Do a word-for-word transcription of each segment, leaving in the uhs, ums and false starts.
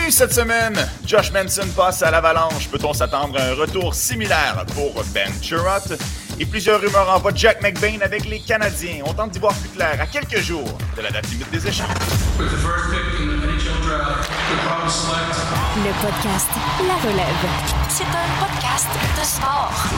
Bienvenue cette semaine! Josh Manson passe à l'Avalanche. Peut-on s'attendre à un retour similaire pour Ben Chiarot? Et plusieurs rumeurs envoient Jack McBain avec les Canadiens. On tente d'y voir plus clair à quelques jours de la date limite des échanges. Le podcast La Relève. C'est un podcast de sport.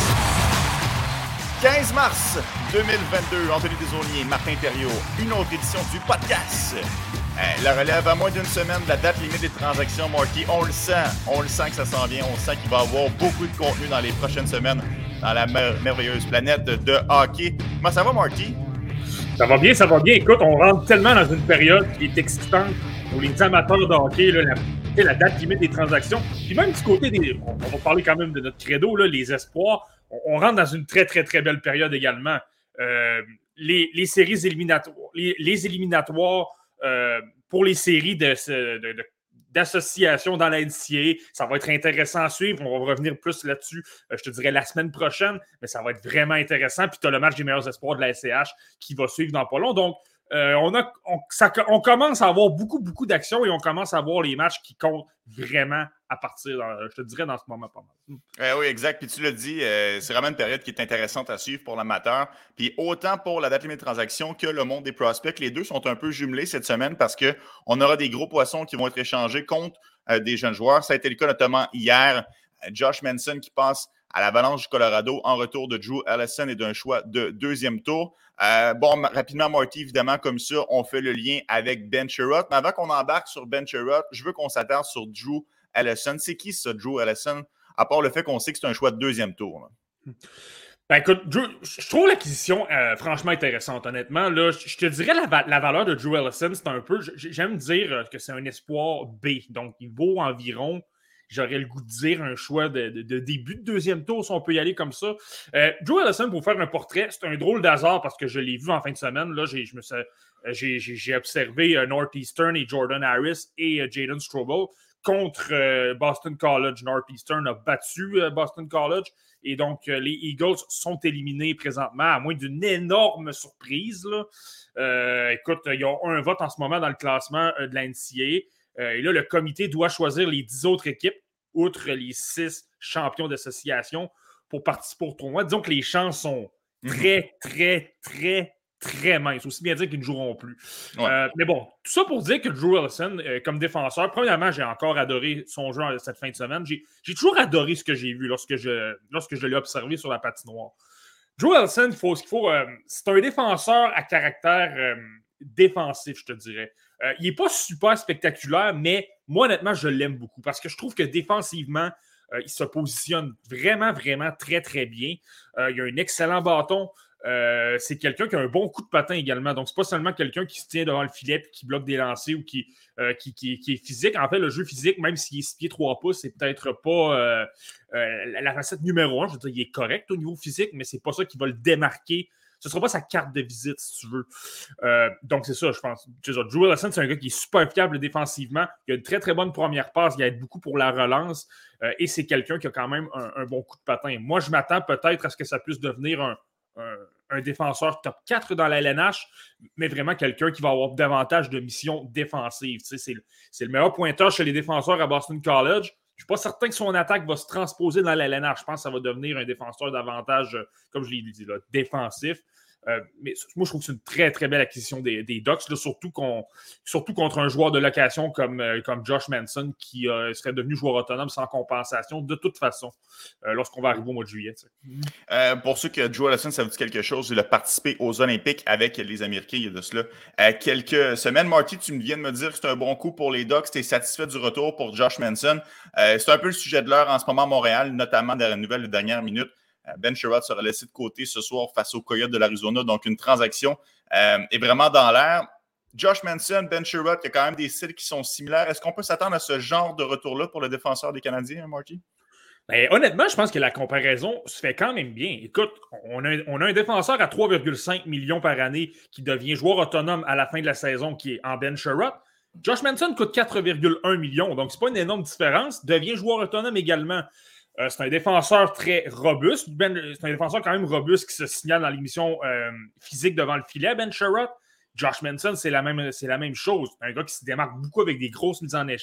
quinze mars deux mille vingt-deux, Anthony Desaulniers, Martin Thériault, une autre édition du podcast. Hey, la relève à moins d'une semaine de la date limite des transactions, Marty. On le sent, on le sent que ça s'en vient. On sent qu'il va y avoir beaucoup de contenu dans les prochaines semaines dans la mer- merveilleuse planète de hockey. Comment ça va, Marty? Ça va bien, ça va bien. Écoute, on rentre tellement dans une période qui est excitante pour les amateurs de hockey, là, la, la date limite des transactions. Puis même du côté des... On, on va parler quand même de notre credo, là, les espoirs. On, on rentre dans une très, très, très belle période également. Euh, les, les séries éliminatoires... Les, les éliminatoires... Euh, pour les séries de, de, de, d'associations dans la N C A A. Ça va être intéressant à suivre. On va revenir plus là-dessus, euh, je te dirais, la semaine prochaine, mais ça va être vraiment intéressant. Puis tu as le match des meilleurs espoirs de la S C H qui va suivre dans pas long. Donc, euh, on, a, on, ça, on commence à avoir beaucoup, beaucoup d'actions et on commence à voir les matchs qui comptent vraiment à partir, dans, je te dirais, dans ce moment pas mal. Euh, oui, exact. Puis tu l'as dit, euh, c'est vraiment une période qui est intéressante à suivre pour l'amateur. Puis autant pour la date limite de transaction que le monde des prospects, les deux sont un peu jumelés cette semaine parce qu'on aura des gros poissons qui vont être échangés contre euh, des jeunes joueurs. Ça a été le cas notamment hier. Euh, Josh Manson qui passe à l'Avalanche du Colorado en retour de Drew Allison et d'un choix de deuxième tour. Euh, bon, rapidement, Marty, évidemment, comme ça, on fait le lien avec Ben Chiarot. Mais avant qu'on embarque sur Ben Chiarot, je veux qu'on s'attarde sur Drew Allison. C'est qui ça, Drew Allison? À part le fait qu'on sait que c'est un choix de deuxième tour. Là. Ben écoute, Drew, je trouve l'acquisition euh, franchement intéressante, honnêtement. Là, je te dirais la, va- la valeur de Drew Allison, c'est un peu... J'aime dire que c'est un espoir B. Donc, il vaut environ... J'aurais le goût de dire un choix de, de, de début de deuxième tour, si on peut y aller comme ça. Euh, Drew Allison, pour faire un portrait, c'est un drôle d'hasard parce que je l'ai vu en fin de semaine. Là, j'ai, je me suis, j'ai, j'ai, j'ai observé euh, Northeastern et Jordan Harris et euh, Jaden Strobel contre euh, Boston College. Northeastern a battu euh, Boston College et donc euh, les Eagles sont éliminés présentement, à moins d'une énorme surprise. Là. Euh, écoute, ils ont un vote en ce moment dans le classement euh, de la N C A A. Euh, et là, le comité doit choisir les dix autres équipes, outre les six champions d'association, pour participer au tournoi. Disons que les chances sont très, très, très, très minces. Aussi bien dire qu'ils ne joueront plus. Ouais. Euh, mais bon, tout ça pour dire que Drew Allison, euh, comme défenseur, premièrement, j'ai encore adoré son jeu cette fin de semaine. J'ai, j'ai toujours adoré ce que j'ai vu lorsque je, lorsque je l'ai observé sur la patinoire. Drew Allison, il faut, il faut, euh, c'est un défenseur à caractère euh, défensif, je te dirais. Euh, il n'est pas super spectaculaire, mais moi, honnêtement, je l'aime beaucoup parce que je trouve que défensivement, euh, il se positionne vraiment, vraiment très, très bien. Euh, il a un excellent bâton. Euh, c'est quelqu'un qui a un bon coup de patin également. Donc, c'est pas seulement quelqu'un qui se tient devant le filet et qui bloque des lancers ou qui, euh, qui, qui, qui est physique. En fait, le jeu physique, même s'il est six pieds trois pouces, c'est peut-être pas euh, euh, la, la facette numéro un. Je veux dire, il est correct au niveau physique, mais c'est pas ça qui va le démarquer. Ce ne sera pas sa carte de visite, si tu veux. Euh, donc, c'est ça, je pense. Drew Allison, c'est un gars qui est super fiable défensivement. Il a une très, très bonne première passe. Il aide beaucoup pour la relance. Euh, et c'est quelqu'un qui a quand même un, un bon coup de patin. Moi, je m'attends peut-être à ce que ça puisse devenir un, un, un défenseur top quatre dans la L N H, mais vraiment quelqu'un qui va avoir davantage de missions défensives. Tu sais, c'est, le, c'est le meilleur pointeur chez les défenseurs à Boston College. Je ne suis pas certain que son attaque va se transposer dans la L N H. Je pense que ça va devenir un défenseur davantage, comme je l'ai dit, là, défensif. Euh, mais moi, je trouve que c'est une très, très belle acquisition des, des Ducks, là, surtout, qu'on, surtout contre un joueur de location comme, euh, comme Josh Manson qui euh, serait devenu joueur autonome sans compensation de toute façon euh, lorsqu'on va arriver au mois de juillet. Euh, pour ceux que Drew Allison, ça vous dit quelque chose, il a participé aux Olympiques avec les Américains il y a de cela euh, quelques semaines. Marty, tu viens de me dire que c'est un bon coup pour les Ducks. Tu es satisfait du retour pour Josh Manson. Euh, c'est un peu le sujet de l'heure en ce moment à Montréal, notamment dans la nouvelle de dernière minute. Ben Chiarot sera laissé de côté ce soir face aux Coyotes de l'Arizona. Donc, une transaction euh, est vraiment dans l'air. Josh Manson, Ben Chiarot, il y a quand même des styles qui sont similaires. Est-ce qu'on peut s'attendre à ce genre de retour-là pour le défenseur des Canadiens, Marty? Ben, honnêtement, je pense que la comparaison se fait quand même bien. Écoute, on a, on a un défenseur à trois virgule cinq millions par année qui devient joueur autonome à la fin de la saison, qui est en Ben Chiarot. Josh Manson coûte quatre virgule un millions, donc c'est pas une énorme différence. Devient joueur autonome également. Euh, c'est un défenseur très robuste. Ben, c'est un défenseur quand même robuste qui se signale dans l'émission euh, physique devant le filet, Ben Chiarot. Josh Manson, c'est la même, c'est la même chose. Un gars qui se démarque beaucoup avec des grosses mises en échec,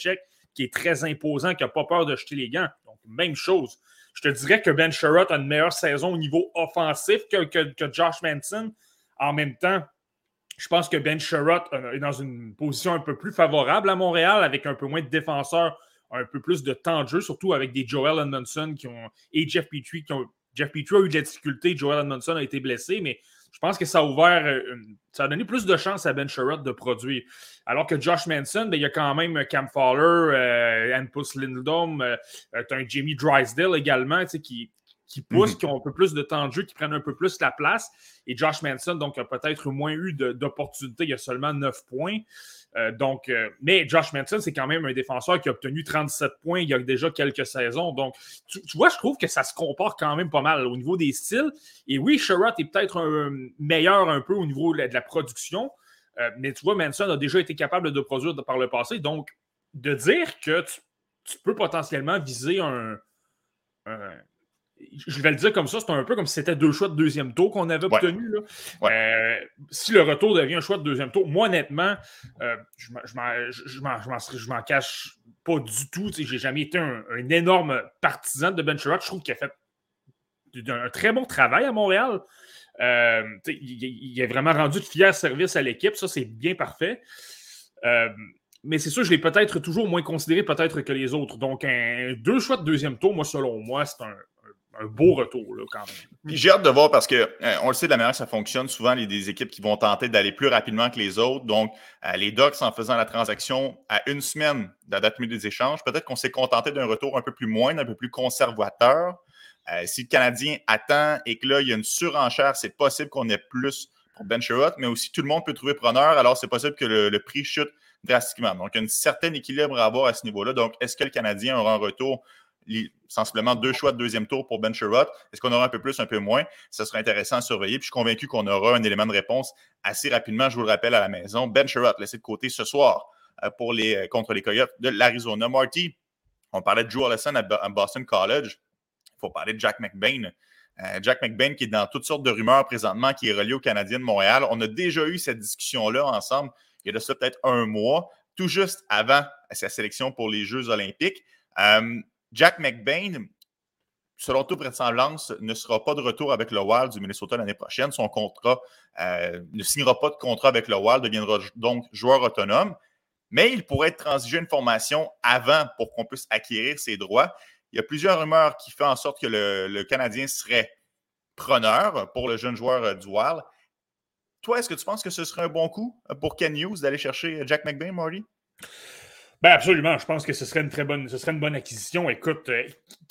qui est très imposant, qui n'a pas peur de jeter les gants. Donc, même chose. Je te dirais que Ben Sherratt a une meilleure saison au niveau offensif que, que, que Josh Manson. En même temps, je pense que Ben Sherratt est dans une position un peu plus favorable à Montréal, avec un peu moins de défenseurs, un peu plus de temps de jeu, surtout avec des Joel Edmondson qui ont, et Jeff Petrie. Qui ont, Jeff Petrie a eu de la difficulté, Joel Edmondson a été blessé, mais je pense que ça a ouvert, une, ça a donné plus de chance à Ben Sherratt de produire. Alors que Josh Manson, ben, il y a quand même Cam Fowler, euh, Hampus Lindholm, euh, tu as un Jamie Drysdale également, qui, qui poussent, mm-hmm. qui ont un peu plus de temps de jeu, qui prennent un peu plus la place. Et Josh Manson, donc, a peut-être moins eu de, d'opportunités. Il y a seulement neuf points. Euh, donc, euh, mais Josh Manson, c'est quand même un défenseur qui a obtenu trente-sept points il y a déjà quelques saisons. Donc, tu, tu vois, je trouve que ça se compare quand même pas mal au niveau des styles. Et oui, Sherratt est peut-être un, meilleur un peu au niveau de la, de la production. Euh, mais tu vois, Manson a déjà été capable de produire de, par le passé. Donc, de dire que tu, tu peux potentiellement viser un, un je vais le dire comme ça, c'est un peu comme si c'était deux choix de deuxième tour qu'on avait ouais. obtenus. Là. Ouais. Euh, si le retour devient un choix de deuxième tour, moi, honnêtement, euh, je, m'en, je, m'en, je, m'en, je, m'en, je m'en cache pas du tout. Je n'ai jamais été un, un énorme partisan de Ben Sherratt. Je trouve qu'il a fait un très bon travail à Montréal. Euh, il, il a vraiment rendu de fiers services à l'équipe. Ça, c'est bien parfait. Euh, mais c'est sûr, je l'ai peut-être toujours moins considéré peut-être que les autres. Donc, un, deux choix de deuxième tour, moi, selon moi, c'est un un beau retour, là, quand même. Puis j'ai hâte de voir parce que euh, on le sait de la manière que ça fonctionne. Souvent, il y a des équipes qui vont tenter d'aller plus rapidement que les autres. Donc, euh, les Ducks, en faisant la transaction à une semaine de la date limite des échanges, peut-être qu'on s'est contenté d'un retour un peu plus moindre, un peu plus conservateur. Euh, si le Canadien attend et que là, il y a une surenchère, c'est possible qu'on ait plus pour Ben Sherratt, mais aussi tout le monde peut trouver preneur, alors c'est possible que le, le prix chute drastiquement. Donc, il y a un certain équilibre à avoir à ce niveau-là. Donc, est-ce que le Canadien aura un retour sensiblement deux choix de deuxième tour pour Ben Sherratt? Est-ce qu'on aura un peu plus, un peu moins? Ça serait intéressant à surveiller. Puis je suis convaincu qu'on aura un élément de réponse assez rapidement. Je vous le rappelle à la maison. Ben Sherratt, laissé de côté ce soir euh, pour les, euh, contre les Coyotes de l'Arizona. Marty, on parlait de Joe Allison à, à Boston College. Il faut parler de Jack McBain. Euh, Jack McBain qui est dans toutes sortes de rumeurs présentement, qui est relié aux Canadiens de Montréal. On a déjà eu cette discussion-là ensemble il y a de ça peut-être un mois, tout juste avant sa sélection pour les Jeux olympiques. Euh, Jack McBain, selon toute vraisemblance, ne sera pas de retour avec le Wild du Minnesota l'année prochaine. Son contrat euh, ne signera pas de contrat avec le Wild, deviendra donc joueur autonome. Mais il pourrait être transigé une formation avant pour qu'on puisse acquérir ses droits. Il y a plusieurs rumeurs qui font en sorte que le, le Canadien serait preneur pour le jeune joueur euh, du Wild. Toi, est-ce que tu penses que ce serait un bon coup pour Ken Hughes d'aller chercher Jack McBain, Marty? Ben absolument, je pense que ce serait une très bonne, ce serait une bonne acquisition. Écoute, euh,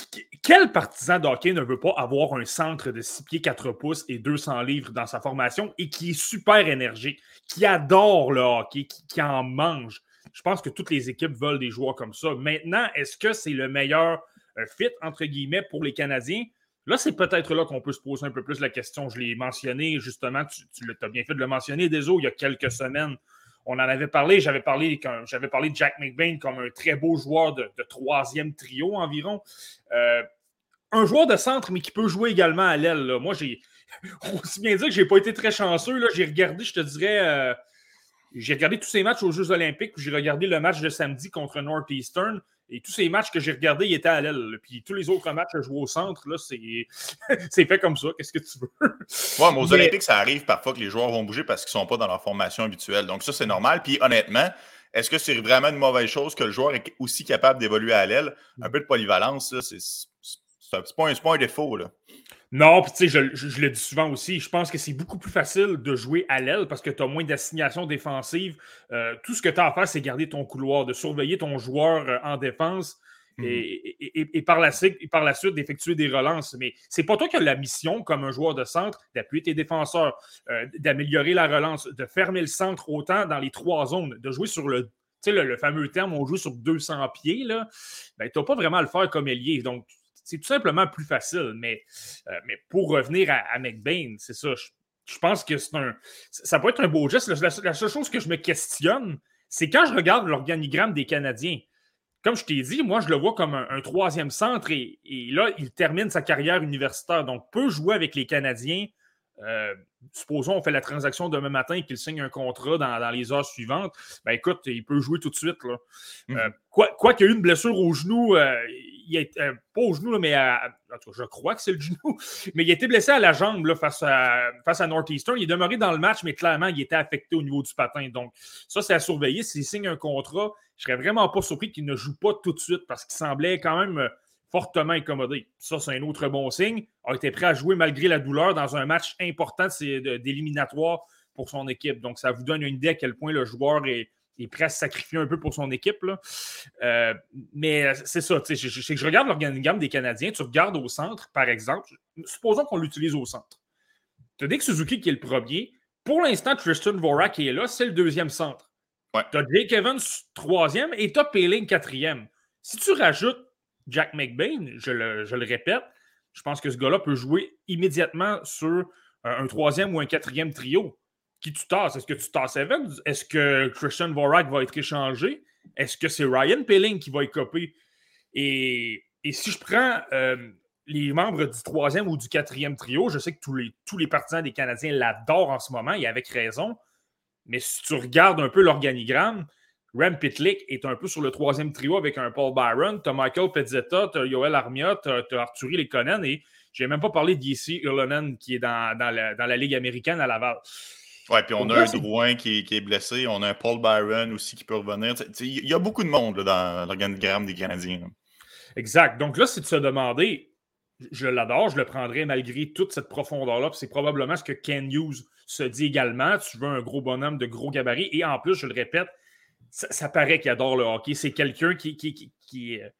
quel partisan de hockey ne veut pas avoir un centre de six pieds quatre pouces et deux cents livres dans sa formation et qui est super énergique, qui adore le hockey, qui, qui en mange? Je pense que toutes les équipes veulent des joueurs comme ça. Maintenant, est-ce que c'est le meilleur euh, fit, entre guillemets, pour les Canadiens? Là, c'est peut-être là qu'on peut se poser un peu plus la question. Je l'ai mentionné, justement, tu, tu as bien fait de le mentionner, Deso, il y a quelques semaines. On en avait parlé, j'avais parlé, j'avais parlé de Jack McBain comme un très beau joueur de, de troisième trio environ. Euh, un joueur de centre, mais qui peut jouer également à l'aile. Là. Moi, j'ai aussi bien dire que je n'ai pas été très chanceux. Là. J'ai regardé, je te dirais, euh, j'ai regardé tous ces matchs aux Jeux olympiques, puis j'ai regardé le match de samedi contre Northeastern. Et tous ces matchs que j'ai regardés, ils étaient à l'aile. Puis tous les autres matchs à jouer au centre, là, c'est... c'est fait comme ça. Qu'est-ce que tu veux? Oui, mais aux mais... Olympiques, ça arrive parfois que les joueurs vont bouger parce qu'ils ne sont pas dans leur formation habituelle. Donc ça, c'est normal. Puis honnêtement, est-ce que c'est vraiment une mauvaise chose que le joueur est aussi capable d'évoluer à l'aile? Un peu de polyvalence, là, c'est, c'est, c'est, pas un, c'est pas un défaut, là. Non, puis tu sais, je, je, je le dis souvent aussi, je pense que c'est beaucoup plus facile de jouer à l'aile parce que tu as moins d'assignation défensive. Euh, tout ce que tu as à faire, c'est garder ton couloir, de surveiller ton joueur euh, en défense mm-hmm. et, et, et, et, par la, et par la suite d'effectuer des relances. Mais c'est pas toi qui as la mission, comme un joueur de centre, d'appuyer tes défenseurs, euh, d'améliorer la relance, de fermer le centre autant dans les trois zones, de jouer sur le, tu sais, le, le fameux terme, on joue sur deux cents pieds, là. Ben, tu n'as pas vraiment à le faire comme ailier. Donc, c'est tout simplement plus facile, mais, euh, mais pour revenir à, à McBain, c'est ça. Je, je pense que c'est un, ça peut être un beau geste. La, la seule chose que je me questionne, c'est quand je regarde l'organigramme des Canadiens. Comme je t'ai dit, moi, je le vois comme un, un troisième centre et, et là, il termine sa carrière universitaire. Donc, peut jouer avec les Canadiens euh, supposons on fait la transaction demain matin et qu'il signe un contrat dans, dans les heures suivantes, ben écoute, il peut jouer tout de suite. Là. Mm-hmm. Euh, quoi, quoi qu'il y ait eu une blessure au genou, euh, il est, euh, pas au genou, là, mais à, je crois que c'est le genou, mais il a été blessé à la jambe là, face, à, face à Northeastern. Il est demeuré dans le match, mais clairement, il était affecté au niveau du patin. Donc, ça, c'est à surveiller. S'il signe un contrat, je serais vraiment pas surpris qu'il ne joue pas tout de suite parce qu'il semblait quand même fortement incommodé. Ça, c'est un autre bon signe. Il a été prêt à jouer malgré la douleur dans un match important d'éliminatoire pour son équipe. Donc, ça vous donne une idée à quel point le joueur est, est prêt à se sacrifier un peu pour son équipe. Là. Euh, mais c'est ça. Je, je, je, je regarde l'organigramme des Canadiens. Tu regardes au centre, par exemple. Supposons qu'on l'utilise au centre. Tu as Nick Suzuki qui est le premier. Pour l'instant, Tristan Dvorak qui est là, c'est le deuxième centre. Ouais. Tu as Jake Evans troisième et tu as Poehling quatrième. Si tu rajoutes Jack McBain, je le, je le répète, je pense que ce gars-là peut jouer immédiatement sur un, un troisième ou un quatrième trio. Qui tu tasses? Est-ce que tu tasses Evans? Est-ce que Christian Dvorak va être échangé? Est-ce que c'est Ryan Poehling qui va écoper? Et, et si je prends euh, les membres du troisième ou du quatrième trio, je sais que tous les, tous les partisans des Canadiens l'adorent en ce moment, et avec raison, mais si tu regardes un peu l'organigramme, Rem Pitlick est un peu sur le troisième trio avec un Paul Byron. Tu as Michael Pezzetta, tu as Yoel Armia, tu as, as Arturi Lekonen et je n'ai même pas parlé d'Jesse Ylönen qui est dans, dans, la, dans la Ligue américaine à Laval. Oui, puis on a un Drouin qui, qui est blessé. On a un Paul Byron aussi qui peut revenir. Il y a beaucoup de monde là, dans l'organigramme des Canadiens. Là. Exact. Donc là, c'est de se demander, je l'adore, je le prendrai malgré toute cette profondeur-là. C'est probablement ce que Ken Hughes se dit également. Tu veux un gros bonhomme de gros gabarit. Et en plus, je le répète, Ça, ça paraît qu'il adore le hockey. C'est quelqu'un qui, qui, qui, qui euh,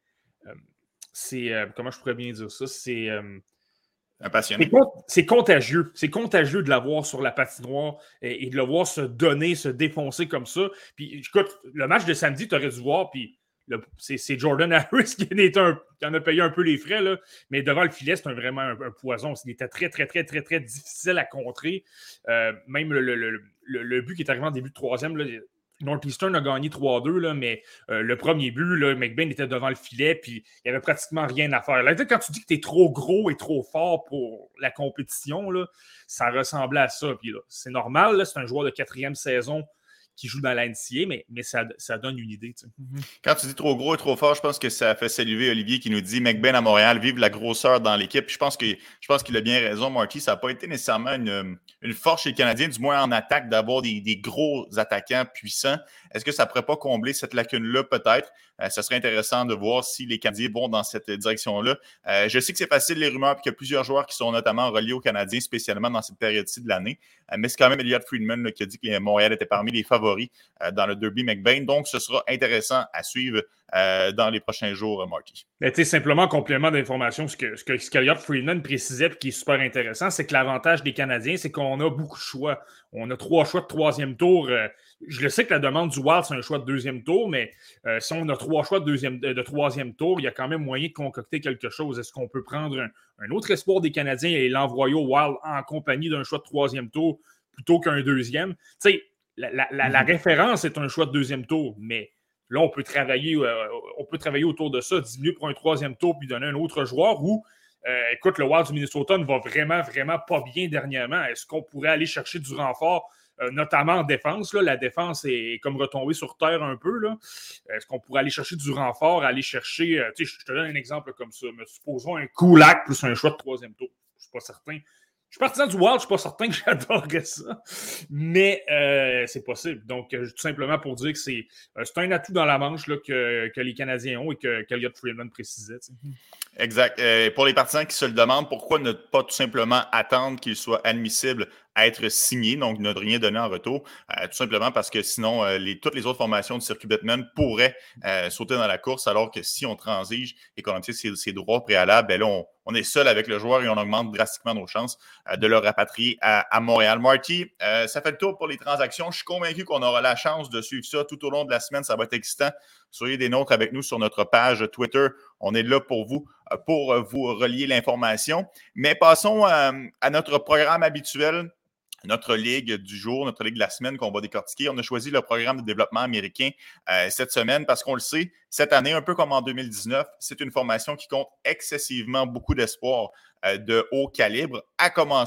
c'est euh, comment je pourrais bien dire ça? C'est euh, un passionné. C'est, c'est contagieux. C'est contagieux de l'avoir sur la patinoire et, et de le voir se donner, se défoncer comme ça. Puis écoute, le match de samedi, tu aurais dû voir, puis le, c'est, c'est Jordan Harris qui, est un, qui en a payé un peu les frais, là, mais devant le filet, c'est un, vraiment un, un poison. Il était très, très, très, très, très difficile à contrer. Euh, même le, le, le, le, le but qui est arrivé en début de troisième, là, Northeastern a gagné trois à deux, là, mais euh, le premier but, là, McBain était devant le filet, puis il n'y avait pratiquement rien à faire. Là, quand tu dis que tu es trop gros et trop fort pour la compétition, là, ça ressemblait à ça. Puis là, c'est normal, là, c'est un joueur de quatrième saison qui joue dans la N C A A, mais, mais ça, ça donne une idée. Tu sais. Quand tu dis trop gros et trop fort, je pense que ça fait saluer Olivier qui nous dit McBain à Montréal, vive la grosseur dans l'équipe. Je pense, que, je pense qu'il a bien raison, Marty. Ça n'a pas été nécessairement une, une force chez les Canadiens, du moins en attaque, d'avoir des, des gros attaquants puissants. Est-ce que ça ne pourrait pas combler cette lacune-là, peut-être? Euh, ça serait intéressant de voir si les Canadiens vont dans cette direction-là. Euh, je sais que c'est facile, les rumeurs, puis qu'il y a plusieurs joueurs qui sont notamment reliés aux Canadiens, spécialement dans cette période-ci de l'année. Euh, mais c'est quand même Elliot Friedman là, qui a dit que Montréal était parmi les favoris euh, dans le derby McBain. Donc, ce sera intéressant à suivre euh, dans les prochains jours, Marty. Ben, simplement, en complément d'information, ce que, ce que, ce qu'Elliot Friedman précisait et qui est super intéressant, c'est que l'avantage des Canadiens, c'est qu'on a beaucoup de choix. On a trois choix de troisième tour. Euh, je le sais que la demande du Wild, c'est un choix de deuxième tour, mais euh, si on a trois choix de, deuxième, de, de troisième tour, il y a quand même moyen de concocter quelque chose. Est-ce qu'on peut prendre un, un autre espoir des Canadiens et l'envoyer au Wild en compagnie d'un choix de troisième tour plutôt qu'un deuxième? Tu sais, la, la, la, la référence est un choix de deuxième tour, mais là, on peut travailler, euh, on peut travailler autour de ça, diminuer pour un troisième tour puis donner un autre joueur ou, euh, écoute, le Wild du Minnesota ne va vraiment, vraiment pas bien dernièrement. Est-ce qu'on pourrait aller chercher du renfort, euh, notamment en défense? Là, la défense est comme retombée sur terre un peu. Là. Est-ce qu'on pourrait aller chercher du renfort, aller chercher, euh, tu sais, je te donne un exemple comme ça, mais supposons un Kulak plus un choix de troisième tour. Je ne suis pas certain. Je suis partisan du Wild, je ne suis pas certain que j'adorerais ça, mais euh, c'est possible. Donc, euh, tout simplement pour dire que c'est, euh, c'est un atout dans la manche là, que, que les Canadiens ont et que qu'Elliot Friedman précisait. T'sais. Exact. Euh, pour les partisans qui se le demandent, pourquoi ne pas tout simplement attendre qu'il soit admissible à être signé, donc ne rien donner en retour, euh, tout simplement parce que sinon, euh, les, toutes les autres formations du circuit Bettman pourraient euh, sauter dans la course, alors que si on transige et qu'on obtient ses, ses droits préalables, ben là, on, on est seul avec le joueur et on augmente drastiquement nos chances euh, de le rapatrier à, à Montréal. Marty, euh, ça fait le tour pour les transactions. Je suis convaincu qu'on aura la chance de suivre ça tout au long de la semaine. Ça va être excitant. Soyez des nôtres avec nous sur notre page Twitter. On est là pour vous, pour vous relier l'information. Mais passons euh, à notre programme habituel. Notre ligue du jour, notre ligue de la semaine qu'on va décortiquer. On a choisi le programme de développement américain euh, cette semaine parce qu'on le sait, cette année, un peu comme en deux mille dix-neuf, c'est une formation qui compte excessivement beaucoup d'espoir euh, de haut calibre, à commencer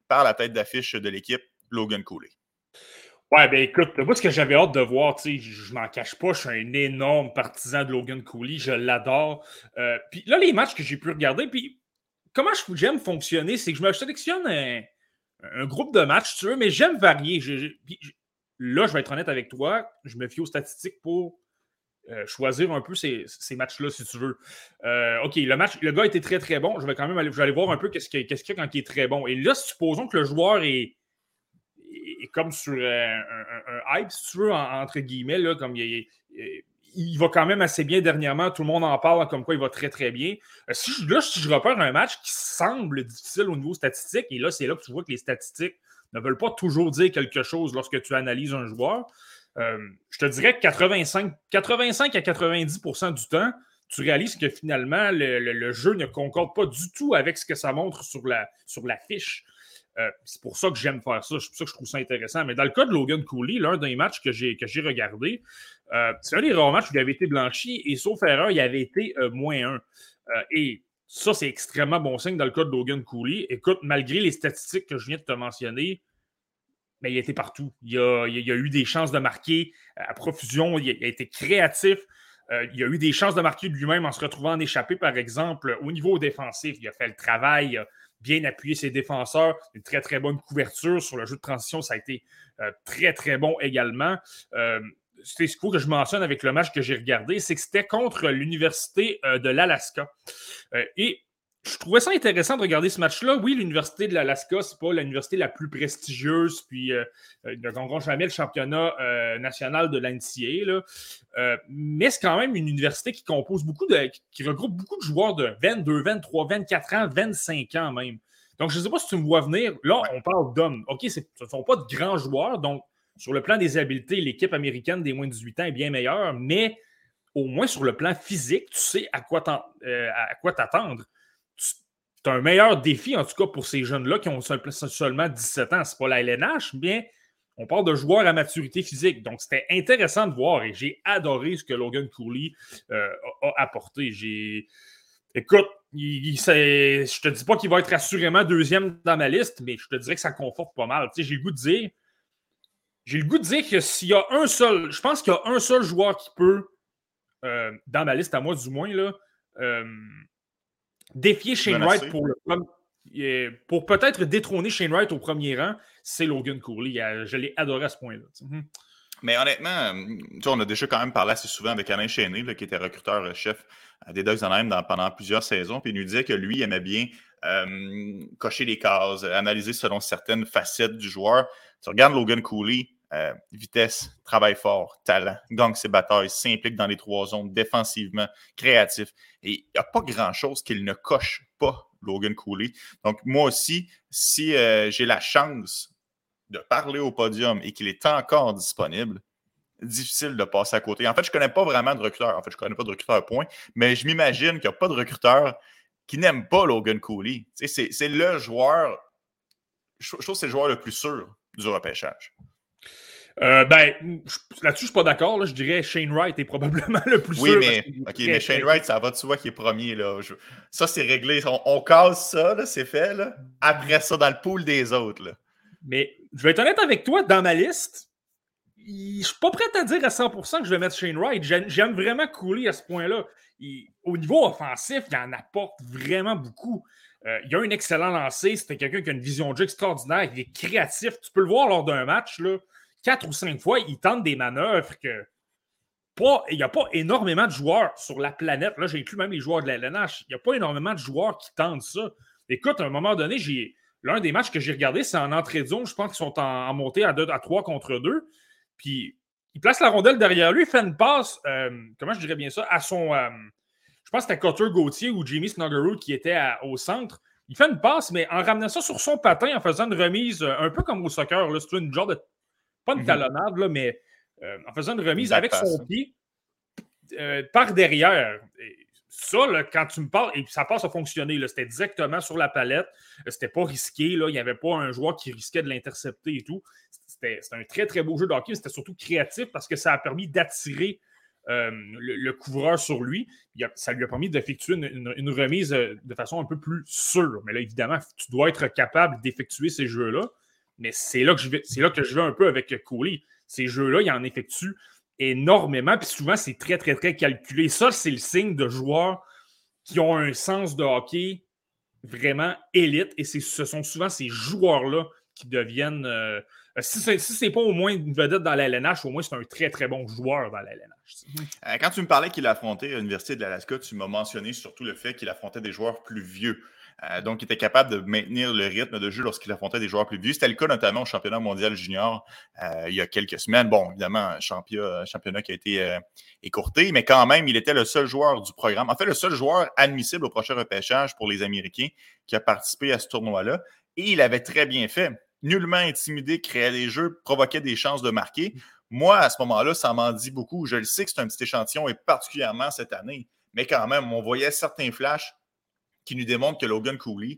par la tête d'affiche de l'équipe, Logan Cooley. Ouais, ben écoute, moi, ce que j'avais hâte de voir, tu sais, je m'en cache pas, je suis un énorme partisan de Logan Cooley, je l'adore. Euh, puis là, les matchs que j'ai pu regarder, puis comment j'aime fonctionner, c'est que je me sélectionne un, un groupe de matchs, tu veux, mais j'aime varier. Je, je, puis, là, je vais être honnête avec toi, je me fie aux statistiques pour euh, choisir un peu ces, ces matchs-là, si tu veux. Euh, OK, le match, le gars était très, très bon. Je vais quand même aller, je vais aller voir un peu qu'est-ce qu'il y a, qu'est-ce qu'il y a quand il est très bon. Et là, supposons que le joueur est est comme sur euh, un, un, un hype, si tu veux, en, entre guillemets, là, comme il, il, il va quand même assez bien dernièrement, tout le monde en parle, comme quoi il va très très bien. Euh, si je, là, si je repère un match qui semble difficile au niveau statistique, et là, c'est là que tu vois que les statistiques ne veulent pas toujours dire quelque chose lorsque tu analyses un joueur, euh, je te dirais que quatre-vingt-cinq, quatre-vingt-cinq à quatre-vingt-dix pour cent du temps, tu réalises que finalement, le, le, le jeu ne concorde pas du tout avec ce que ça montre sur la, sur la fiche. Euh, c'est pour ça que j'aime faire ça. C'est pour ça que je trouve ça intéressant. Mais dans le cas de Logan Cooley, l'un des matchs que j'ai, que j'ai regardé, euh, c'est un des rares matchs où il avait été blanchi et sauf erreur, il avait été euh, moins un. Euh, et ça, c'est extrêmement bon signe dans le cas de Logan Cooley. Écoute, malgré les statistiques que je viens de te mentionner, mais il a été partout. Il a, il a eu des chances de marquer à profusion. Il a, il a été créatif. Euh, il a eu des chances de marquer lui-même en se retrouvant en échappé, par exemple. Au niveau défensif, il a fait le travail. Bien appuyer ses défenseurs, une très, très bonne couverture sur le jeu de transition, ça a été euh, très, très bon également. Euh, c'est ce que je mentionne avec le match que j'ai regardé, c'est que c'était contre l'Université euh, de l'Alaska. Euh, et je trouvais ça intéressant de regarder ce match-là. Oui, l'Université de l'Alaska, c'est pas l'université la plus prestigieuse, puis euh, ils ne gagneront jamais le championnat euh, national de l'N C A A, là. Euh, mais c'est quand même une université qui compose beaucoup de, qui regroupe beaucoup de joueurs de vingt-deux, vingt-trois, vingt-quatre ans, vingt-cinq ans même. Donc, je ne sais pas si tu me vois venir. Là, on parle d'hommes. OK, ce ne sont pas de grands joueurs, donc sur le plan des habiletés, l'équipe américaine des moins de dix-huit ans est bien meilleure, mais au moins sur le plan physique, tu sais à quoi, euh, à quoi t'attendre. C'est un meilleur défi, en tout cas, pour ces jeunes-là qui ont seulement dix-sept ans. C'est pas la L N H, mais on parle de joueurs à maturité physique. Donc, c'était intéressant de voir et j'ai adoré ce que Logan Cooley euh, a, a apporté. J'ai... Écoute, il, il, c'est... je te dis pas qu'il va être assurément deuxième dans ma liste, mais je te dirais que ça conforte pas mal. Tu sais, j'ai le goût de dire... J'ai le goût de dire que s'il y a un seul... Je pense qu'il y a un seul joueur qui peut, euh, dans ma liste à moi du moins, là... Euh, défier Shane Wright pour, le, pour peut-être détrôner Shane Wright au premier rang, c'est Logan Cooley. Je l'ai adoré à ce point-là. Mm-hmm. Mais honnêtement, on a déjà quand même parlé assez souvent avec Alain Chéné, là, qui était recruteur-chef des Ducks d'Anaheim pendant plusieurs saisons, puis il nous disait que lui aimait bien euh, cocher les cases, analyser selon certaines facettes du joueur. Tu regardes Logan Cooley, euh, vitesse, travail fort, talent, gagne ses batailles, s'implique dans les trois zones, défensivement, créatif. Et il n'y a pas grand-chose qu'il ne coche pas, Logan Cooley. Donc, moi aussi, si euh, j'ai la chance de parler au podium et qu'il est encore disponible, difficile de passer à côté. En fait, je ne connais pas vraiment de recruteur. En fait, je ne connais pas de recruteur, point. Mais je m'imagine qu'il n'y a pas de recruteur qui n'aime pas Logan Cooley. C'est, c'est le joueur, je trouve que c'est le joueur le plus sûr du repêchage. Euh, ben, là-dessus, je ne suis pas d'accord. Là. Je dirais Shane Wright est probablement le plus oui, sûr. Oui, mais, okay, mais Shane Wright, ça va de soi qui est premier. Là. Je, ça, c'est réglé. On, on casse ça, là, c'est fait. Là. Après ça, dans le pool des autres. Là. Mais je vais être honnête avec toi, dans ma liste, je ne suis pas prêt à dire à cent pour cent que je vais mettre Shane Wright. J'aime, j'aime vraiment Cooley à ce point-là. Il, au niveau offensif, il en apporte vraiment beaucoup. Euh, il a un excellent lancer. C'était quelqu'un qui a une vision de jeu extraordinaire. Il est créatif. Tu peux le voir lors d'un match, là. Quatre ou cinq fois, il tente des manœuvres que pas, il n'y a pas énormément de joueurs sur la planète. Là, j'ai inclus même les joueurs de la L N H. Il n'y a pas énormément de joueurs qui tentent ça. Écoute, à un moment donné, j'ai l'un des matchs que j'ai regardé, c'est en entrée de zone. Je pense qu'ils sont en, en montée à, deux, à trois contre deux. Puis, il place la rondelle derrière lui, il fait une passe, euh, comment je dirais bien ça, à son... Euh, je pense que c'était Cutter Gauthier ou Jamie Snuggerud qui était à, au centre. Il fait une passe, mais en ramenant ça sur son patin, en faisant une remise, euh, un peu comme au soccer. Là, c'est une genre de... Pas une talonnade, là, mais euh, en faisant une remise avec son pied euh, par derrière. Et ça, là, quand tu me parles, et ça passe à fonctionner. Là, c'était directement sur la palette. C'était pas risqué. Là, il n'y avait pas un joueur qui risquait de l'intercepter et tout. C'était, c'était un très, très beau jeu de hockey. C'était surtout créatif parce que ça a permis d'attirer euh, le, le couvreur sur lui. Il a, ça lui a permis d'effectuer une, une, une remise de façon un peu plus sûre. Mais là, évidemment, tu dois être capable d'effectuer ces jeux-là. Mais c'est là que je vais, c'est là que je vais un peu avec Cooley. Ces jeux-là, il en effectue énormément. Puis souvent, c'est très, très, très calculé. Ça, c'est le signe de joueurs qui ont un sens de hockey vraiment élite. Et c'est, ce sont souvent ces joueurs-là qui deviennent... Euh, si c'est, si c'est pas au moins une vedette dans la L N H, au moins c'est un très, très bon joueur dans la L N H. Euh, quand tu me parlais qu'il affrontait l'Université de l'Alaska, tu m'as mentionné surtout le fait qu'il affrontait des joueurs plus vieux. Euh, donc, il était capable de maintenir le rythme de jeu lorsqu'il affrontait des joueurs plus vieux. C'était le cas notamment au championnat mondial junior euh, il y a quelques semaines. Bon, évidemment, un championnat, un championnat qui a été euh, écourté, mais quand même, il était le seul joueur du programme. En fait, le seul joueur admissible au prochain repêchage pour les Américains qui a participé à ce tournoi-là. Et il avait très bien fait. Nullement intimidé, créait des jeux, provoquait des chances de marquer. Moi, à ce moment-là, ça m'en dit beaucoup. Je le sais que c'est un petit échantillon, et particulièrement cette année. Mais quand même, on voyait certains flashs qui nous démontrent que Logan Cooley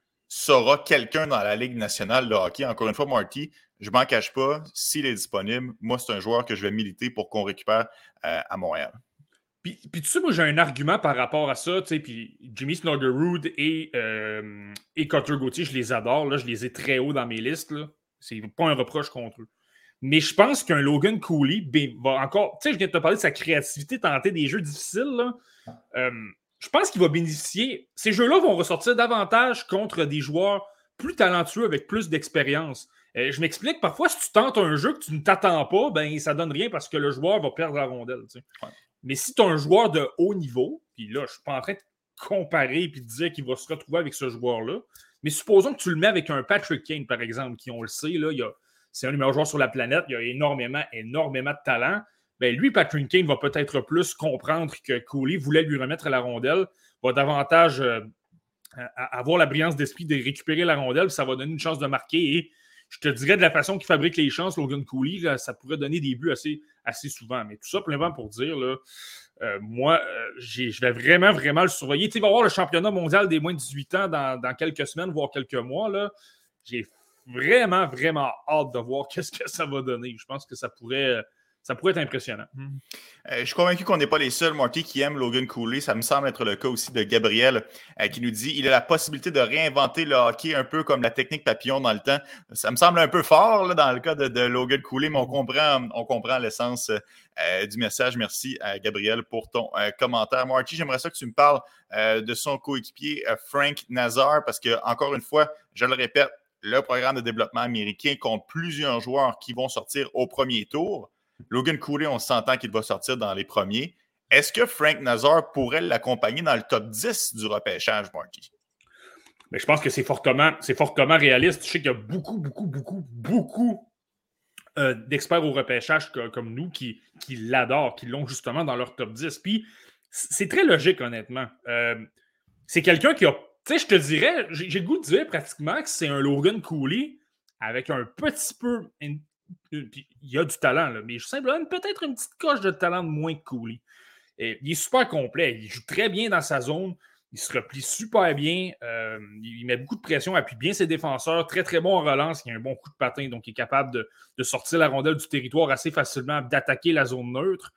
sera quelqu'un dans la Ligue nationale de hockey. Encore une fois, Marty, je ne m'en cache pas. S'il est disponible, moi, c'est un joueur que je vais militer pour qu'on récupère euh, à Montréal. Puis, puis tu sais, moi, j'ai un argument par rapport à ça. Tu sais, puis Jimmy Snodderud et, euh, et Cutter Gauthier, je les adore. Là, je les ai très haut dans mes listes. Là. C'est pas un reproche contre eux. Mais je pense qu'un Logan Cooley ben, va encore... Tu sais, je viens de te parler de sa créativité, tenter des jeux difficiles. Là. Euh, je pense qu'il va bénéficier... Ces jeux-là vont ressortir davantage contre des joueurs plus talentueux avec plus d'expérience. Euh, je m'explique, parfois, si tu tentes un jeu que tu ne t'attends pas, ben ça donne rien parce que le joueur va perdre la rondelle. Tu sais. Ouais. Mais si tu as un joueur de haut niveau, puis là, je ne suis pas en train de comparer et de dire qu'il va se retrouver avec ce joueur-là, mais supposons que tu le mets avec un Patrick Kane, par exemple, qui, on le sait, là, il a, c'est un des meilleurs joueurs sur la planète, il a énormément, énormément de talent. Ben lui, Patrick Kane va peut-être plus comprendre que Cooley voulait lui remettre la rondelle, va davantage euh, avoir la brillance d'esprit de récupérer la rondelle, ça va donner une chance de marquer. Et je te dirais, de la façon qu'il fabrique les chances, Logan Cooley, là, ça pourrait donner des buts assez, assez souvent. Mais tout ça, simplement pour dire, là, euh, moi, euh, j'ai, je vais vraiment, vraiment le surveiller. Tu sais, il va y avoir le championnat mondial des moins de dix-huit ans dans, dans quelques semaines, voire quelques mois. Là. J'ai vraiment, vraiment hâte de voir qu'est-ce que ça va donner. Je pense que ça pourrait... Ça pourrait être impressionnant. Mm. Euh, je suis convaincu qu'on n'est pas les seuls, Marty, qui aiment Logan Cooley. Ça me semble être le cas aussi de Gabriel, euh, qui nous dit qu'il a la possibilité de réinventer le hockey un peu comme la technique papillon dans le temps. Ça me semble un peu fort là, dans le cas de, de Logan Cooley, mais on comprend, on comprend l'essence euh, du message. Merci à Gabriel pour ton euh, commentaire. Marty, j'aimerais ça que tu me parles euh, de son coéquipier euh, Frank Nazar, parce que, encore une fois, je le répète, le programme de développement américain compte plusieurs joueurs qui vont sortir au premier tour. Logan Cooley, on s'entend qu'il va sortir dans les premiers. Est-ce que Frank Nazar pourrait l'accompagner dans le top dix du repêchage, Marky? Mais je pense que c'est fortement, c'est fortement réaliste. Je sais qu'il y a beaucoup, beaucoup, beaucoup, beaucoup euh, d'experts au repêchage que, comme nous qui, qui l'adorent, qui l'ont justement dans leur top dix. Puis c'est très logique, honnêtement. Euh, c'est quelqu'un qui a... Tu sais, je te dirais, j'ai, j'ai le goût de dire pratiquement que c'est un Logan Cooley avec un petit peu... Une, il y a du talent, là, mais simplement peut-être une petite coche de talent de moins que Cooley. Et il est super complet. Il joue très bien dans sa zone. Il se replie super bien. Euh, il met beaucoup de pression, appuie bien ses défenseurs. Très, très bon en relance. Il a un bon coup de patin, donc il est capable de, de sortir la rondelle du territoire assez facilement, d'attaquer la zone neutre.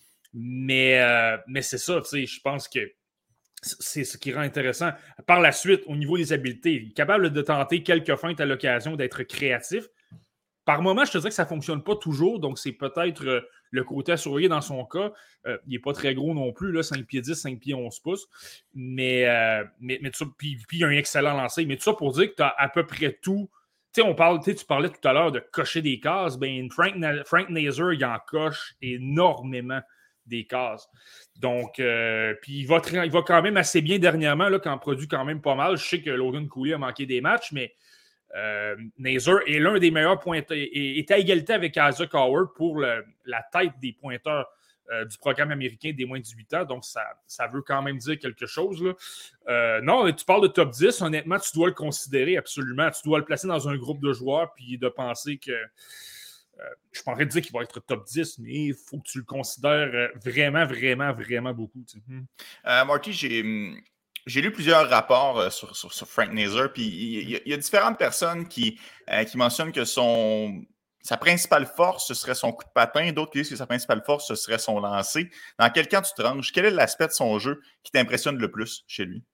Mais, euh, mais c'est ça, tu sais, je pense que c'est ce qui rend intéressant. Par la suite, au niveau des habiletés, il est capable de tenter quelques feintes à l'occasion, d'être créatif. Par moment, je te dirais que ça ne fonctionne pas toujours, donc c'est peut-être euh, le côté à surveiller dans son cas. Euh, il n'est pas très gros non plus, là, cinq pieds dix, cinq pieds onze pouces. Mais, euh, mais, mais ça, puis, puis il a un excellent lancer. Mais tout ça pour dire que tu as à peu près tout. Tu sais, on parle, tu parlais tout à l'heure de cocher des cases. Ben, Frank, Frank Nazar, il en coche énormément des cases. Donc, euh, puis il va, il va quand même assez bien dernièrement, là, quand il produit quand même pas mal. Je sais que Logan Cooley a manqué des matchs, mais Euh, Nazar est l'un des meilleurs pointeurs, et est à égalité avec Isaac Howard pour le, la tête des pointeurs euh, du programme américain des moins de dix-huit ans, donc ça, ça veut quand même dire quelque chose. Là. Euh, non, tu parles de top dix, honnêtement, tu dois le considérer absolument, tu dois le placer dans un groupe de joueurs, puis de penser que, euh, je suis pas en train de dire qu'il va être top dix, mais il faut que tu le considères vraiment, vraiment, vraiment beaucoup. Tu sais. euh, Marty, j'ai... J'ai lu plusieurs rapports euh, sur, sur, sur Frank Nazar, puis il y, y a différentes personnes qui, euh, qui mentionnent que son, sa principale force, ce serait son coup de patin. D'autres qui disent que sa principale force, ce serait son lancer. Dans quel camp tu te ranges? Quel est l'aspect de son jeu qui t'impressionne le plus chez lui?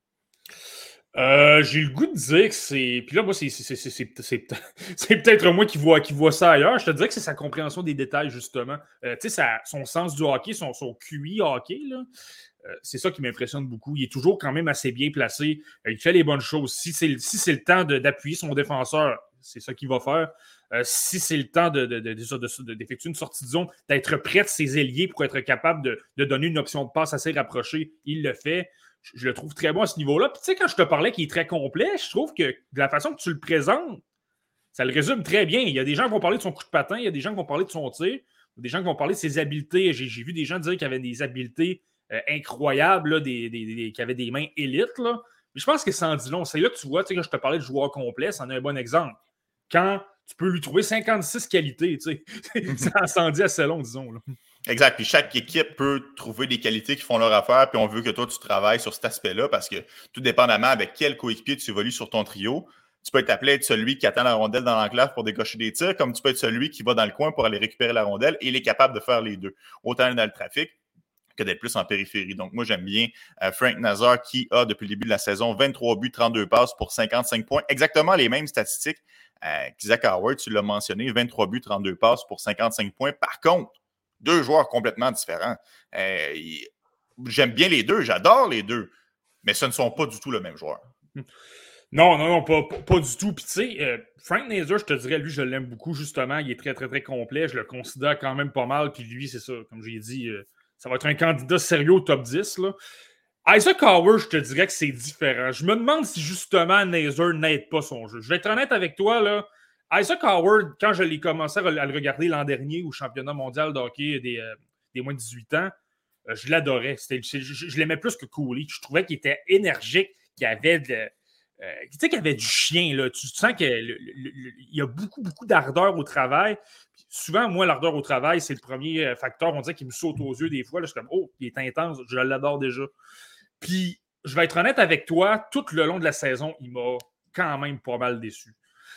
Euh, j'ai le goût de dire que c'est. Puis là, moi, c'est, c'est, c'est, c'est, c'est, c'est peut-être moi qui vois, qui vois ça ailleurs. Je te dirais que c'est sa compréhension des détails, justement. Euh, tu sais, son sens du hockey, son, son Q I hockey, là. Euh, c'est ça qui m'impressionne beaucoup. Il est toujours quand même assez bien placé. Euh, il fait les bonnes choses. Si c'est, si c'est le temps de, d'appuyer son défenseur, c'est ça qu'il va faire. Euh, si c'est le temps de, de, de, de, de, de, d'effectuer une sortie de zone, d'être près de ses ailiers pour être capable de, de donner une option de passe assez rapprochée, il le fait. Je le trouve très bon à ce niveau-là. Puis, tu sais, quand je te parlais qu'il est très complet, je trouve que de la façon que tu le présentes, ça le résume très bien. Il y a des gens qui vont parler de son coup de patin, il y a des gens qui vont parler de son tir, il y a des gens qui vont parler de ses habiletés. J'ai, j'ai vu des gens dire qu'il avait des habiletés euh, incroyables, là, des, des, des, qu'il avait des mains élites. Là. Mais je pense que ça en dit long. C'est là que tu vois, tu sais, quand je te parlais de joueur complet, c'en est un bon exemple. Quand tu peux lui trouver cinquante-six qualités, tu sais, ça, ça en dit assez long, disons. Là. Exact. Puis chaque équipe peut trouver des qualités qui font leur affaire, puis on veut que toi, tu travailles sur cet aspect-là parce que tout dépendamment avec quel coéquipier tu évolues sur ton trio, tu peux être appelé à être celui qui attend la rondelle dans l'enclave pour décocher des tirs, comme tu peux être celui qui va dans le coin pour aller récupérer la rondelle et il est capable de faire les deux, autant dans le trafic que d'être plus en périphérie. Donc, moi, j'aime bien euh, Frank Nazar qui a, depuis le début de la saison, vingt-trois buts, trente-deux passes pour cinquante-cinq points. Exactement les mêmes statistiques euh, qu'Isaac Howard, tu l'as mentionné, vingt-trois buts, trente-deux passes pour cinquante-cinq points. Par contre, deux joueurs complètement différents. Euh, il... J'aime bien les deux, j'adore les deux, mais ce ne sont pas du tout le même joueur. Non, non, non, pas, pas, pas du tout. Puis tu sais, euh, Frank Nazar, je te dirais, lui, je l'aime beaucoup, justement. Il est très, très, très complet. Je le considère quand même pas mal. Puis lui, c'est ça, comme j'ai dit, euh, ça va être un candidat sérieux au top dix. Là. Isaac Howard, je te dirais que c'est différent. Je me demande si, justement, Nazar n'aide pas son jeu. Je vais être honnête avec toi, là. Isaac Howard, quand je l'ai commencé à le regarder l'an dernier au championnat mondial de hockey des, euh, des moins de dix-huit ans, euh, je l'adorais. C'était, je, je, je l'aimais plus que Cooley. Je trouvais qu'il était énergique, qu'il avait de... Euh, tu sais qu'il y avait du chien, là. Tu sens qu'il y a beaucoup, beaucoup d'ardeur au travail. Puis souvent, moi, l'ardeur au travail, c'est le premier facteur, on dirait, qui me saute aux yeux des fois. Là, je suis comme, oh, il est intense, je l'adore déjà. Puis, je vais être honnête avec toi, tout le long de la saison, il m'a quand même pas mal déçu.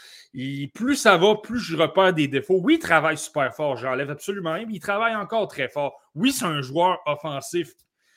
Et plus ça va, plus je repère des défauts. Oui, il travaille super fort, j'enlève absolument rien, mais il travaille encore très fort. Oui, c'est un joueur offensif.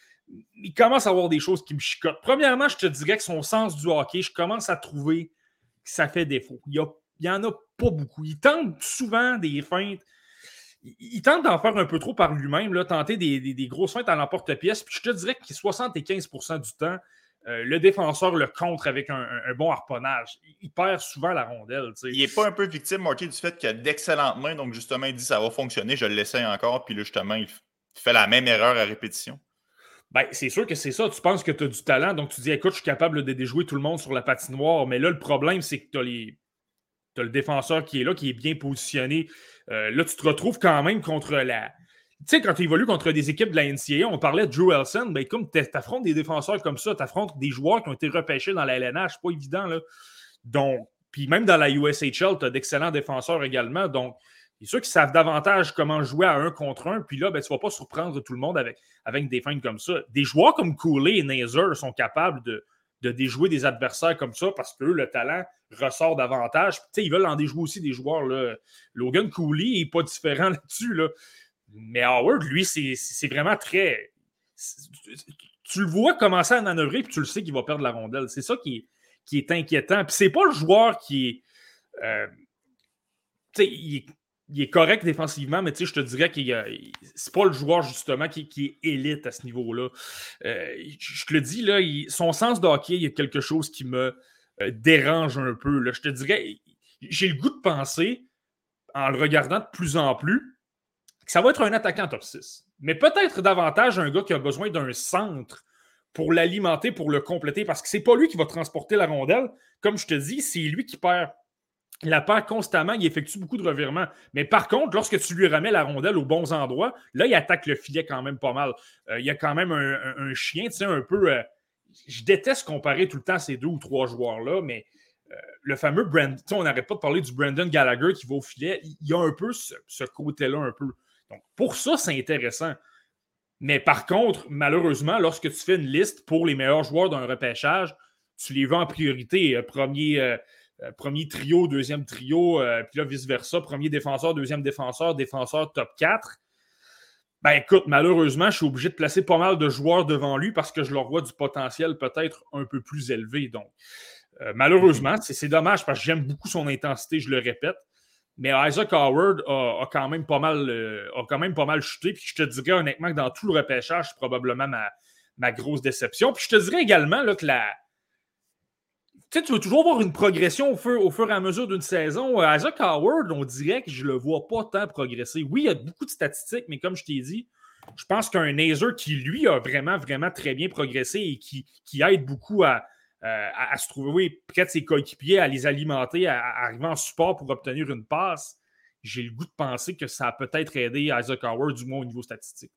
Il commence à avoir des choses qui me chicotent. Premièrement, je te dirais que son sens du hockey, je commence à trouver que ça fait défaut. Il n'y en a pas beaucoup. Il tente souvent des feintes. Il, il tente d'en faire un peu trop par lui-même, là, tenter des, des, des grosses feintes à l'emporte-pièce. Puis je te dirais que soixante-quinze pour cent du temps, euh, le défenseur le contre avec un, un, un bon harponnage. Il, il perd souvent la rondelle. T'sais. Il n'est pas un peu victime, Marty, du fait qu'il a d'excellentes mains. Donc, justement, il dit ça va fonctionner, je l'essaie encore. Puis là, justement, il fait la même erreur à répétition. Ben, c'est sûr que c'est ça. Tu penses que tu as du talent, donc tu dis, écoute, je suis capable de déjouer tout le monde sur la patinoire. Mais là, le problème, c'est que tu as, les... as le défenseur qui est là, qui est bien positionné. Euh, là, tu te retrouves quand même contre la... Tu sais, quand tu évolues contre des équipes de la N C A A, on parlait de Drew Elson, ben, comme tu affrontes des défenseurs comme ça, tu affrontes des joueurs qui ont été repêchés dans la L N H, c'est pas évident, là. Donc, puis même dans la U S H L, tu as d'excellents défenseurs également. Donc, c'est sûr qu'ils savent davantage comment jouer à un contre un. Puis là, ben, tu ne vas pas surprendre tout le monde avec, avec des feintes comme ça. Des joueurs comme Cooley et Nazar sont capables de, de déjouer des adversaires comme ça parce que eux, le talent ressort davantage. Puis, ils veulent en déjouer aussi des joueurs. Là. Logan Cooley n'est pas différent là-dessus. Là. Mais Howard, lui, c'est, c'est vraiment très... Tu le vois commencer à manœuvrer puis tu le sais qu'il va perdre la rondelle. C'est ça qui est, qui est inquiétant. Puis c'est pas le joueur qui est... Euh, tu sais, il est... Il est correct défensivement, mais je te dirais qu'il a, c'est pas le joueur justement qui, qui est élite à ce niveau-là. Euh, je te le dis, là, il, son sens de hockey, il y a quelque chose qui me euh, dérange un peu. Là. Je te dirais, j'ai le goût de penser, en le regardant de plus en plus, que ça va être un attaquant top six. Mais peut-être davantage un gars qui a besoin d'un centre pour l'alimenter, pour le compléter, parce que c'est pas lui qui va transporter la rondelle. Comme je te dis, c'est lui qui perd la perd constamment, il effectue beaucoup de revirements. Mais par contre, lorsque tu lui remets la rondelle aux bons endroits, là, il attaque le filet quand même pas mal. Euh, il y a quand même un, un, un chien, tu sais, un peu... Euh, je déteste comparer tout le temps ces deux ou trois joueurs-là, mais euh, le fameux Brandon... Tu sais, on n'arrête pas de parler du Brandon Gallagher qui va au filet. Il y a un peu ce, ce côté-là, un peu. Donc, pour ça, c'est intéressant. Mais par contre, malheureusement, lorsque tu fais une liste pour les meilleurs joueurs d'un repêchage, tu les veux en priorité. Euh, premier... Euh, euh, premier trio, deuxième trio, euh, puis là, vice-versa, premier défenseur, deuxième défenseur, défenseur top quatre. Ben écoute, malheureusement, je suis obligé de placer pas mal de joueurs devant lui parce que je leur vois du potentiel peut-être un peu plus élevé. Donc, euh, malheureusement, c'est, c'est dommage parce que j'aime beaucoup son intensité, je le répète. Mais Isaac Howard a, a, quand même pas mal, euh, a quand même pas mal chuté. Puis je te dirais honnêtement que dans tout le repêchage, c'est probablement ma, ma grosse déception. Puis je te dirais également là, que la. Tu sais, tu veux toujours voir une progression au fur, au fur et à mesure d'une saison. Euh, Isaac Howard, on dirait que je le vois pas tant progresser. Oui, il y a beaucoup de statistiques, mais comme je t'ai dit, je pense qu'un Nazer qui, lui, a vraiment, vraiment très bien progressé et qui, qui aide beaucoup à, euh, à, à se trouver oui, près de ses coéquipiers, à les alimenter, à, à arriver en support pour obtenir une passe. J'ai le goût de penser que ça a peut-être aidé Isaac Howard, du moins au niveau statistique.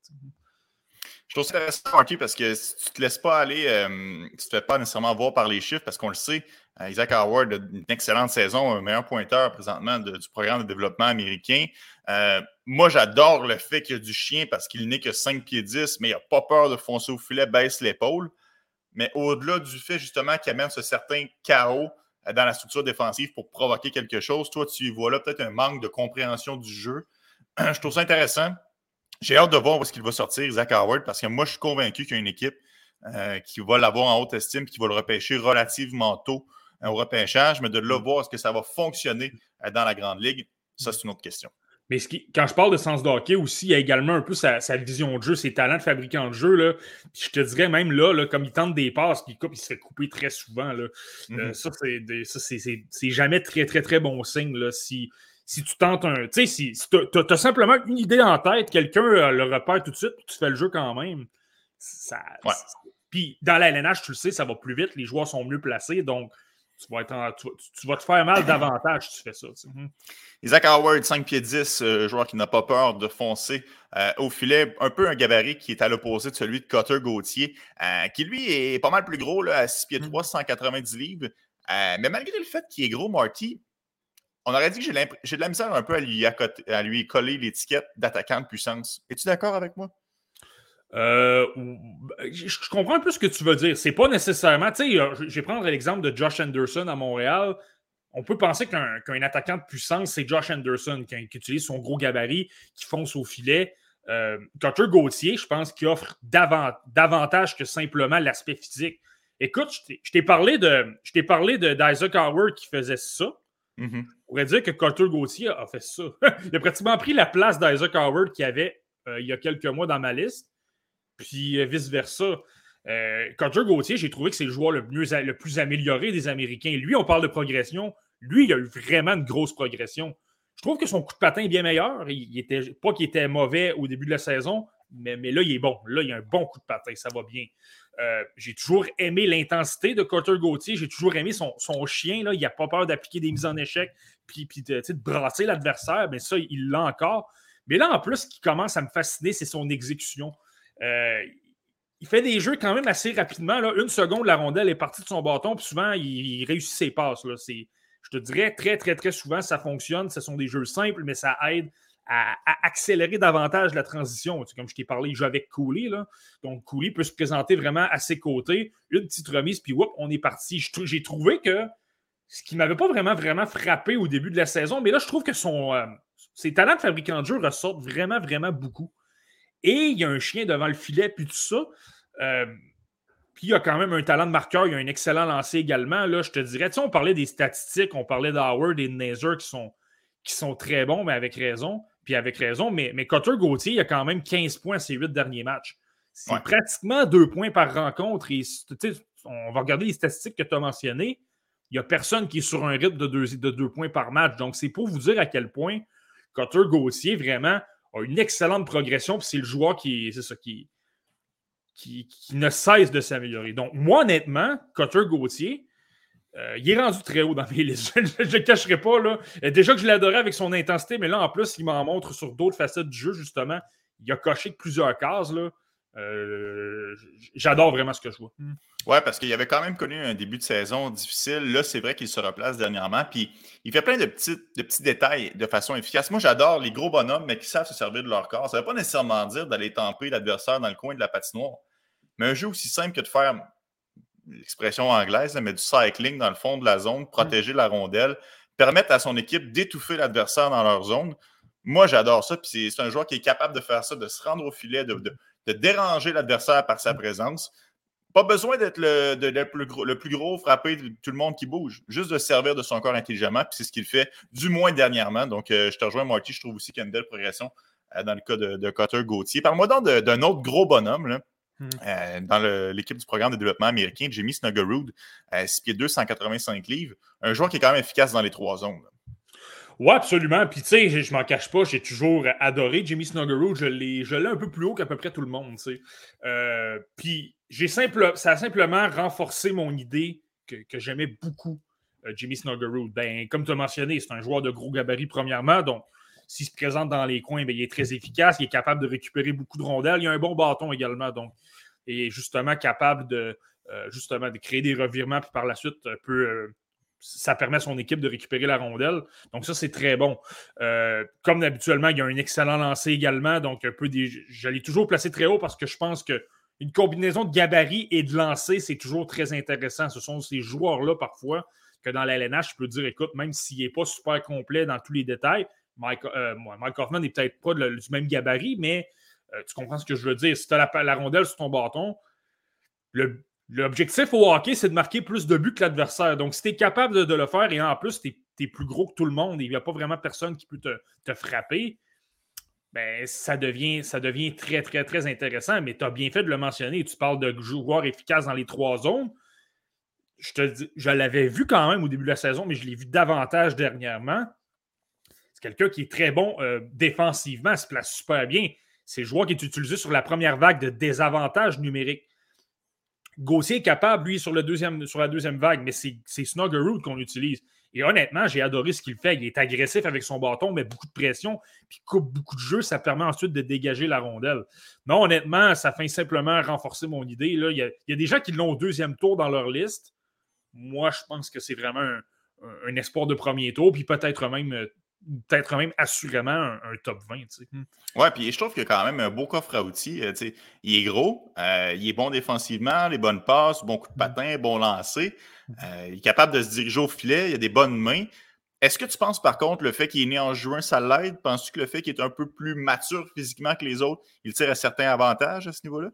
Je trouve ça intéressant, Marky, parce que si tu ne te laisses pas aller, euh, tu ne te fais pas nécessairement voir par les chiffres, parce qu'on le sait, euh, Isaac Howard a une excellente saison, un meilleur pointeur présentement de, du programme de développement américain. Euh, moi, j'adore le fait qu'il y a du chien parce qu'il n'est que cinq pieds dix, mais il n'a pas peur de foncer au filet, baisse l'épaule. Mais au-delà du fait justement qu'il amène ce certain chaos dans la structure défensive pour provoquer quelque chose, toi, tu vois là peut-être un manque de compréhension du jeu. Je trouve ça intéressant. J'ai hâte de voir où est-ce qu'il va sortir, Isaac Howard, parce que moi, je suis convaincu qu'il y a une équipe euh, qui va l'avoir en haute estime et qui va le repêcher relativement tôt euh, au repêchage, mais de là voir est-ce que ça va fonctionner euh, dans la Grande Ligue, ça, c'est une autre question. Mais ce qui, quand je parle de sens de hockey aussi, il y a également un peu sa, sa vision de jeu, ses talents de fabricant de jeu. Là. Je te dirais même là, là, comme il tente des passes, puis il coupe, il se fait couper très souvent. Là. Mm-hmm. Euh, ça, c'est, des, ça c'est, c'est, c'est jamais très, très, très bon signe. Là. Si, si tu tentes un. Tu sais, si, si tu as simplement une idée en tête, quelqu'un euh, le repère tout de suite, puis tu fais le jeu quand même. Ça, ouais. Puis dans la L N H, tu le sais, ça va plus vite, les joueurs sont mieux placés, donc tu vas, être en, tu, tu vas te faire mal davantage si tu fais ça. Tu sais. Isaac Howard, cinq pieds dix, euh, joueur qui n'a pas peur de foncer euh, au filet. Un peu un gabarit qui est à l'opposé de celui de Cutter Gauthier, euh, qui lui est pas mal plus gros, là, à six pieds trois, cent quatre-vingt-dix livres. Euh, mais malgré le fait qu'il est gros, Marty, on aurait dit que j'ai, j'ai de la misère un peu à lui, à lui coller l'étiquette d'attaquant de puissance. Es-tu d'accord avec moi? Euh, je comprends un peu ce que tu veux dire. C'est pas nécessairement. Tu sais, je vais prendre l'exemple de Josh Anderson à Montréal. On peut penser qu'un, qu'un attaquant de puissance, c'est Josh Anderson qui, qui utilise son gros gabarit, qui fonce au filet. Euh, Cutter Gauthier, je pense qu'il offre davant, davantage que simplement l'aspect physique. Écoute, je t'ai, je t'ai parlé, de, je t'ai parlé de, d'Isaac Howard qui faisait ça. Mm-hmm. On pourrait dire que Cutter Gauthier a fait ça. Il a pratiquement pris la place d'Isaac Howard qu'il y avait euh, il y a quelques mois dans ma liste. Puis euh, vice-versa. Euh, Cutter Gauthier, j'ai trouvé que c'est le joueur le, mieux, le plus amélioré des Américains. Lui, on parle de progression. Lui, il a eu vraiment une grosse progression. Je trouve que son coup de patin est bien meilleur. Il, il était, pas qu'il était mauvais au début de la saison, mais, mais là, il est bon. Là, il a un bon coup de patin. Ça va bien. Euh, j'ai toujours aimé l'intensité de Cutter Gauthier. J'ai toujours aimé son, son chien. Là. Il n'a pas peur d'appliquer des mises en échec puis, puis de, de brasser l'adversaire. Mais ça, il l'a encore. Mais là, en plus, ce qui commence à me fasciner, c'est son exécution. Euh, il fait des jeux quand même assez rapidement. Là. Une seconde, la rondelle est partie de son bâton, puis souvent, il, il réussit ses passes. Là. C'est, je te dirais, très, très, très souvent, ça fonctionne. Ce sont des jeux simples, mais ça aide à, à accélérer davantage la transition. Tu sais, comme je t'ai parlé, il joue avec Cooley. Là. Donc, Cooley peut se présenter vraiment à ses côtés. Une petite remise, puis whoop, on est parti. Je, j'ai trouvé que ce qui ne m'avait pas vraiment, vraiment frappé au début de la saison, mais là, je trouve que son, euh, ses talents de fabricant de jeu ressortent vraiment, vraiment beaucoup. Et il y a un chien devant le filet, puis tout ça. Euh, puis il y a quand même un talent de marqueur. Il y a un excellent lancer également. Là, je te dirais, tu sais, on parlait des statistiques, on parlait d'Howard et de Nazer qui sont, qui sont très bons, mais avec raison. Puis avec raison. Mais, mais Cutter Gauthier, il a quand même quinze points à ses huit derniers matchs. C'est ouais. pratiquement deux points par rencontre. Et on va regarder les statistiques que tu as mentionnées. Il n'y a personne qui est sur un rythme de deux, de deux points par match. Donc, c'est pour vous dire à quel point Cutter Gauthier, vraiment, a une excellente progression, puis c'est le joueur qui, c'est ça, qui, qui, qui ne cesse de s'améliorer. Donc, moi, honnêtement, Cutter Gauthier, euh, il est rendu très haut dans mes listes. Je ne le cacherai pas. Là. Déjà que je l'adorais avec son intensité, mais là, en plus, il m'en montre sur d'autres facettes du jeu, justement. Il a coché plusieurs cases. Là. Euh, j'adore vraiment ce que je vois. Mm. Oui, parce qu'il avait quand même connu un début de saison difficile. Là, c'est vrai qu'il se replace dernièrement. Puis, il fait plein de petits, de petits détails de façon efficace. Moi, j'adore les gros bonhommes, mais qui savent se servir de leur corps. Ça ne veut pas nécessairement dire d'aller tamper l'adversaire dans le coin de la patinoire. Mais un jeu aussi simple que de faire l'expression anglaise, mais du cycling dans le fond de la zone, protéger la rondelle, permettre à son équipe d'étouffer l'adversaire dans leur zone. Moi, j'adore ça. Puis c'est, c'est un joueur qui est capable de faire ça, de se rendre au filet, de, de, de déranger l'adversaire par sa présence. Pas besoin d'être le, de, le, plus gros, le plus gros, frapper tout le monde qui bouge. Juste de se servir de son corps intelligemment. Puis c'est ce qu'il fait, du moins dernièrement. Donc, euh, je te rejoins, Marty. Je trouve aussi qu'il y a une belle progression euh, dans le cas de, de Cutter Gauthier. Parle-moi donc de, d'un autre gros bonhomme, là. Hmm. Euh, dans le, l'équipe du programme de développement américain, Jimmy Snuggerud, euh, six pieds deux, cent quatre-vingt-cinq livres. Un joueur qui est quand même efficace dans les trois zones. Là. Oui, absolument. Puis, tu sais, je, je m'en cache pas, j'ai toujours adoré Jimmy Snuggerud. Je l'ai, je l'ai un peu plus haut qu'à peu près tout le monde, tu sais. Euh, puis, j'ai simple, ça a simplement renforcé mon idée que, que j'aimais beaucoup euh, Jimmy Snuggerud. Ben, comme tu as mentionné, c'est un joueur de gros gabarit, premièrement. Donc, s'il se présente dans les coins, ben, il est très efficace. Il est capable de récupérer beaucoup de rondelles. Il a un bon bâton également. Donc, il est justement capable de, euh, justement, de créer des revirements. Puis, par la suite, peut. Euh, ça permet à son équipe de récupérer la rondelle. Donc ça, c'est très bon. Euh, comme habituellement, il y a un excellent lancer également. Donc, un peu des... je l'ai toujours placé très haut parce que je pense qu'une combinaison de gabarit et de lancer, c'est toujours très intéressant. Ce sont ces joueurs-là, parfois, que dans la L N H, je peux dire, écoute, même s'il n'est pas super complet dans tous les détails, Mike, euh, Mike Hoffman n'est peut-être pas de, du même gabarit, mais euh, tu comprends ce que je veux dire. Si tu as la, la rondelle sur ton bâton, le L'objectif au hockey, c'est de marquer plus de buts que l'adversaire. Donc, si tu es capable de, de le faire et en plus, tu es plus gros que tout le monde et il n'y a pas vraiment personne qui peut te, te frapper, ben, ça devient, ça devient très, très, très intéressant. Mais tu as bien fait de le mentionner. Tu parles de joueurs efficaces dans les trois zones. Je te dis, je l'avais vu quand même au début de la saison, mais je l'ai vu davantage dernièrement. C'est quelqu'un qui est très bon euh, défensivement, se place super bien. C'est le joueur qui est utilisé sur la première vague de désavantage numérique. Gauthier est capable, lui, sur, le deuxième, sur la deuxième vague, mais c'est, c'est Snuggerud qu'on utilise. Et honnêtement, j'ai adoré ce qu'il fait. Il est agressif avec son bâton, met beaucoup de pression, puis coupe beaucoup de jeux. Ça permet ensuite de dégager la rondelle. Non, honnêtement, ça fait simplement renforcer mon idée. Là. Il y a, il y a des gens qui l'ont au deuxième tour dans leur liste. Moi, je pense que c'est vraiment un, un, un espoir de premier tour, puis peut-être même... peut-être même assurément un, un top vingt. Tu sais. Ouais, puis je trouve qu'il y a quand même un beau coffre à outils. Euh, tu sais, il est gros, euh, il est bon défensivement, les bonnes passes, bon coup de patin, bon lancer. Euh, il est capable de se diriger au filet, il a des bonnes mains. Est-ce que tu penses par contre le fait qu'il est né en juin, ça l'aide? Penses-tu que le fait qu'il est un peu plus mature physiquement que les autres, il tire à certains avantages à ce niveau-là?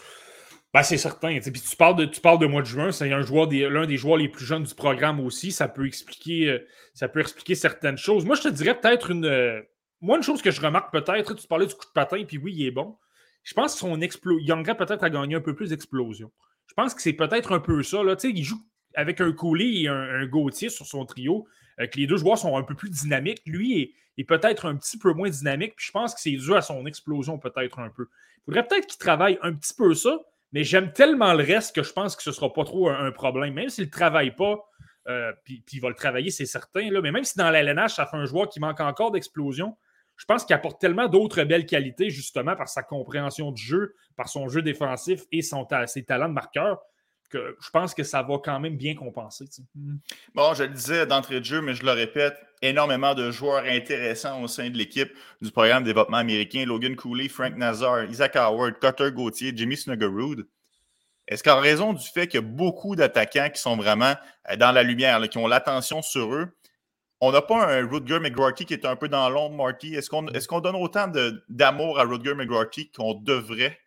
Ben, c'est certain. Puis tu parles de, tu parles de mois de juin, c'est un joueur des, l'un des joueurs les plus jeunes du programme aussi. Ça peut expliquer, euh, ça peut expliquer certaines choses. Moi, je te dirais peut-être une. Euh, moi, une chose que je remarque peut-être, tu parlais du coup de patin, puis oui, il est bon. Je pense que son explo- il gagnerait peut-être à gagner un peu plus d'explosion. Je pense que c'est peut-être un peu ça. Là. Il joue avec un Cooley et un, un Gauthier sur son trio, euh, que les deux joueurs sont un peu plus dynamiques. Lui est, est peut-être un petit peu moins dynamique, puis je pense que c'est dû à son explosion peut-être un peu. Il faudrait peut-être qu'il travaille un petit peu ça. Mais j'aime tellement le reste que je pense que ce ne sera pas trop un, un problème. Même s'il ne travaille pas, euh, puis, puis il va le travailler, c'est certain. Là, mais même si dans la L N H, ça fait un joueur qui manque encore d'explosion, je pense qu'il apporte tellement d'autres belles qualités, justement, par sa compréhension du jeu, par son jeu défensif et son ta- ses talents de marqueur, que je pense que ça va quand même bien compenser. Tu sais. Bon, je le disais d'entrée de jeu, mais je le répète, énormément de joueurs intéressants au sein de l'équipe du programme de développement américain. Logan Cooley, Frank Nazar, Isaac Howard, Cutter Gauthier, Jimmy Snuggerud. Est-ce qu'en raison du fait qu'il y a beaucoup d'attaquants qui sont vraiment dans la lumière, là, qui ont l'attention sur eux, on n'a pas un Rutger McGroarty qui est un peu dans l'ombre, Marty? Est-ce qu'on, est-ce qu'on donne autant de, d'amour à Rutger McGroarty qu'on devrait?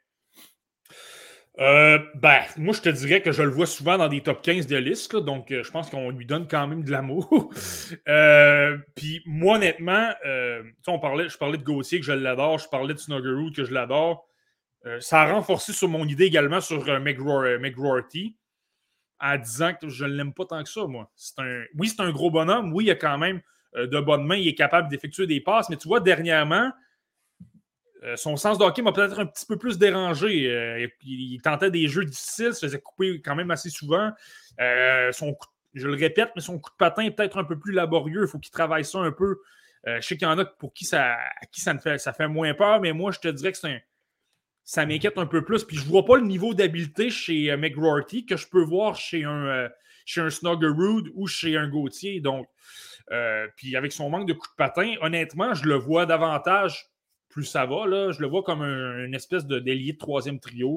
Euh, ben, moi, je te dirais que je le vois souvent dans des top quinze de liste, là, donc euh, je pense qu'on lui donne quand même de l'amour. euh, Puis moi, honnêtement, euh, on parlait, je parlais de Gauthier que je l'adore, je parlais de Snuggerud que je l'adore. Euh, ça a renforcé sur mon idée également sur euh, McGroarty en disant que je ne l'aime pas tant que ça, moi. C'est un, oui, c'est un gros bonhomme. Oui, il a quand même euh, de bonnes mains. Il est capable d'effectuer des passes. Mais tu vois, dernièrement, Euh, son sens de hockey m'a peut-être un petit peu plus dérangé. Euh, il, il tentait des jeux difficiles, se faisait couper quand même assez souvent. Euh, son coup, je le répète, mais son coup de patin est peut-être un peu plus laborieux. Il faut qu'il travaille ça un peu. Euh, je sais qu'il y en a pour qui ça, à qui ça, ne fait, ça fait moins peur, mais moi, je te dirais que c'est un, ça m'inquiète un peu plus. Puis je ne vois pas le niveau d'habileté chez euh, McGroarty que je peux voir chez un, euh, chez un Snuggerud ou chez un Gauthier. Donc, euh, puis avec son manque de coup de patin, honnêtement, je le vois davantage. Plus ça va, là, je le vois comme un, une espèce de délié de troisième trio.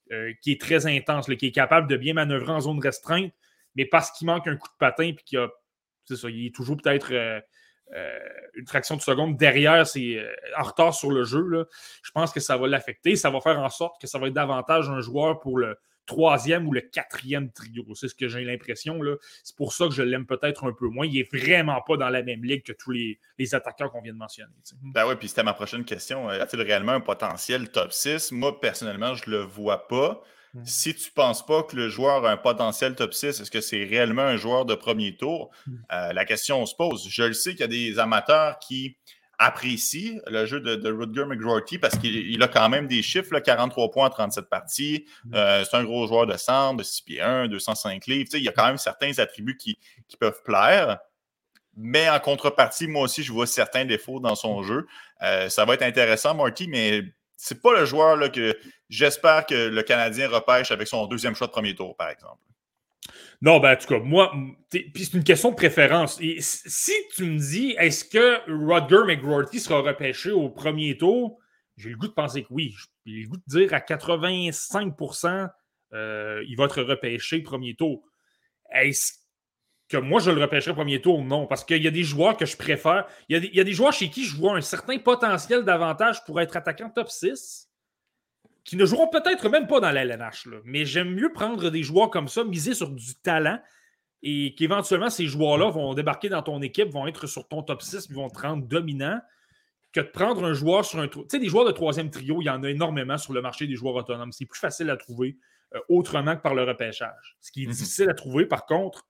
euh, qui est très intense, là, qui est capable de bien manœuvrer en zone restreinte, mais parce qu'il manque un coup de patin, puis qu'il a, c'est ça, il est toujours peut-être euh, euh, une fraction de seconde derrière, c'est euh, en retard sur le jeu, là. Je pense que ça va l'affecter. Ça va faire en sorte que ça va être davantage un joueur pour le troisième ou le quatrième trio. C'est ce que j'ai l'impression, là. C'est pour ça que je l'aime peut-être un peu moins. Il n'est vraiment pas dans la même ligue que tous les, les attaquants qu'on vient de mentionner. T'sais. Ben oui, puis c'était ma prochaine question. A-t-il réellement un potentiel top six? Moi, personnellement, je ne le vois pas. Mm. Si tu ne penses pas que le joueur a un potentiel top six, est-ce que c'est réellement un joueur de premier tour? Mm. Euh, la question se pose. Je le sais qu'il y a des amateurs qui apprécie le jeu de, de Rutger McGroarty parce qu'il il a quand même des chiffres, là, quarante-trois points en trente-sept parties. Mm. Euh, c'est un gros joueur de centre, de six pieds un, deux cent cinq livres. Il y a quand même certains attributs qui, qui peuvent plaire. Mais en contrepartie, moi aussi, je vois certains défauts dans son jeu. Euh, ça va être intéressant, Marty, mais c'est pas le joueur là, que j'espère que le Canadien repêche avec son deuxième choix de premier tour, par exemple. Non, ben en tout cas, moi, puis c'est une question de préférence. Et si tu me dis, est-ce que Rutger McGroarty sera repêché au premier tour, j'ai le goût de penser que oui. J'ai le goût de dire à quatre-vingt-cinq pour cent, euh, il va être repêché premier tour. Est-ce que moi, je le repêcherai premier tour? Non, parce qu'il y a des joueurs que je préfère. Il y a des, il y a des joueurs chez qui je vois un certain potentiel d'avantage pour être attaquant top six, qui ne joueront peut-être même pas dans la L N H. Là. Mais j'aime mieux prendre des joueurs comme ça, miser sur du talent, et qu'éventuellement, ces joueurs-là vont débarquer dans ton équipe, vont être sur ton top six, ils vont te rendre dominant, que de prendre un joueur sur un... Tu sais, des joueurs de troisième trio, il y en a énormément sur le marché des joueurs autonomes. C'est plus facile à trouver euh, autrement que par le repêchage. Ce qui est mm-hmm. difficile à trouver, par contre,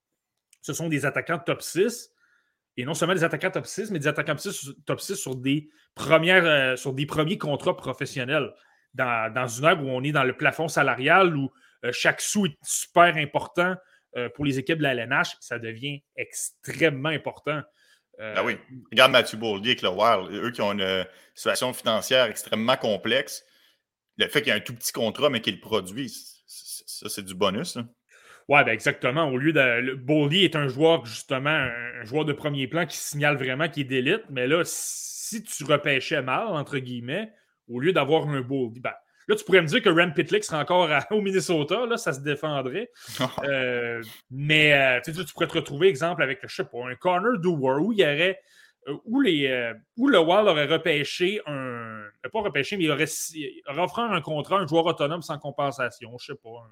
ce sont des attaquants top six, et non seulement des attaquants top six, mais des attaquants top six sur des, premières, euh, sur des premiers contrats professionnels. Dans, dans une ère où on est dans le plafond salarial, où euh, chaque sou est super important euh, pour les équipes de la L N H, ça devient extrêmement important. Euh, ben oui. Regarde Matthew Boldy avec le Wild. Eux qui ont une situation financière extrêmement complexe, le fait qu'il y ait un tout petit contrat, mais qu'il le produit, ça, c'est du bonus. Hein. Oui, ben exactement. Au lieu de. Boldy est un joueur, justement, un, un joueur de premier plan qui signale vraiment qu'il est d'élite, mais là, si tu repêchais mal, entre guillemets, au lieu d'avoir un beau... Ben, là, tu pourrais me dire que Rem Pitlick serait encore à, au Minnesota. Là, ça se défendrait. euh, mais euh, tu, tu pourrais te retrouver, exemple, avec, je sais pas, un Connor Dewar où il y aurait... Euh, où, les, euh, où le Wild aurait repêché un... Pas repêché, mais il aurait, il aurait offert un contrat à un joueur autonome sans compensation. Je sais pas, un...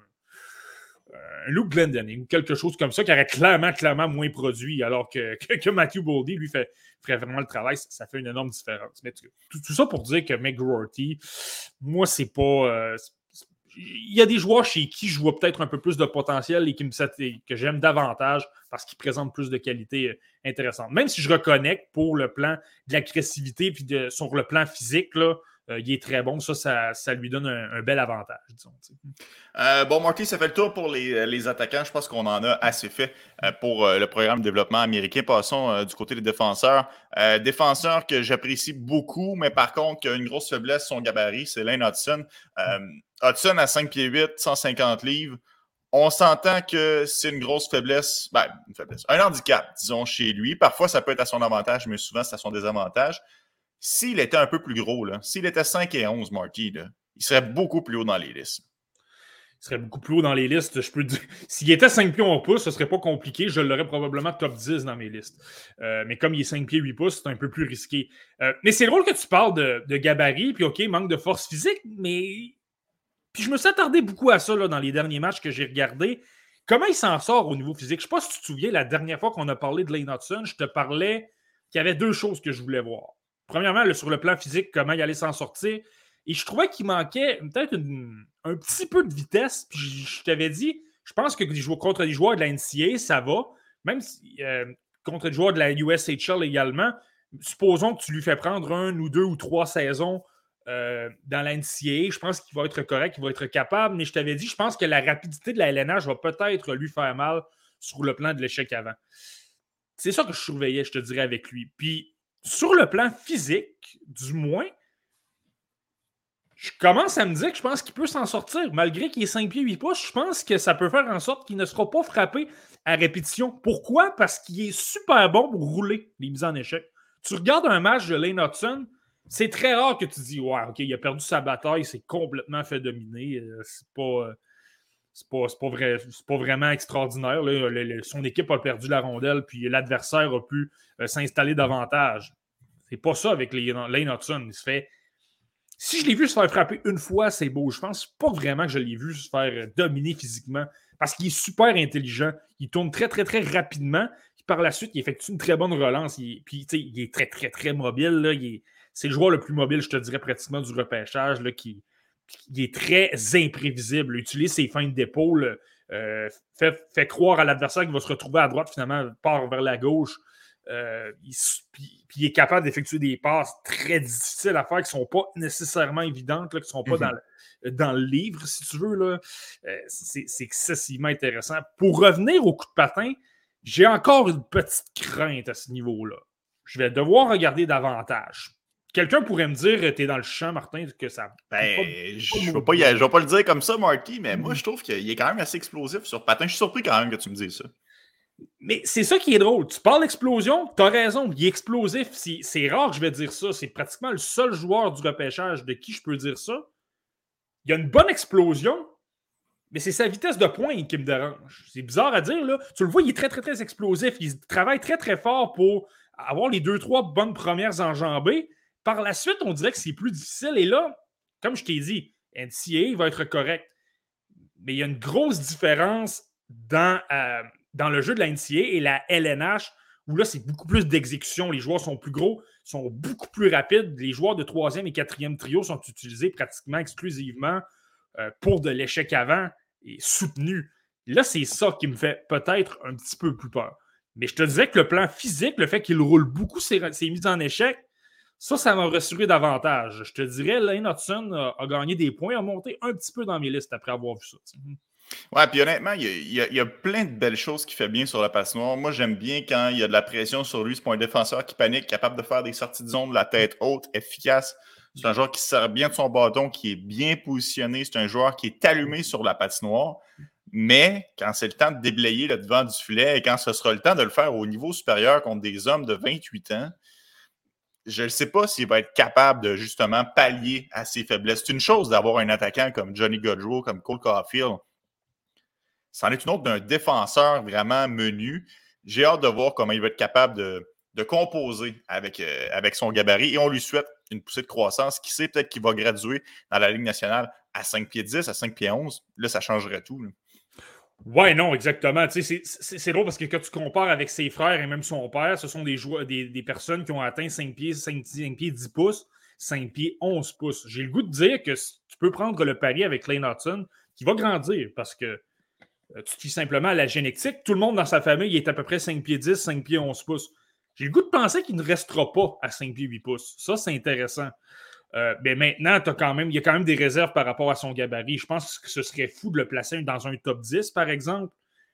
un Luke Glendening ou quelque chose comme ça qui aurait clairement, clairement moins produit, alors que, que, que Matthew Boldy, lui, fait, ferait vraiment le travail. Ça, ça fait une énorme différence. Mais tout, tout ça pour dire que McGroarty, moi, c'est pas... Euh, c'est, il y a des joueurs chez qui je vois peut-être un peu plus de potentiel et qui me, que j'aime davantage parce qu'ils présentent plus de qualités intéressantes. Même si je reconnais que pour le plan de l'agressivité puis de, sur le plan physique, là, Euh, il est très bon. Ça, ça, ça lui donne un, un bel avantage, disons. Euh, bon, Marty, ça fait le tour pour les, les attaquants. Je pense qu'on en a assez fait euh, pour euh, le programme de développement américain. Passons euh, du côté des défenseurs. Euh, défenseur que j'apprécie beaucoup, mais par contre, qui a une grosse faiblesse, son gabarit, c'est Lane Hudson. Euh, Hudson à cinq pieds huit, cent cinquante livres. On s'entend que c'est une grosse faiblesse, ben, une faiblesse, un handicap, disons, chez lui. Parfois, ça peut être à son avantage, mais souvent, c'est à son désavantage. S'il était un peu plus gros, là, s'il était cinq et onze, Marty, là, il serait beaucoup plus haut dans les listes. Il serait beaucoup plus haut dans les listes, je peux dire. S'il était cinq pieds onze pouces, ce serait pas compliqué. Je l'aurais probablement top dix dans mes listes. Euh, mais comme il est cinq pieds huit pouces, c'est un peu plus risqué. Euh, mais c'est drôle que tu parles de, de gabarit, puis OK, manque de force physique, mais... Puis je me suis attardé beaucoup à ça là, dans les derniers matchs que j'ai regardés. Comment il s'en sort au niveau physique? Je ne sais pas si tu te souviens, la dernière fois qu'on a parlé de Lane Hudson, je te parlais qu'il y avait deux choses que je voulais voir. Premièrement, là, sur le plan physique, comment il allait s'en sortir. Et je trouvais qu'il manquait peut-être une, un petit peu de vitesse. Puis je, je t'avais dit, je pense que des joueurs, contre des joueurs de la N C A A, ça va. Même si, euh, contre des joueurs de la U S H L également, supposons que tu lui fais prendre un ou deux ou trois saisons euh, dans la N C A A, je pense qu'il va être correct, qu'il va être capable. Mais je t'avais dit, je pense que la rapidité de la L N H va peut-être lui faire mal sur le plan de l'échec avant. C'est ça que je surveillais, je te dirais, avec lui. Puis, sur le plan physique, du moins, je commence à me dire que je pense qu'il peut s'en sortir. Malgré qu'il est cinq pieds huit pouces, je pense que ça peut faire en sorte qu'il ne sera pas frappé à répétition. Pourquoi? Parce qu'il est super bon pour rouler les mises en échec. Tu regardes un match de Lane Hudson, c'est très rare que tu dis, ouais, OK, il a perdu sa bataille, c'est complètement fait dominer. Euh, c'est pas. C'est pas, c'est pas, vrai, c'est pas vraiment extraordinaire. Là. Le, le, son équipe a perdu la rondelle, puis l'adversaire a pu euh, s'installer davantage. C'est pas ça avec les, Lane Hutson. Il se fait. Si je l'ai vu se faire frapper une fois, c'est beau. Je pense pas vraiment que je l'ai vu se faire dominer physiquement parce qu'il est super intelligent. Il tourne très, très, très rapidement. Puis par la suite, il effectue une très bonne relance. Il, puis, il est très, très, très mobile. Là. Il est, c'est le joueur le plus mobile, je te dirais, pratiquement du repêchage, là, qui. Il est très imprévisible. Il utilise ses feintes d'épaule, euh, fait, fait croire à l'adversaire qu'il va se retrouver à droite, finalement, part vers la gauche. Euh, il, puis, puis il est capable d'effectuer des passes très difficiles à faire qui ne sont pas nécessairement évidentes, là, qui ne sont pas mm-hmm. dans, le, dans le livre, si tu veux. Là. Euh, c'est, c'est excessivement intéressant. Pour revenir au coup de patin, j'ai encore une petite crainte à ce niveau-là. Je vais devoir regarder davantage. Quelqu'un pourrait me dire, t'es dans le champ, Martin, que ça... Ben, pas, je ne vais, vais pas le dire comme ça, Marty, mais mm-hmm. moi, je trouve qu'il est quand même assez explosif sur patin. Je suis surpris quand même que tu me dises ça. Mais c'est ça qui est drôle. Tu parles d'explosion, t'as raison, il est explosif. C'est, c'est rare que je vais dire ça. C'est pratiquement le seul joueur du repêchage de qui je peux dire ça. Il y a une bonne explosion, mais c'est sa vitesse de pointe qui me dérange. C'est bizarre à dire, là. Tu le vois, il est très, très, très explosif. Il travaille très, très fort pour avoir les deux, trois bonnes premières enjambées. Par la suite, on dirait que c'est plus difficile. Et là, comme je t'ai dit, N C A A va être correct. Mais il y a une grosse différence dans, euh, dans le jeu de la N C A A et la L N H, où là, c'est beaucoup plus d'exécution. Les joueurs sont plus gros, sont beaucoup plus rapides. Les joueurs de troisième et quatrième trio sont utilisés pratiquement exclusivement euh, pour de l'échec avant et soutenu. Là, c'est ça qui me fait peut-être un petit peu plus peur. Mais je te disais que le plan physique, le fait qu'il roule beaucoup ses, ses mises en échec, ça, ça m'a rassuré davantage. Je te dirais, Lane Hutson a, a gagné des points, a monté un petit peu dans mes listes après avoir vu ça. T'sais. Ouais, puis honnêtement, il y, a, il, y a, il y a plein de belles choses qu'il fait bien sur la patinoire. Moi, j'aime bien quand il y a de la pression sur lui. C'est pas un défenseur qui panique, capable de faire des sorties de zone, la tête haute, efficace. C'est un joueur qui se sert bien de son bâton, qui est bien positionné. C'est un joueur qui est allumé sur la patinoire. Mais quand c'est le temps de déblayer le devant du filet et quand ce sera le temps de le faire au niveau supérieur contre des hommes de vingt-huit ans, je ne sais pas s'il va être capable de justement pallier à ses faiblesses. C'est une chose d'avoir un attaquant comme Johnny Gaudreau, comme Cole Caulfield. C'en est une autre d'un défenseur vraiment menu. J'ai hâte de voir comment il va être capable de, de composer avec, euh, avec son gabarit. Et on lui souhaite une poussée de croissance. Qui sait, peut-être qu'il va graduer dans la Ligue nationale à cinq pieds dix, à cinq pieds onze. Là, ça changerait tout. Là. Ouais, non, exactement. Tu sais, c'est, c'est, c'est drôle parce que quand tu compares avec ses frères et même son père, ce sont des, joueurs, des, des personnes qui ont atteint cinq pieds, cinq, cinq pieds dix pouces, cinq pieds onze pouces. J'ai le goût de dire que tu peux prendre le pari avec Lane Hutson qui va grandir parce que tu te fies simplement à la génétique. Tout le monde dans sa famille est à peu près cinq pieds dix, cinq pieds onze pouces. J'ai le goût de penser qu'il ne restera pas à cinq pieds huit pouces. Ça, c'est intéressant. Euh, mais maintenant, t'as quand même, il y a quand même des réserves par rapport à son gabarit. Je pense que ce serait fou de le placer dans un top dix, par exemple.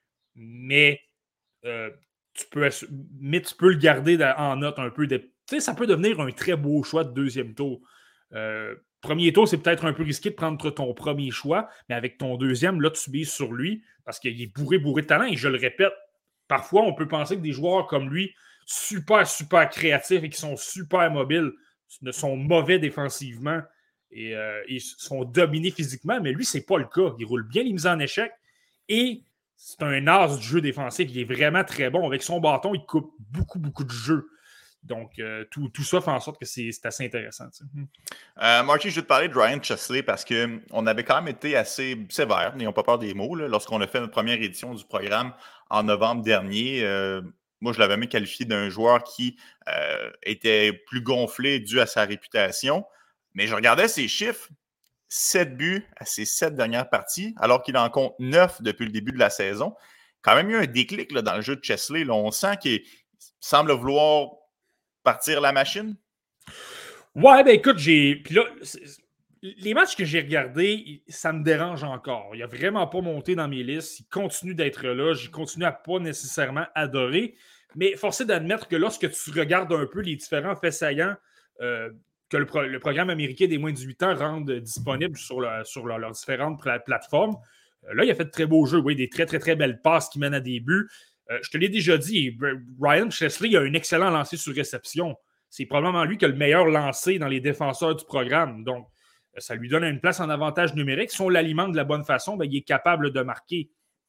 Mais, euh, tu, peux, mais tu peux le garder en note un peu. De, tu sais, ça peut devenir un très beau choix de deuxième tour. Euh, premier tour, c'est peut-être un peu risqué de prendre ton premier choix, mais avec ton deuxième, là, tu bises sur lui parce qu'il est bourré, bourré de talent. Et je le répète, parfois, on peut penser que des joueurs comme lui, super, super créatifs et qui sont super mobiles, ne sont mauvais défensivement et euh, ils sont dominés physiquement, mais lui, c'est pas le cas. Il roule bien les mises en échec et c'est un as du jeu défensif. Il est vraiment très bon. Avec son bâton, il coupe beaucoup, beaucoup de jeux. Donc, euh, tout, tout ça fait en sorte que c'est, c'est assez intéressant. Tu sais. euh, Marty, je vais te parler de Ryan Chesley parce qu'on avait quand même été assez sévère, n'ayons pas peur des mots, là, lorsqu'on a fait notre première édition du programme en novembre dernier. Euh, Moi, je l'avais même qualifié d'un joueur qui euh, était plus gonflé dû à sa réputation. Mais je regardais ses chiffres. sept buts à ses sept dernières parties, alors qu'il en compte neuf depuis le début de la saison. Quand même eu un déclic là, dans le jeu de Chesley. Là. On sent qu'il semble vouloir partir la machine. Ouais, ben écoute, j'ai... Puis là, les matchs que j'ai regardés, ça me dérange encore. Il n'a vraiment pas monté dans mes listes. Il continue d'être là. Je continue à pas nécessairement adorer. Mais force est d'admettre que lorsque tu regardes un peu les différents faits saillants euh, que le, pro- le programme américain des moins de dix-huit ans rend disponibles sur, le, sur le, leurs différentes pla- plateformes, euh, là, il a fait de très beaux jeux. Oui, des très, très, très belles passes qui mènent à des buts. Euh, je te l'ai déjà dit, Ryan Chesley a un excellent lancer sur réception. c'est probablement lui qui a le meilleur lancé dans les défenseurs du programme. Donc, ça lui donne une place en avantage numérique. Si on l'alimente de la bonne façon, bien, il est capable de marquer.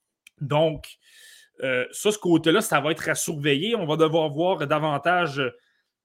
Donc, euh, ça, ce côté-là, ça va être à surveiller. On va devoir voir davantage euh,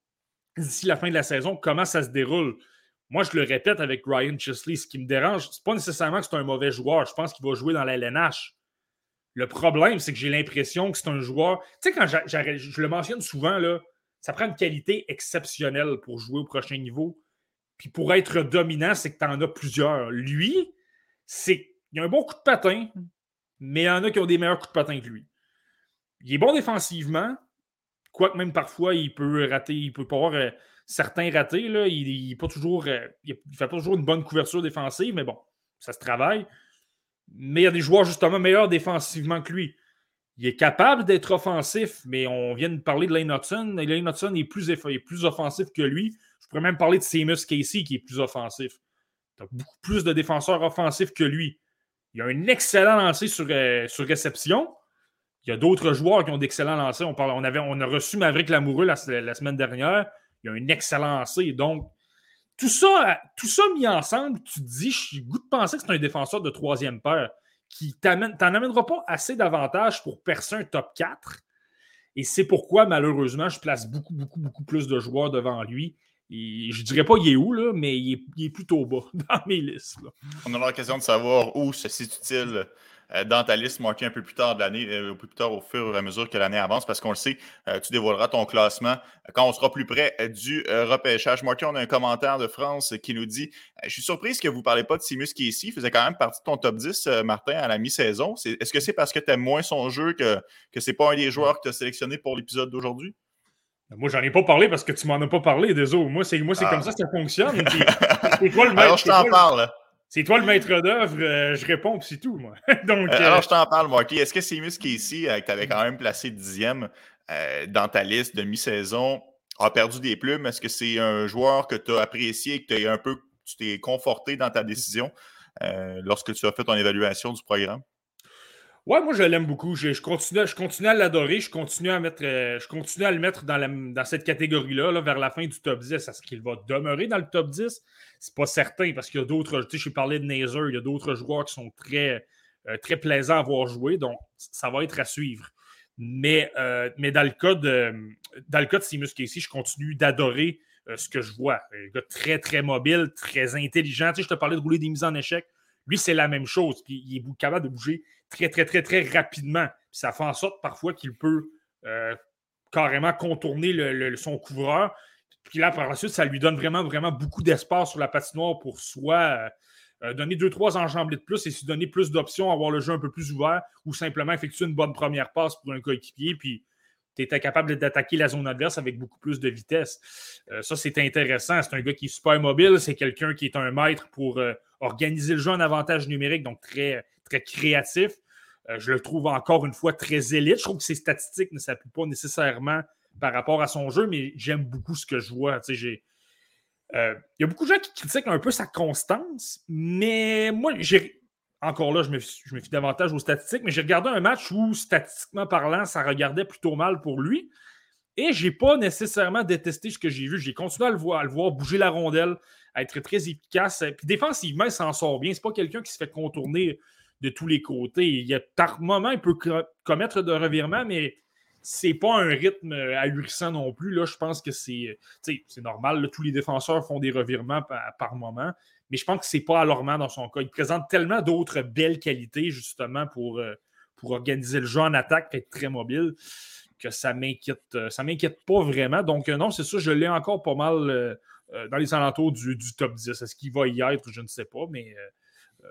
d'ici la fin de la saison comment ça se déroule. Moi, je le répète avec Ryan Chesley, ce qui me dérange, c'est pas nécessairement que c'est un mauvais joueur. Je pense qu'il va jouer dans la L N H. Le problème, c'est que j'ai l'impression que c'est un joueur... Tu sais, quand j'a, j'a, je le mentionne souvent, là, ça prend une qualité exceptionnelle pour jouer au prochain niveau. Puis pour être dominant, c'est que tu en as plusieurs. Lui, c'est il a un bon coup de patin, mais il y en a qui ont des meilleurs coups de patin que lui. Il est bon défensivement, quoique même parfois, il peut rater, il peut pas avoir euh, certains ratés. Là. Il ne euh, fait pas toujours une bonne couverture défensive, mais bon, ça se travaille. Mais il y a des joueurs justement meilleurs défensivement que lui. Il est capable d'être offensif, mais on vient de parler de Lane Hudson. Lane Hudson est plus, eff- est plus offensif que lui. Je pourrais même parler de Seamus Casey qui est plus offensif. Tu as beaucoup plus de défenseurs offensifs que lui. Il a un excellent lancer sur, euh, sur réception. Il y a d'autres joueurs qui ont d'excellents lancers. On, parle, on, avait, on a reçu Maverick Lamoureux la, la semaine dernière. Il a un excellent lancer. Donc, tout ça, tout ça mis ensemble, tu te dis, j'ai le goût de penser que c'est un défenseur de troisième paire qui t'amène, t'en amènera pas assez d'avantages pour percer un top quatre. Et c'est pourquoi, malheureusement, je place beaucoup, beaucoup, beaucoup plus de joueurs devant lui. Et je dirais pas il est où, là, mais il est, il est plutôt bas dans mes listes. Là. On a l'occasion de savoir où se situe-t-il euh, dans ta liste, Marty, un peu plus tard de l'année, euh, un peu plus tard au fur et à mesure que l'année avance, parce qu'on le sait, euh, tu dévoileras ton classement quand on sera plus près euh, du euh, repêchage. Marty, on a un commentaire de France qui nous dit euh, « Je suis surprise que vous ne parlez pas de Seamus Casey. Il faisait quand même partie de ton top dix, euh, Martin, à la mi-saison. C'est, est-ce que c'est parce que tu aimes moins son jeu que, que ce n'est pas un des joueurs que tu as sélectionné pour l'épisode d'aujourd'hui? » Moi, j'en ai pas parlé parce que tu m'en as pas parlé, désolé. Moi, c'est, moi, c'est ah. comme ça que ça fonctionne. Puis, c'est toi le maître, alors, je t'en parle. C'est toi le maître d'œuvre, euh, je réponds, puis c'est tout, moi. Donc, euh, euh... Alors, je t'en parle, Marty. Est-ce que Seamus Casey, euh, que tu avais quand même placé dixième euh, dans ta liste de mi-saison, a perdu des plumes? Est-ce que c'est un joueur que tu as apprécié et que tu un peu, tu t'es conforté dans ta décision euh, lorsque tu as fait ton évaluation du programme? Ouais, moi, je l'aime beaucoup. Je, je, continue, je continue à l'adorer. Je continue à, mettre, euh, je continue à le mettre dans, la, dans cette catégorie-là, là, vers la fin du top dix. Est-ce qu'il va demeurer dans le top dix? C'est pas certain parce qu'il y a d'autres. Tu sais, j'ai parlé de Nazer. Il y a d'autres joueurs qui sont très, euh, très plaisants à voir jouer. Donc, ça va être à suivre. Mais, euh, mais dans le cas de, dans le cas de Seamus Casey, je continue d'adorer euh, ce que je vois. Un gars très, très mobile, très intelligent. Tu sais, je te parlais de rouler des mises en échec. Lui, c'est la même chose. Puis, il est capable de bouger très, très, très, très rapidement. Puis ça fait en sorte parfois qu'il peut euh, carrément contourner le, le, son couvreur. Puis là, par la suite, ça lui donne vraiment, vraiment beaucoup d'espace sur la patinoire pour soit euh, donner deux, trois enjambées de plus et se donner plus d'options, avoir le jeu un peu plus ouvert ou simplement effectuer une bonne première passe pour un coéquipier. Puis tu étais capable d'attaquer la zone adverse avec beaucoup plus de vitesse. Euh, ça, c'est intéressant. C'est un gars qui est super mobile. C'est quelqu'un qui est un maître pour euh, organiser le jeu en avantage numérique, donc très, très créatif. Euh, je le trouve encore une fois très élite. Je trouve que ses statistiques ne s'appuient pas nécessairement par rapport à son jeu, mais j'aime beaucoup ce que je vois. Tu sais, j'ai, euh, il y a beaucoup de gens qui critiquent un peu sa constance, mais moi, j'ai... Encore là, je me, fie, je me fie davantage aux statistiques, mais j'ai regardé un match où, statistiquement parlant, ça regardait plutôt mal pour lui. Et je n'ai pas nécessairement détesté ce que j'ai vu. J'ai continué à le voir, à le voir bouger la rondelle, à être très efficace. Puis défensivement, il s'en sort bien. Ce n'est pas quelqu'un qui se fait contourner de tous les côtés. Il y a par moments, il peut commettre de revirements, mais c'est pas un rythme ahurissant non plus. Là, je pense que c'est, c'est normal. Là, tous les défenseurs font des revirements par, par moment. Mais je pense que c'est pas alarmant dans son cas. Il présente tellement d'autres belles qualités, justement, pour, euh, pour organiser le jeu en attaque et être très mobile, que ça m'inquiète, euh, ça m'inquiète pas vraiment. Donc, euh, non, c'est ça, je l'ai encore pas mal euh, euh, dans les alentours du, du top dix. Est-ce qu'il va y être? Je ne sais pas, mais euh,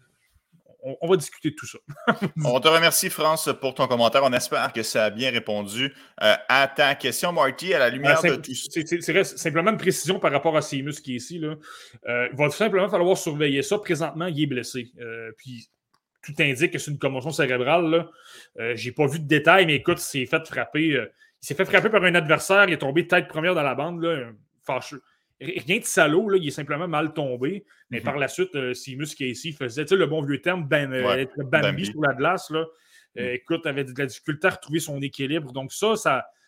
on, on va discuter de tout ça. On te remercie, France, pour ton commentaire. On espère que ça a bien répondu euh, à ta question, Marty, à la lumière ah, de tout ça. C'est, c'est, c'est simplement une précision par rapport à Seamus qui est ici. Là. Euh, il va tout simplement falloir surveiller ça. Présentement, il est blessé. Euh, puis, tout indique que c'est une commotion cérébrale. Là. Euh, j'ai pas vu de détails, mais écoute, il s'est fait frapper. Euh, il s'est fait frapper par un adversaire. Il est tombé tête première dans la bande. Là, fâcheux. Rien de salaud, là, il est simplement mal tombé. Mais mm-hmm. par la suite, euh, Seamus Casey faisait le bon vieux terme, ben, ouais, euh, Bambi, Bambi sur la glace. Là. Euh, mm. Écoute, avait de la difficulté à retrouver son équilibre. Donc ça, ça,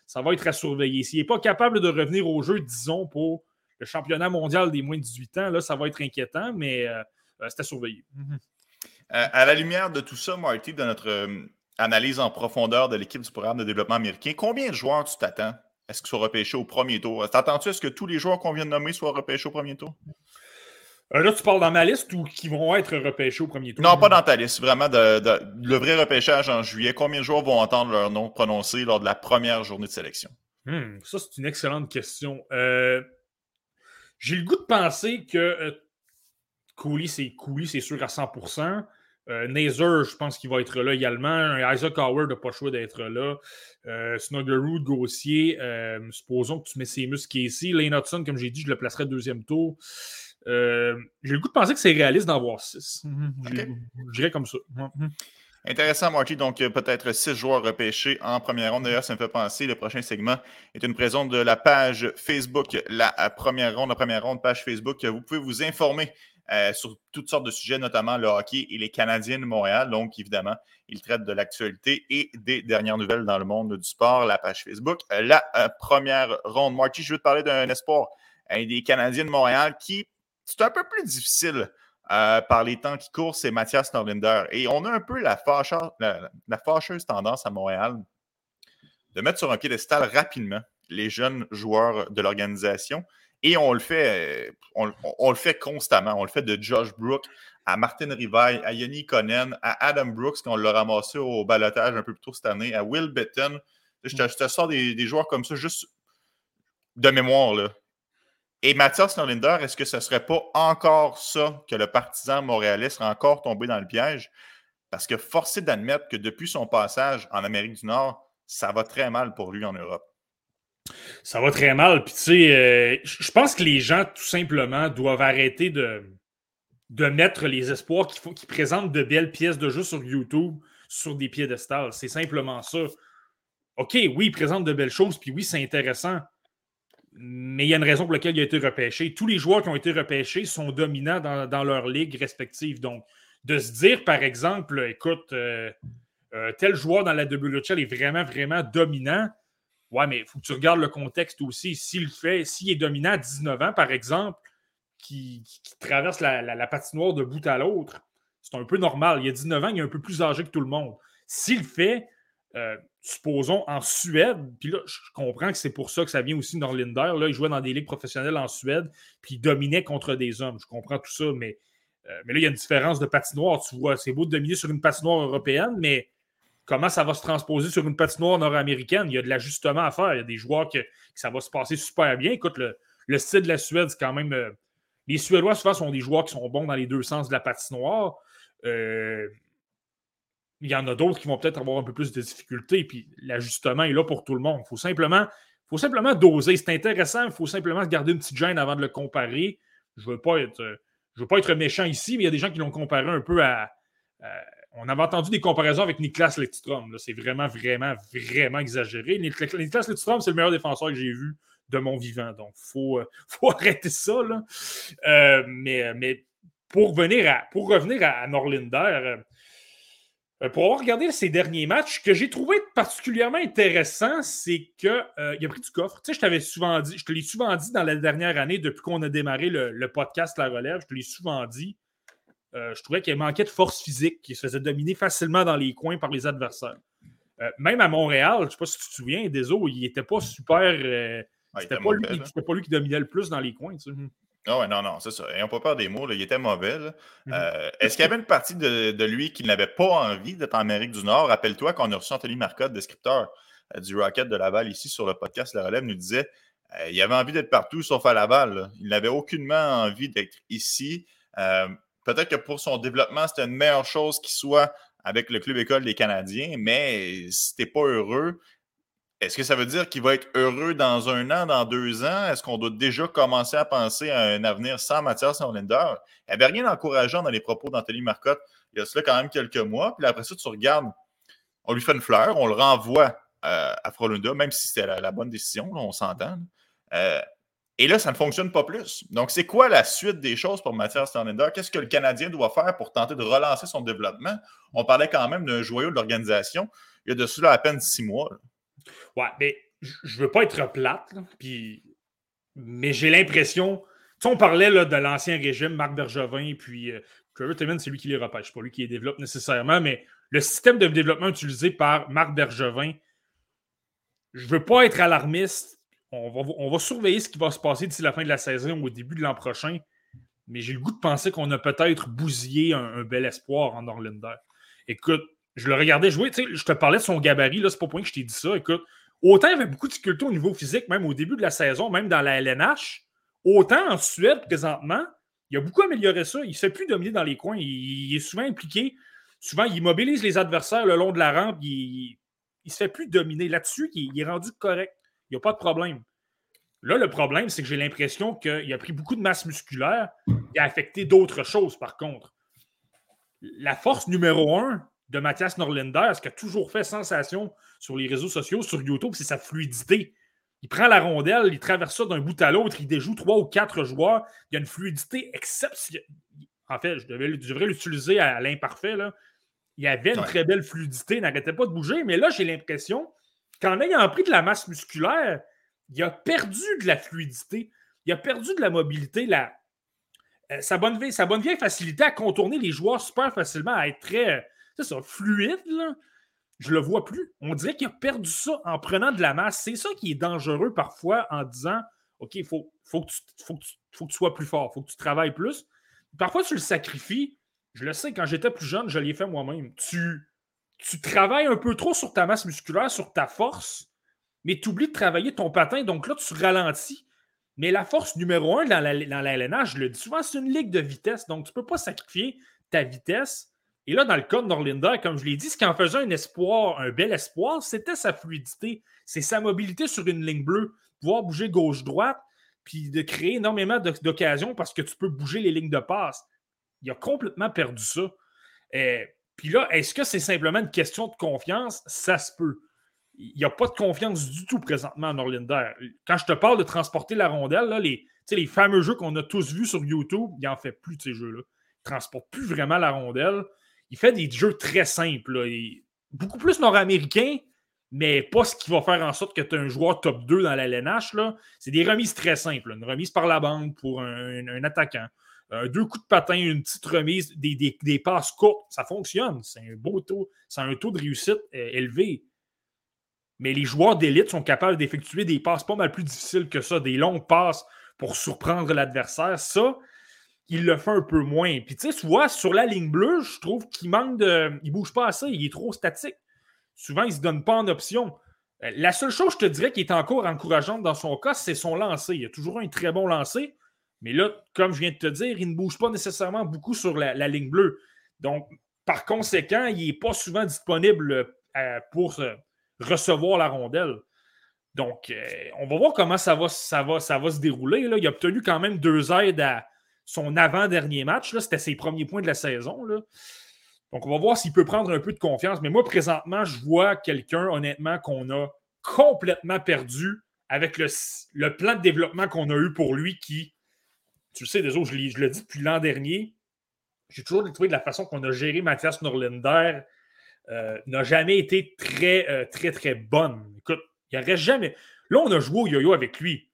ça va être à surveiller. S'il n'est pas capable de revenir au jeu, disons, pour le championnat mondial des moins de dix-huit ans, là, ça va être inquiétant, mais euh, c'est à surveiller. Mm-hmm. Euh, à la lumière de tout ça, Marty, de notre euh, analyse en profondeur de l'équipe du programme de développement américain, combien de joueurs tu t'attends? Est-ce qu'ils soient repêchés au premier tour? T'attends-tu à ce que tous les joueurs qu'on vient de nommer soient repêchés au premier tour? Euh, là, tu parles dans ma liste ou qui vont être repêchés au premier tour? Non, pas dans ta liste. Vraiment, de, de, le vrai repêchage en juillet. Combien de joueurs vont entendre leur nom prononcé lors de la première journée de sélection? Hmm, ça, c'est une excellente question. Euh, j'ai le goût de penser que euh, Cooley, c'est Cooley, c'est sûr à cent pour cent. Euh, Nazer, je pense qu'il va être là également. Isaac Howard n'a pas le choix d'être là. Euh, Snuggerud, Gossier. Euh, supposons que tu mets Seamus Casey. Lane Hudson, comme j'ai dit, je le placerai deuxième tour. Euh, j'ai le goût de penser que c'est réaliste d'en voir six. Mm-hmm. Okay. Je dirais comme ça. Mm-hmm. Intéressant, Marty. Donc, peut-être six joueurs repêchés en première ronde. D'ailleurs, ça me fait penser, le prochain segment est une présence de la page Facebook, la première ronde, la première ronde, page Facebook. Vous pouvez vous informer euh, sur toutes sortes de sujets, notamment le hockey et les Canadiens de Montréal. Donc, évidemment, ils traitent de l'actualité et des dernières nouvelles dans le monde du sport, la page Facebook. La euh, première ronde. Marty, je veux te parler d'un espoir euh, des Canadiens de Montréal qui, c'est un peu plus difficile Euh, par les temps qui courent, c'est Mathias Norlinder. Et on a un peu la, fâcheuse, la, la fâcheuse tendance à Montréal de mettre sur un piédestal rapidement les jeunes joueurs de l'organisation. Et on le fait, on, on le fait constamment. On le fait de Josh Brook à Martin Rivaille, à Yoni Konen, à Adam Brooks, qu'on l'a ramassé au balotage un peu plus tôt cette année, à Will Bitton. Je te, je te sors des, des joueurs comme ça juste de mémoire, là. Et Mathias Norlinder, est-ce que ce ne serait pas encore ça que le partisan montréalais serait encore tombé dans le piège? Parce que forcé d'admettre que depuis son passage en Amérique du Nord, ça va très mal pour lui en Europe. Ça va très mal. Puis tu sais, euh, je pense que les gens, tout simplement, doivent arrêter de, de mettre les espoirs qu'il faut, qu'ils présentent de belles pièces de jeu sur YouTube sur des piédestals. C'est simplement ça. OK, oui, ils présentent de belles choses, puis oui, c'est intéressant. Mais il y a une raison pour laquelle il a été repêché. Tous les joueurs qui ont été repêchés sont dominants dans, dans leur ligue respective. Donc, de se dire, par exemple, écoute, euh, euh, tel joueur dans la W H L est vraiment, vraiment dominant. Ouais, mais il faut que tu regardes le contexte aussi. S'il fait, s'il est dominant à dix-neuf ans, par exemple, qui, qui, qui traverse la, la, la patinoire de bout à l'autre, c'est un peu normal. Il a dix-neuf ans, il est un peu plus âgé que tout le monde. S'il fait... Euh, supposons en Suède, puis là, je comprends que c'est pour ça que ça vient aussi de Norlinder. Là, il jouait dans des ligues professionnelles en Suède, puis il dominait contre des hommes. Je comprends tout ça, mais, euh, mais là, il y a une différence de patinoire. Tu vois, c'est beau de dominer sur une patinoire européenne, mais comment ça va se transposer sur une patinoire nord-américaine? Il y a de l'ajustement à faire. Il y a des joueurs que, que ça va se passer super bien. Écoute, le, le style de la Suède, c'est quand même... Euh, les Suédois, souvent, sont des joueurs qui sont bons dans les deux sens de la patinoire. Euh... Il y en a d'autres qui vont peut-être avoir un peu plus de difficultés, puis l'ajustement est là pour tout le monde. Il faut simplement, faut simplement doser. C'est intéressant, il faut simplement se garder une petite gêne avant de le comparer. Je ne veux pas être, je veux pas être méchant ici, mais il y a des gens qui l'ont comparé un peu à... à on avait entendu des comparaisons avec Niklas Lidstrom. Là, c'est vraiment, vraiment, vraiment exagéré. Niklas Lidstrom, c'est le meilleur défenseur que j'ai vu de mon vivant. Donc, il faut, faut arrêter ça. Là. Euh, mais, mais pour, venir à, pour revenir à, à Norlinder... Pour avoir regardé ces derniers matchs, ce que j'ai trouvé particulièrement intéressant, c'est qu'il euh, a pris du coffre. Tu sais, je t'avais souvent dit, je te l'ai souvent dit dans la dernière année, depuis qu'on a démarré le, le podcast La Relève, je te l'ai souvent dit, euh, je trouvais qu'il manquait de force physique, qu'il se faisait dominer facilement dans les coins par les adversaires. Euh, même à Montréal, je ne sais pas si tu te souviens, Deso, il n'était pas super... Euh, ouais, c'était, pas lui, hein? C'était pas lui qui dominait le plus dans les coins. Tu sais. Ah ouais, non, non, c'est ça. N'ayons pas peur des mots, là, il était mauvais. Mm-hmm. Euh, est-ce qu'il y avait une partie de, de lui qui n'avait pas envie d'être en Amérique du Nord? Rappelle-toi qu'on a reçu Anthony Marcotte, descripteur euh, du Rocket de Laval, ici sur le podcast La Relève, nous disait euh, il avait envie d'être partout sauf à Laval. Là. Il n'avait aucunement envie d'être ici. Euh, peut-être que pour son développement, c'était une meilleure chose qu'il soit avec le club école des Canadiens, mais si t'es pas heureux, est-ce que ça veut dire qu'il va être heureux dans un an, dans deux ans? Est-ce qu'on doit déjà commencer à penser à un avenir sans Mathias Norlinder? Il n'y avait rien d'encourageant dans les propos d'Anthony Marcotte. Il y a cela quand même quelques mois. Puis après ça, tu regardes, on lui fait une fleur, on le renvoie euh, à Frolunda, même si c'était la, la bonne décision, là, on s'entend. Euh, et là, ça ne fonctionne pas plus. Donc, c'est quoi la suite des choses pour Mathias Norlinder? Qu'est-ce que le Canadien doit faire pour tenter de relancer son développement? On parlait quand même d'un joyau de l'organisation il y a de cela à peine six mois. Là. Ouais, mais je veux pas être plate, là, puis, mais j'ai l'impression... Tu sais, on parlait là, de l'ancien régime, Marc Bergevin, puis euh, Trevor Timmins, c'est lui qui les repêche, pas lui qui les développe nécessairement, mais le système de développement utilisé par Marc Bergevin, je veux pas être alarmiste. On va, on va surveiller ce qui va se passer d'ici la fin de la saison ou au début de l'an prochain, mais j'ai le goût de penser qu'on a peut-être bousillé un, un bel espoir en Norlinder. Écoute, je le regardais jouer, tu sais, je te parlais de son gabarit, là, c'est pas pour point que je t'ai dit ça. Écoute, autant il y avait beaucoup de difficultés au niveau physique, même au début de la saison, même dans la L N H, autant en Suède, présentement, il a beaucoup amélioré ça. Il ne se fait plus dominer dans les coins. Il, il est souvent impliqué. Souvent, il mobilise les adversaires le long de la rampe. Il ne se fait plus dominer. Là-dessus, il, il est rendu correct. Il n'y a pas de problème. Là, le problème, c'est que j'ai l'impression qu'il a pris beaucoup de masse musculaire. Il a affecté d'autres choses, par contre. La force numéro un de Mathias Norlinder, ce qui a toujours fait sensation sur les réseaux sociaux, sur YouTube, c'est sa fluidité. Il prend la rondelle, il traverse ça d'un bout à l'autre, il déjoue trois ou quatre joueurs. Il y a une fluidité exceptionnelle. En fait, je, devais, je devrais l'utiliser à, à l'imparfait. Là. Il y avait une ouais. très belle fluidité, il n'arrêtait pas de bouger, mais là, j'ai l'impression qu'en ayant pris de la masse musculaire, il a perdu de la fluidité, il a perdu de la mobilité, la, euh, sa, bonne vieille, sa bonne vieille facilité à contourner les joueurs super facilement, à être très, c'est ça, fluide, là. Je le vois plus. On dirait qu'il a perdu ça en prenant de la masse. C'est ça qui est dangereux parfois en disant OK, il faut, faut, que tu, faut, que tu, faut que tu sois plus fort, il faut que tu travailles plus. Parfois, tu le sacrifies. Je le sais, quand j'étais plus jeune, je l'ai fait moi-même. Tu, tu travailles un peu trop sur ta masse musculaire, sur ta force, mais tu oublies de travailler ton patin. Donc là, tu ralentis. Mais la force numéro un dans la, dans la L N H, je le dis souvent, c'est une ligue de vitesse. Donc, tu ne peux pas sacrifier ta vitesse. Et là, dans le cas de Norlinder, comme je l'ai dit, ce qui en faisait un espoir, un bel espoir, c'était sa fluidité. C'est sa mobilité sur une ligne bleue, pouvoir bouger gauche-droite, puis de créer énormément d'occasions parce que tu peux bouger les lignes de passe. Il a complètement perdu ça. Euh, puis là, est-ce que c'est simplement une question de confiance? Ça se peut. Il n'y a pas de confiance du tout présentement en Norlinder. Quand je te parle de transporter la rondelle, là, les, les fameux jeux qu'on a tous vus sur YouTube, il n'en fait plus de ces jeux-là. Il ne transporte plus vraiment la rondelle. Il fait des jeux très simples. Là. Beaucoup plus nord-américains, mais pas ce qui va faire en sorte que tu as un joueur top deux dans la L N H. Là. C'est des remises très simples. Là. Une remise par la bande pour un, un, un attaquant. Euh, deux coups de patin, une petite remise, des, des, des passes courtes. Ça fonctionne. C'est un beau taux. C'est un taux de réussite euh, élevé. Mais les joueurs d'élite sont capables d'effectuer des passes pas mal plus difficiles que ça. Des longues passes pour surprendre l'adversaire. Ça... il le fait un peu moins. Puis tu sais, tu vois, sur la ligne bleue, je trouve qu'il manque de... il ne bouge pas assez, il est trop statique. Souvent, il ne se donne pas en option. La seule chose, je te dirais, qui est encore encourageante dans son cas, c'est son lancer. Il a toujours un très bon lancer, mais là, comme je viens de te dire, il ne bouge pas nécessairement beaucoup sur la, la ligne bleue. Donc, par conséquent, il n'est pas souvent disponible euh, pour euh, recevoir la rondelle. Donc, euh, on va voir comment ça va, ça va, ça va se dérouler. Là. Il a obtenu quand même deux aides à son avant-dernier match. Là. C'était ses premiers points de la saison. Là. Donc, on va voir s'il peut prendre un peu de confiance. Mais moi, présentement, je vois quelqu'un, honnêtement, qu'on a complètement perdu avec le, le plan de développement qu'on a eu pour lui qui, tu le sais, désolé, je, je le dis depuis l'an dernier, j'ai toujours trouvé de la façon qu'on a géré Mathias Norlinder euh, n'a jamais été très, euh, très, très bonne. Écoute, il n'y aurait jamais... Là, on a joué au yo-yo avec lui.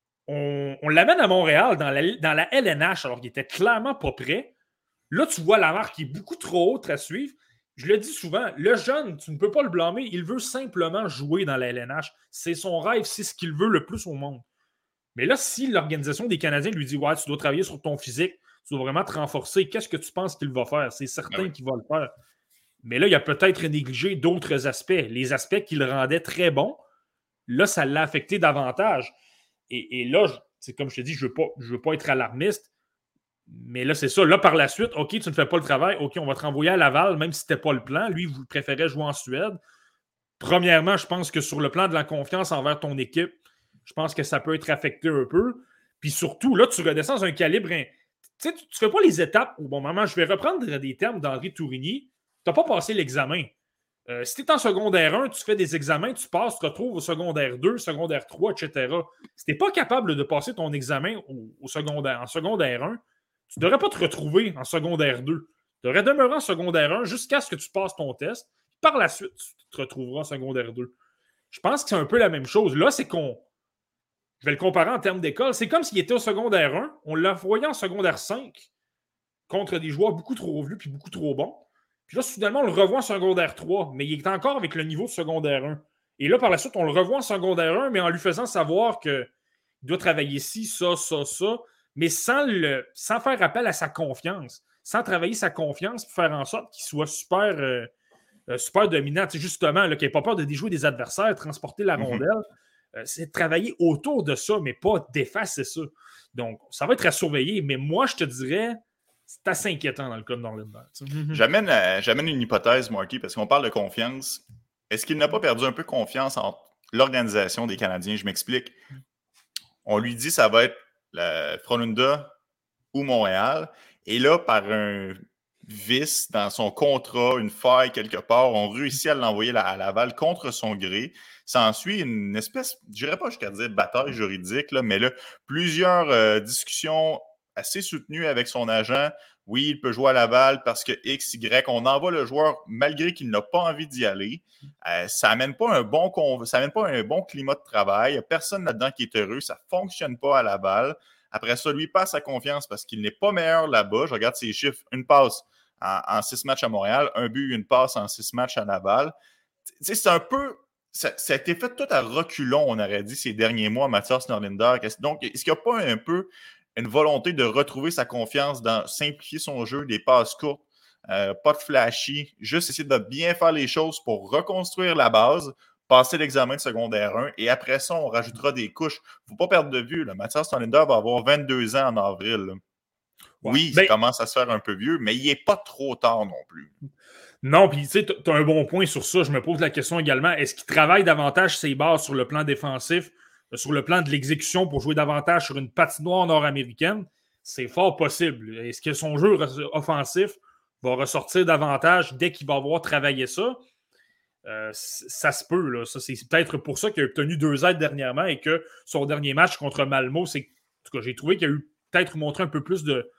On, on l'amène à Montréal dans la, dans la L N H alors qu'il était clairement pas prêt. Là, tu vois la marque qui est beaucoup trop haute à suivre. Je le dis souvent, le jeune, tu ne peux pas le blâmer. Il veut simplement jouer dans la L N H. C'est son rêve, c'est ce qu'il veut le plus au monde. Mais là, si l'organisation des Canadiens lui dit « Ouais, tu dois travailler sur ton physique, tu dois vraiment te renforcer. Qu'est-ce que tu penses qu'il va faire? » C'est certain oui. qu'il va le faire. Mais là, il a peut-être négligé d'autres aspects. Les aspects qui le rendaient très bon, là, ça l'a affecté davantage. Et, et là, c'est comme je te dis, je ne veux pas, je veux pas être alarmiste. Mais là, c'est ça. Là, par la suite, OK, tu ne fais pas le travail. OK, on va te renvoyer à Laval, même si ce n'était pas le plan. Lui, vous préférez jouer en Suède. Premièrement, je pense que sur le plan de la confiance envers ton équipe, je pense que ça peut être affecté un peu. Puis surtout, là, tu redescends dans un calibre... Tu sais, tu ne fais pas les étapes au bon moment. Je vais reprendre des termes d'Henri Tourigny. Tu n'as pas passé l'examen. Euh, si tu es en secondaire un, tu fais des examens, tu passes, tu te retrouves au secondaire deux, secondaire trois, et cetera. Si tu n'es pas capable de passer ton examen au, au secondaire, en secondaire un, tu ne devrais pas te retrouver en secondaire deux. Tu devrais demeurer en secondaire un jusqu'à ce que tu passes ton test. Par la suite, tu te retrouveras en secondaire deux. Je pense que c'est un peu la même chose. Là, c'est qu'on... Je vais le comparer en termes d'école. C'est comme s'il était au secondaire un, on l'a envoyé en secondaire cinq contre des joueurs beaucoup trop vieux puis beaucoup trop bons. Puis là, soudainement, on le revoit en secondaire trois, mais il est encore avec le niveau de secondaire un. Et là, par la suite, on le revoit en secondaire un, mais en lui faisant savoir qu'il doit travailler ci, ça, ça, ça, mais sans, le, sans faire appel à sa confiance, sans travailler sa confiance pour faire en sorte qu'il soit super, euh, euh, super dominant. Tu sais, justement, là, qu'il n'ait pas peur de déjouer des adversaires, transporter la rondelle. Mm-hmm. Euh, c'est de travailler autour de ça, mais pas d'effacer ça. Donc, ça va être à surveiller, mais moi, je te dirais, c'est assez inquiétant dans le cas de Norlinder. Mm-hmm. J'amène, euh, j'amène une hypothèse, Marky, parce qu'on parle de confiance. Est-ce qu'il n'a pas perdu un peu confiance en l'organisation des Canadiens? Je m'explique. On lui dit que ça va être la Frölunda ou Montréal. Et là, par un vice dans son contrat, une faille quelque part, on réussit à l'envoyer à Laval contre son gré. Ça ensuit une espèce, je dirais pas jusqu'à dire bataille juridique, là, mais là, plusieurs euh, discussions assez soutenues avec son agent. Oui, il peut jouer à Laval parce que X, Y, on envoie le joueur malgré qu'il n'a pas envie d'y aller. Euh, ça n'amène pas un bon ça amène pas un bon climat de travail. Il n'y a personne là-dedans qui est heureux. Ça ne fonctionne pas à Laval. Après ça, lui passe sa confiance parce qu'il n'est pas meilleur là-bas. Je regarde ses chiffres. Une passe en, en six matchs à Montréal, un but, une passe en six matchs à Laval. Tu sais, c'est un peu... Ça, ça a été fait tout à reculons, on aurait dit, ces derniers mois, Mathias Norlinder. Donc, est-ce qu'il n'y a pas un peu une volonté de retrouver sa confiance dans simplifier son jeu, des passes courtes, euh, pas de flashy, juste essayer de bien faire les choses pour reconstruire la base, passer l'examen de secondaire un, et après ça, on rajoutera des couches. Il ne faut pas perdre de vue. Là. Mathias Norlinder va avoir vingt-deux ans en avril. Là. Oui, ben, il commence à se faire un peu vieux, mais il n'est pas trop tard non plus. Non, puis tu sais, tu as un bon point sur ça. Je me pose la question également. Est-ce qu'il travaille davantage ses bases sur le plan défensif, sur le plan de l'exécution pour jouer davantage sur une patinoire nord-américaine? C'est fort possible. Est-ce que son jeu offensif va ressortir davantage dès qu'il va avoir travaillé ça? Euh, ça se peut. Là. Ça, c'est peut-être pour ça qu'il a obtenu deux aides dernièrement et que son dernier match contre Malmo, c'est, en tout cas, j'ai trouvé qu'il a eu peut-être montré un peu plus de...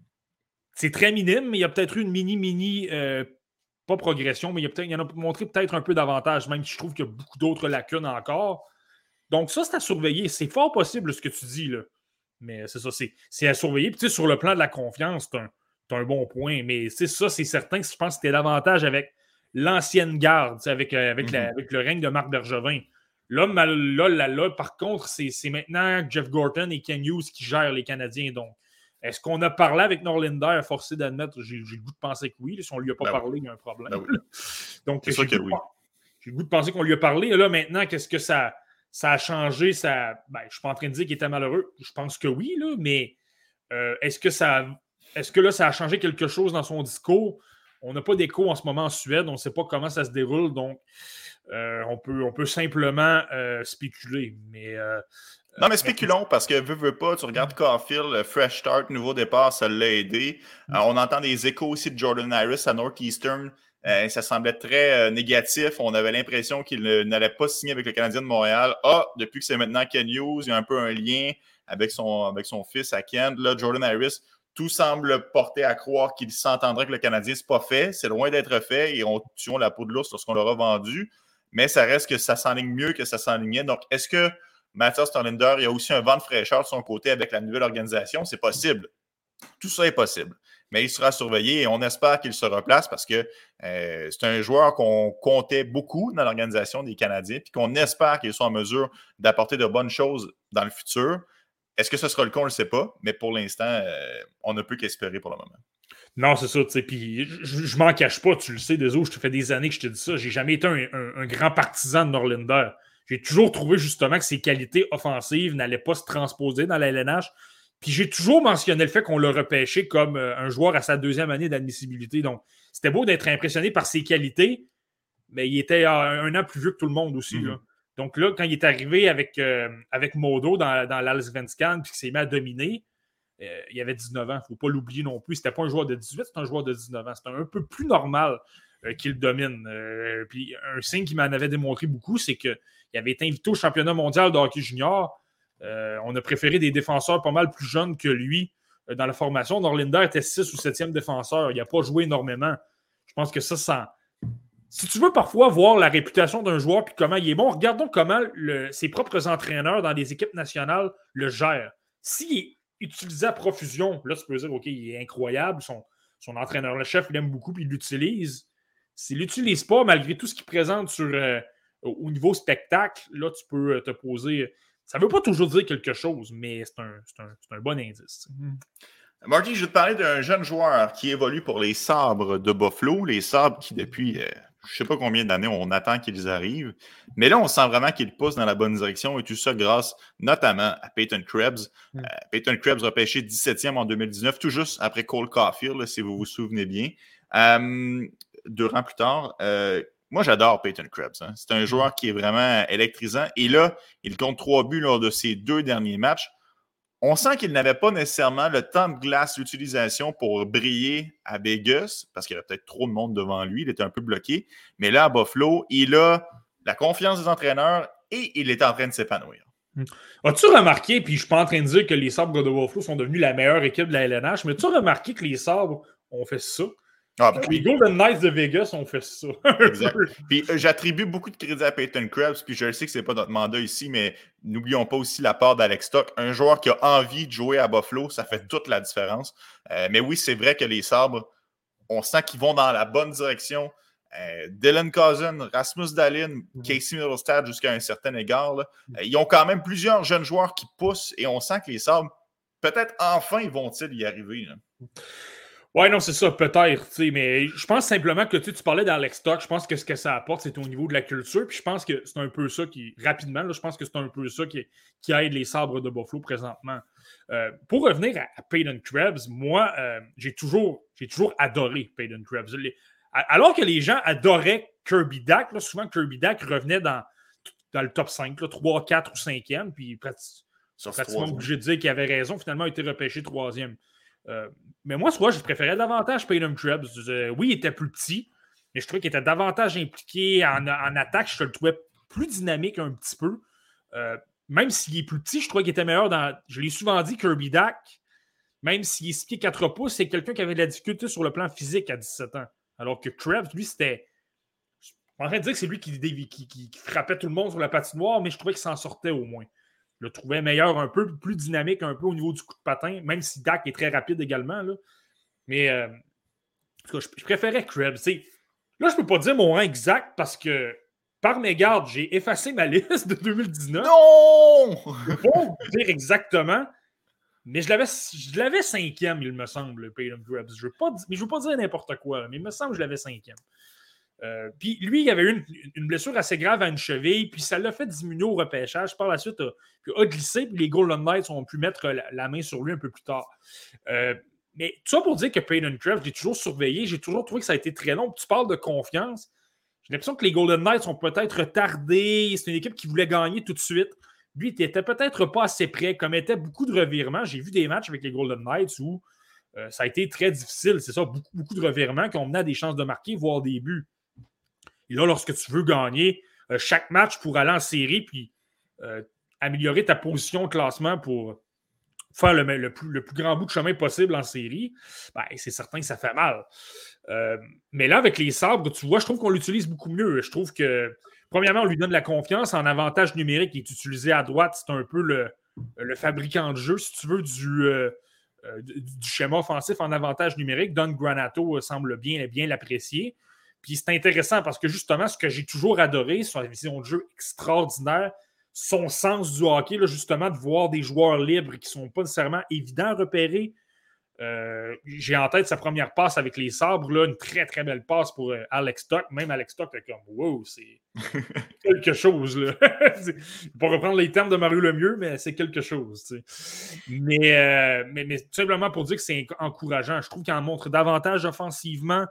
C'est très minime, mais il y a peut-être eu une mini-mini... Euh, pas progression, mais il, y a peut-être, il en a montré peut-être un peu davantage, même si je trouve qu'il y a beaucoup d'autres lacunes encore. Donc ça, c'est à surveiller. C'est fort possible ce que tu dis, là. Mais c'est ça, c'est, c'est à surveiller. Puis tu sais, sur le plan de la confiance, c'est un, c'est un bon point. Mais c'est ça, c'est certain que je pense que c'était davantage avec l'ancienne garde, avec, avec, mm-hmm. la, avec le règne de Marc Bergevin. Là, mal, là, là, là, par contre, c'est, c'est maintenant Jeff Gorton et Ken Hughes qui gèrent les Canadiens. Donc, est-ce qu'on a parlé avec Norlinder, forcé d'admettre, j'ai, j'ai le goût de penser que oui. Si on ne lui a pas ben parlé, oui. Il y a un problème. Ben oui. Donc, c'est sûr que oui. J'ai le goût de penser qu'on lui a parlé. Et là, maintenant, qu'est-ce que ça, ça a changé? Ça, ben, je ne suis pas en train de dire qu'il était malheureux. Je pense que oui, là, mais euh, est-ce que ça, est-ce que là, ça a changé quelque chose dans son discours? On n'a pas d'écho en ce moment en Suède. On ne sait pas comment ça se déroule. Donc, euh, on, peut, on peut simplement euh, spéculer. Mais... Euh, Non, mais spéculons, parce que veux, veux pas, tu regardes Caulfield, fresh start, nouveau départ, ça l'a aidé. Euh, on entend des échos aussi de Jordan Harris à Northeastern. Euh, ça semblait très euh, négatif. On avait l'impression qu'il ne, n'allait pas signer avec le Canadien de Montréal. Ah, depuis que c'est maintenant Ken Hughes, il y a un peu un lien avec son, avec son fils à Kent. Là, Jordan Harris, tout semble porter à croire qu'il s'entendrait que le Canadien, c'est pas fait. C'est loin d'être fait. Ils ont tué la peau de l'ours lorsqu'on l'aura vendu. Mais ça reste que ça s'enligne mieux que ça s'enlignait. Donc, est-ce que Mathias Norlinder, il y a aussi un vent de fraîcheur de son côté avec la nouvelle organisation? C'est possible. Tout ça est possible. Mais il sera surveillé et on espère qu'il se replace parce que euh, c'est un joueur qu'on comptait beaucoup dans l'organisation des Canadiens puis qu'on espère qu'il soit en mesure d'apporter de bonnes choses dans le futur. Est-ce que ce sera le cas? On ne le sait pas. Mais pour l'instant, euh, on ne peut qu'espérer pour le moment. Non, c'est ça. Puis je, je m'en cache pas. Tu le sais, désolé, je te fais des années que je te dis ça. J'ai jamais été un, un, un grand partisan de Norlinder. J'ai toujours trouvé justement que ses qualités offensives n'allaient pas se transposer dans la L N H. Puis j'ai toujours mentionné le fait qu'on l'a repêché comme un joueur à sa deuxième année d'admissibilité. Donc, c'était beau d'être impressionné par ses qualités, mais il était un, un an plus vieux que tout le monde aussi. Mm-hmm. Là. Donc là, quand il est arrivé avec, euh, avec Modo dans, dans l'Allsvenskan puis qu'il s'est mis à dominer, euh, il avait dix-neuf ans. Il ne faut pas l'oublier non plus. C'était pas un joueur de dix-huit, c'était un joueur de dix-neuf ans. C'était un peu plus normal euh, qu'il domine. Euh, puis un signe qui m'en avait démontré beaucoup, c'est qu'il avait été invité au championnat mondial de hockey junior. Euh, on a préféré des défenseurs pas mal plus jeunes que lui euh, dans la formation. Norlinder était six ou septième défenseur. Il n'a pas joué énormément. Je pense que ça, ça, si tu veux parfois voir la réputation d'un joueur puis comment il est bon, regardons comment le, ses propres entraîneurs dans des équipes nationales le gèrent. S'il est utilisé à profusion, là, tu peux dire, OK, il est incroyable, son, son entraîneur, le chef, il l'aime beaucoup puis il l'utilise. S'il ne l'utilise pas, malgré tout ce qu'il présente sur, euh, au niveau spectacle, là, tu peux te poser... Ça ne veut pas toujours dire quelque chose, mais c'est un, c'est un, c'est un bon indice. Mm. Marty, je vais te parler d'un jeune joueur qui évolue pour les Sabres de Buffalo. Les Sabres qui, depuis euh, je ne sais pas combien d'années, on attend qu'ils arrivent. Mais là, on sent vraiment qu'ils poussent dans la bonne direction et tout ça grâce notamment à Peyton Krebs. Mm. Euh, Peyton Krebs a pêché dix-septième en deux mille dix-neuf, tout juste après Cole Caulfield, là, si vous vous souvenez bien. Euh, deux ans plus tard, euh, moi, j'adore Peyton Krebs. Hein. C'est un joueur qui est vraiment électrisant. Et là, il compte trois buts lors de ses deux derniers matchs. On sent qu'il n'avait pas nécessairement le temps de glace d'utilisation pour briller à Vegas, parce qu'il y avait peut-être trop de monde devant lui, il était un peu bloqué. Mais là, à Buffalo, il a la confiance des entraîneurs et il est en train de s'épanouir. As-tu remarqué, puis je ne suis pas en train de dire que les Sabres de Buffalo sont devenus la meilleure équipe de la L N H, mais as-tu remarqué que les Sabres ont fait ça? Ah, ben, les Golden Knights de Vegas ont fait ça. Exact. Puis euh, j'attribue beaucoup de crédit à Peyton Krebs, puis je sais que ce n'est pas notre mandat ici, mais n'oublions pas aussi la part d'Alex Stock. Un joueur qui a envie de jouer à Buffalo, ça fait toute la différence. Euh, mais oui, c'est vrai que les Sabres, on sent qu'ils vont dans la bonne direction. Euh, Dylan Cousin, Rasmus Dahlin, Casey Middlestad jusqu'à un certain égard. Là. Euh, ils ont quand même plusieurs jeunes joueurs qui poussent et on sent que les Sabres, peut-être enfin, ils vont-ils y arriver. Là. Ouais, non, c'est ça, peut-être, mais je pense simplement que tu parlais d'Alex Stock, je pense que ce que ça apporte, c'est au niveau de la culture, puis je pense que c'est un peu ça qui, rapidement, là, je pense que c'est un peu ça qui, qui aide les Sabres de Buffalo présentement. Euh, pour revenir à, à Peyton Krebs, moi, euh, j'ai toujours, j'ai toujours adoré Peyton Krebs. Les, alors que les gens adoraient Kirby Dach, là, souvent Kirby Dach revenait dans, dans le top cinq, là, trois, quatre ou cinquième, puis prati- pratiquement obligé de dire qu'il avait raison, finalement, il a été repêché troisième. Euh, mais moi, soit je préférais davantage Peyton Krebs. Euh, oui, il était plus petit, mais je trouvais qu'il était davantage impliqué en, en attaque. Je le trouvais plus dynamique un petit peu. Euh, même s'il est plus petit, je trouvais qu'il était meilleur dans... Je l'ai souvent dit, Kirby Dach, même s'il est six pieds quatre pouces, c'est quelqu'un qui avait de la difficulté sur le plan physique à dix-sept ans. Alors que Krebs, lui, c'était... Je suis en train de dire que c'est lui qui, qui, qui, qui frappait tout le monde sur la patinoire, mais je trouvais qu'il s'en sortait au moins. Je le trouvais meilleur un peu, plus dynamique un peu au niveau du coup de patin, même si Dach est très rapide également. Là. Mais euh, en tout cas, je, je préférais Krebs. T'sais. Là, je ne peux pas dire mon rang exact parce que, par mégarde, j'ai effacé ma liste de deux mille dix-neuf. Non! Je ne peux pas dire exactement, mais je l'avais, je l'avais cinquième, il me semble, Peyton Krebs. Je veux pas, mais je ne veux pas dire n'importe quoi, mais il me semble que je l'avais cinquième. Euh, puis lui, il avait eu une, une blessure assez grave à une cheville, puis ça l'a fait diminuer au repêchage. Par la suite, a, a glissé, puis les Golden Knights ont pu mettre la, la main sur lui un peu plus tard. Euh, mais tout ça pour dire que Peyton Krebs, j'ai toujours surveillé, j'ai toujours trouvé que ça a été très long. Puis tu parles de confiance. J'ai l'impression que les Golden Knights sont peut-être retardés. C'est une équipe qui voulait gagner tout de suite. Lui, il n'était peut-être pas assez prêt, commettait beaucoup de revirements. J'ai vu des matchs avec les Golden Knights où euh, ça a été très difficile. C'est ça, beaucoup, beaucoup de revirements qui ont mené à des chances de marquer, voire des buts. Et là, lorsque tu veux gagner euh, chaque match pour aller en série puis euh, améliorer ta position au classement pour faire le, le, plus, le plus grand bout de chemin possible en série, ben, c'est certain que ça fait mal. Euh, mais là, avec les Sabres, tu vois, je trouve qu'on l'utilise beaucoup mieux. Je trouve que, premièrement, on lui donne la confiance en avantage numérique qui est utilisé à droite. C'est un peu le, le fabricant de jeu, si tu veux, du, euh, du, du schéma offensif en avantage numérique. Don Granato euh, semble bien, bien l'apprécier. Puis c'est intéressant parce que justement, ce que j'ai toujours adoré, sa vision de jeu extraordinaire, son sens du hockey, là, justement, de voir des joueurs libres qui ne sont pas nécessairement évidents à repérer. Euh, j'ai en tête sa première passe avec les Sabres, là, une très, très belle passe pour euh, Alex Stock. Même Alex Stock est comme « Wow, c'est quelque chose. » là. Pour reprendre les termes de Mario Lemieux, mais c'est quelque chose. Tu sais. mais, euh, mais, mais tout simplement pour dire que c'est encourageant. Je trouve qu'il en montre davantage offensivement.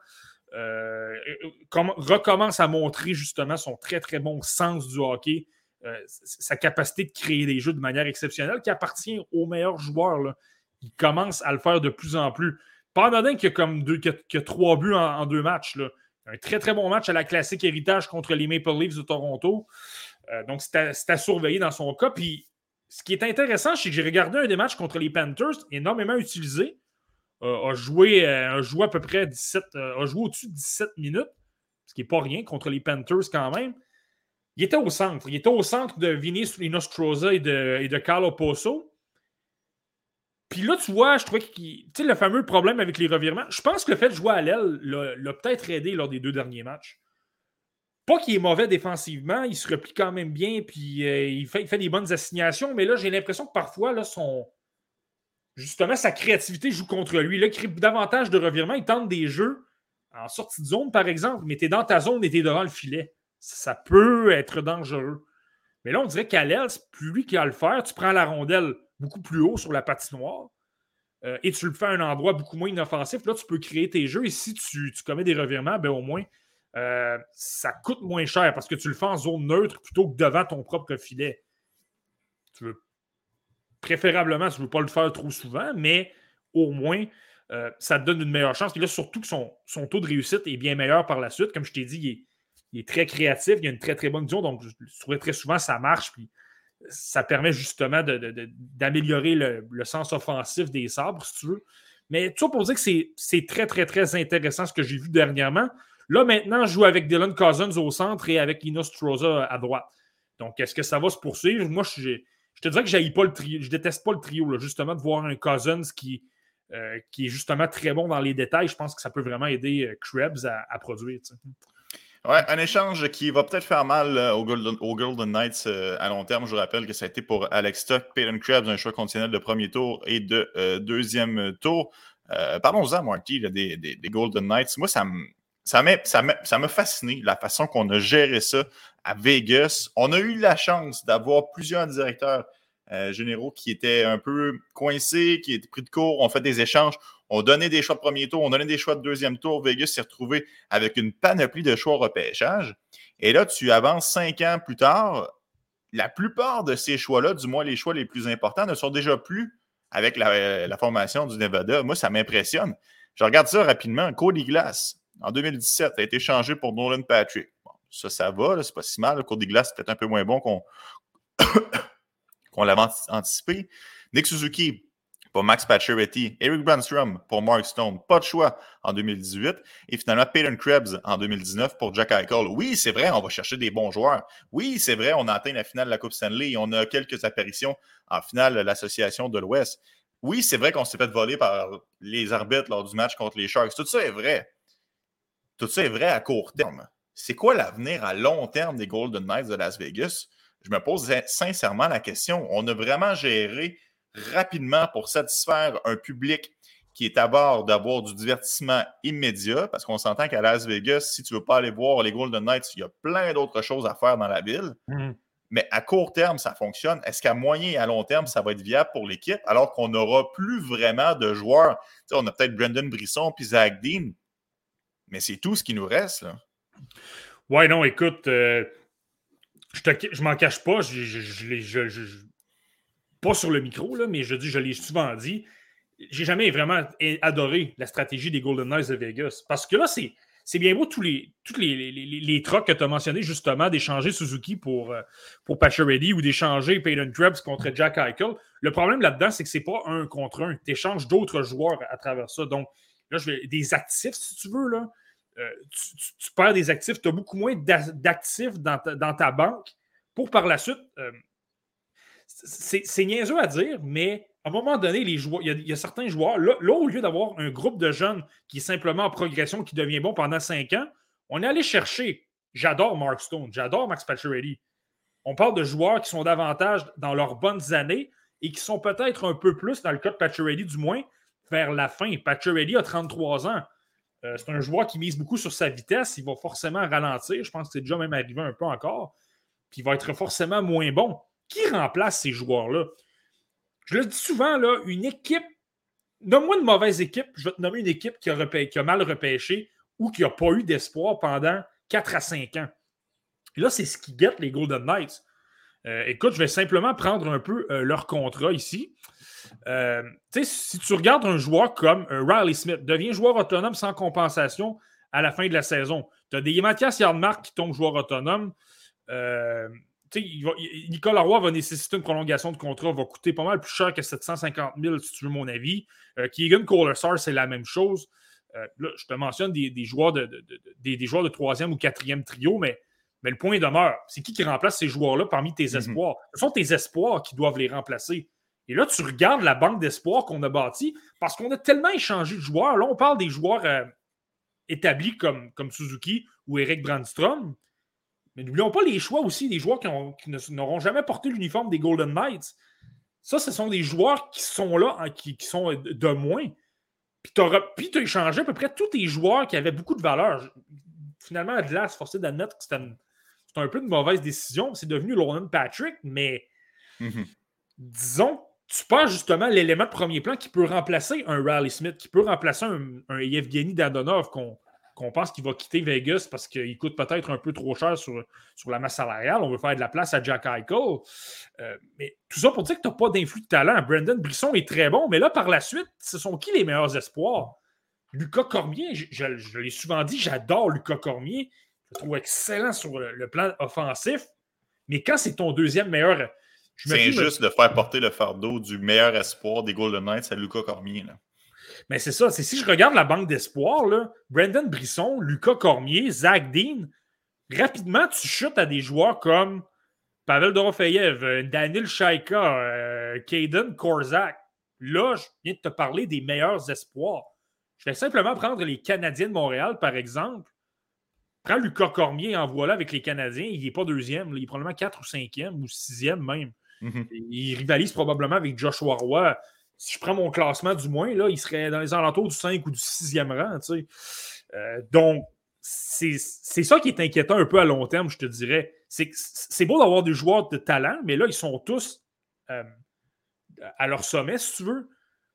Euh, com- recommence à montrer justement son très très bon sens du hockey, euh, sa capacité de créer des jeux de manière exceptionnelle qui appartient aux meilleurs joueurs. Là. Il commence à le faire de plus en plus. Pas anodin qu'il y a comme deux, qu'il y a, qu'il y a trois buts en, en deux matchs. Là. Un très très bon match à la classique héritage contre les Maple Leafs de Toronto. Euh, donc c'est à, c'est à surveiller dans son cas. Puis ce qui est intéressant, c'est que j'ai regardé un des matchs contre les Panthers, énormément utilisé. Euh, a, joué, euh, a joué à peu près dix-sept, euh, a joué au-dessus de dix-sept minutes. ce qui n'est pas rien contre les Panthers quand même. Il était au centre. Il était au centre de Vinny Inostroza et de, et de Carlo Posso. Puis là, tu vois, je trouvais que tu sais, le fameux problème avec les revirements, je pense que le fait de jouer à l'aile l'a, l'a peut-être aidé lors des deux derniers matchs. Pas qu'il est mauvais défensivement, il se replie quand même bien, puis euh, il, fait, il fait des bonnes assignations, mais là, j'ai l'impression que parfois, là, son... justement, sa créativité joue contre lui. Là, il crée davantage de revirements, il tente des jeux en sortie de zone, par exemple, mais tu es dans ta zone et tu es devant le filet. Ça peut être dangereux. Mais là, on dirait qu'à l'aile, c'est plus lui qui a à le faire. Tu prends la rondelle beaucoup plus haut sur la patinoire euh, et tu le fais à un endroit beaucoup moins inoffensif. Là, tu peux créer tes jeux et si tu, tu commets des revirements, ben au moins, euh, ça coûte moins cher parce que tu le fais en zone neutre plutôt que devant ton propre filet. Tu veux préférablement, tu ne veux pas le faire trop souvent, mais au moins, euh, ça te donne une meilleure chance. Et là, surtout que son, son taux de réussite est bien meilleur par la suite. Comme je t'ai dit, il est, il est très créatif, il a une très, très bonne vision. Donc, je, je trouvais très souvent ça marche. Puis ça permet justement de, de, de, d'améliorer le, le sens offensif des sabres, si tu veux. Mais tout ça pour dire que c'est, c'est très, très, très intéressant ce que j'ai vu dernièrement. Là, maintenant, je joue avec Dylan Cousins au centre et avec Inostroza à droite. Donc, est-ce que ça va se poursuivre? Moi, je, je te dirais que j'haïs pas le trio. Je déteste pas le trio, là, justement, de voir un Cousins qui, euh, qui est justement très bon dans les détails. Je pense que ça peut vraiment aider euh, Krebs à, à produire. T'sais. Ouais, un échange qui va peut-être faire mal euh, aux, Golden, aux Golden Knights euh, à long terme. Je vous rappelle que ça a été pour Alex Tuch, Peyton Krebs, un choix conditionnel de premier tour et de euh, deuxième tour. Euh, parlons-en, Marty, là, des, des, des Golden Knights. Moi, ça me ça m'a, ça m'a, ça m'a fasciné la façon qu'on a géré ça à Vegas. On a eu la chance d'avoir plusieurs directeurs euh, généraux qui étaient un peu coincés, qui étaient pris de court. On fait des échanges. On donnait des choix de premier tour, on donnait des choix de deuxième tour. Vegas s'est retrouvé avec une panoplie de choix au repêchage. Et là, tu avances cinq ans plus tard. La plupart de ces choix-là, du moins les choix les plus importants, ne sont déjà plus avec la, la formation du Nevada. Moi, ça m'impressionne. Je regarde ça rapidement. Cody Glass, en deux mille dix-sept, a été changé pour Nolan Patrick. Bon, ça, ça va, là, c'est pas si mal. Cody Glass, c'est peut-être un peu moins bon qu'on, qu'on l'avait anticipé. Nick Suzuki, pour Max Pacioretty, Eric Brandstrom pour Mark Stone, pas de choix en deux mille dix-huit, et finalement Peyton Krebs en deux mille dix-neuf pour Jack Eichel. Oui, c'est vrai, on va chercher des bons joueurs. Oui, c'est vrai, on a atteint la finale de la Coupe Stanley et on a quelques apparitions en finale de l'Association de l'Ouest. Oui, c'est vrai qu'on s'est fait voler par les arbitres lors du match contre les Sharks. Tout ça est vrai. Tout ça est vrai à court terme. C'est quoi l'avenir à long terme des Golden Knights de Las Vegas? Je me pose sincèrement la question. On a vraiment géré rapidement pour satisfaire un public qui est à bord d'avoir du divertissement immédiat, parce qu'on s'entend qu'à Las Vegas, si tu ne veux pas aller voir les Golden Knights, il y a plein d'autres choses à faire dans la ville. Mm-hmm. Mais à court terme, ça fonctionne. Est-ce qu'à moyen et à long terme, ça va être viable pour l'équipe, alors qu'on n'aura plus vraiment de joueurs? Tu sais, on a peut-être Brendan Brisson puis Zach Dean, mais c'est tout ce qui nous reste, là. Ouais, non, écoute, euh, je, te, je m'en cache pas, je, je, je, je, je, je pas sur le micro, là, mais je dis, je l'ai souvent dit, j'ai jamais vraiment adoré la stratégie des Golden Knights de Vegas. Parce que là, c'est, c'est bien beau tous les, tous les, les, les, les trucs que tu as mentionnés, justement, d'échanger Suzuki pour, pour Pacioretty ou d'échanger Peyton Krebs contre Jack Eichel. Le problème là-dedans, c'est que c'est pas un contre un. Tu échanges d'autres joueurs à travers ça. Donc, là, je vais des actifs, si tu veux, là. Euh, tu, tu, tu perds des actifs, tu as beaucoup moins d'actifs dans ta, dans ta banque pour par la suite... Euh, C'est, c'est niaiseux à dire, mais à un moment donné, les joueurs, il, y a, il y a certains joueurs, là, là, au lieu d'avoir un groupe de jeunes qui est simplement en progression, qui devient bon pendant cinq ans, on est allé chercher, j'adore Mark Stone, j'adore Max Pacioretty. On parle de joueurs qui sont davantage dans leurs bonnes années et qui sont peut-être un peu plus, dans le cas de Pacioretty du moins, vers la fin. Pacioretty a trente-trois ans. Euh, c'est un joueur qui mise beaucoup sur sa vitesse. Il va forcément ralentir. Je pense que c'est déjà même arrivé un peu encore. Puis il va être forcément moins bon. Qui remplace ces joueurs-là? Je le dis souvent, là, une équipe, nomme-moi une mauvaise équipe, je vais te nommer une équipe qui a, repê- qui a mal repêché ou qui n'a pas eu d'espoir pendant quatre à cinq ans. Et là, c'est ce qui guette les Golden Knights. Euh, écoute, je vais simplement prendre un peu euh, leur contrat ici. Euh, tu sais, si tu regardes un joueur comme euh, Riley Smith, devient joueur autonome sans compensation à la fin de la saison. Tu as des Mathias Janmark qui tombent joueur autonome. Euh, Il va, il, Nicolas Roy va nécessiter une prolongation de contrat, va coûter pas mal plus cher que sept cent cinquante mille, si tu veux mon avis. Euh, Keegan Colasar, c'est la même chose. Euh, là, je te mentionne des, des, joueurs de, de, de, des, des joueurs de troisième ou quatrième trio, mais, mais le point demeure. C'est qui qui remplace ces joueurs-là parmi tes espoirs? Mm-hmm. Ce sont tes espoirs qui doivent les remplacer. Et là, tu regardes la banque d'espoirs qu'on a bâtie parce qu'on a tellement échangé de joueurs. Là, on parle des joueurs euh, établis comme, comme Suzuki ou Eric Brandstrom. Mais n'oublions pas les choix aussi, des joueurs qui, ont, qui ne, n'auront jamais porté l'uniforme des Golden Knights. Ça, ce sont des joueurs qui sont là, hein, qui, qui sont de moins. Puis tu as échangé à peu près tous tes joueurs qui avaient beaucoup de valeur. Finalement, Atlas, forcé d'admettre que c'était, une, c'était un peu une mauvaise décision. C'est devenu Lonan Patrick, mais mm-hmm. disons, tu perds justement l'élément de premier plan qui peut remplacer un Riley Smith, qui peut remplacer un, un Yevgeny Dadonov qu'on, qu'on pense qu'il va quitter Vegas parce qu'il coûte peut-être un peu trop cher sur, sur la masse salariale. On veut faire de la place à Jack Eichel. Euh, mais tout ça pour dire que tu n'as pas d'influx de talent. Brandon Brisson est très bon, mais là, par la suite, ce sont qui les meilleurs espoirs? Lucas Cormier, je, je, je l'ai souvent dit, j'adore Lucas Cormier. Je le trouve excellent sur le, le plan offensif. Mais quand c'est ton deuxième meilleur... Je c'est injuste me... de faire porter le fardeau du meilleur espoir des Golden Knights à Lucas Cormier, là. Mais c'est ça. C'est, si je regarde la banque d'espoir, là, Brandon Brisson, Lucas Cormier, Zach Dean, rapidement, tu chutes à des joueurs comme Pavel Dorofeyev, Daniel Shaika, euh, Caden Korzak. Là, je viens de te parler des meilleurs espoirs. Je vais simplement prendre les Canadiens de Montréal, par exemple. Prends Lucas Cormier, envoie-le avec les Canadiens. Il n'est pas deuxième. Là. Il est probablement quatre ou cinquième ou sixième même. Mm-hmm. Il rivalise probablement avec Joshua Roy. Si je prends mon classement, du moins, là, il serait dans les alentours du cinq ou du sixième rang. Tu sais. euh, donc, c'est, c'est ça qui est inquiétant un peu à long terme, je te dirais. C'est, c'est beau d'avoir des joueurs de talent, mais là, ils sont tous euh, à leur sommet, si tu veux.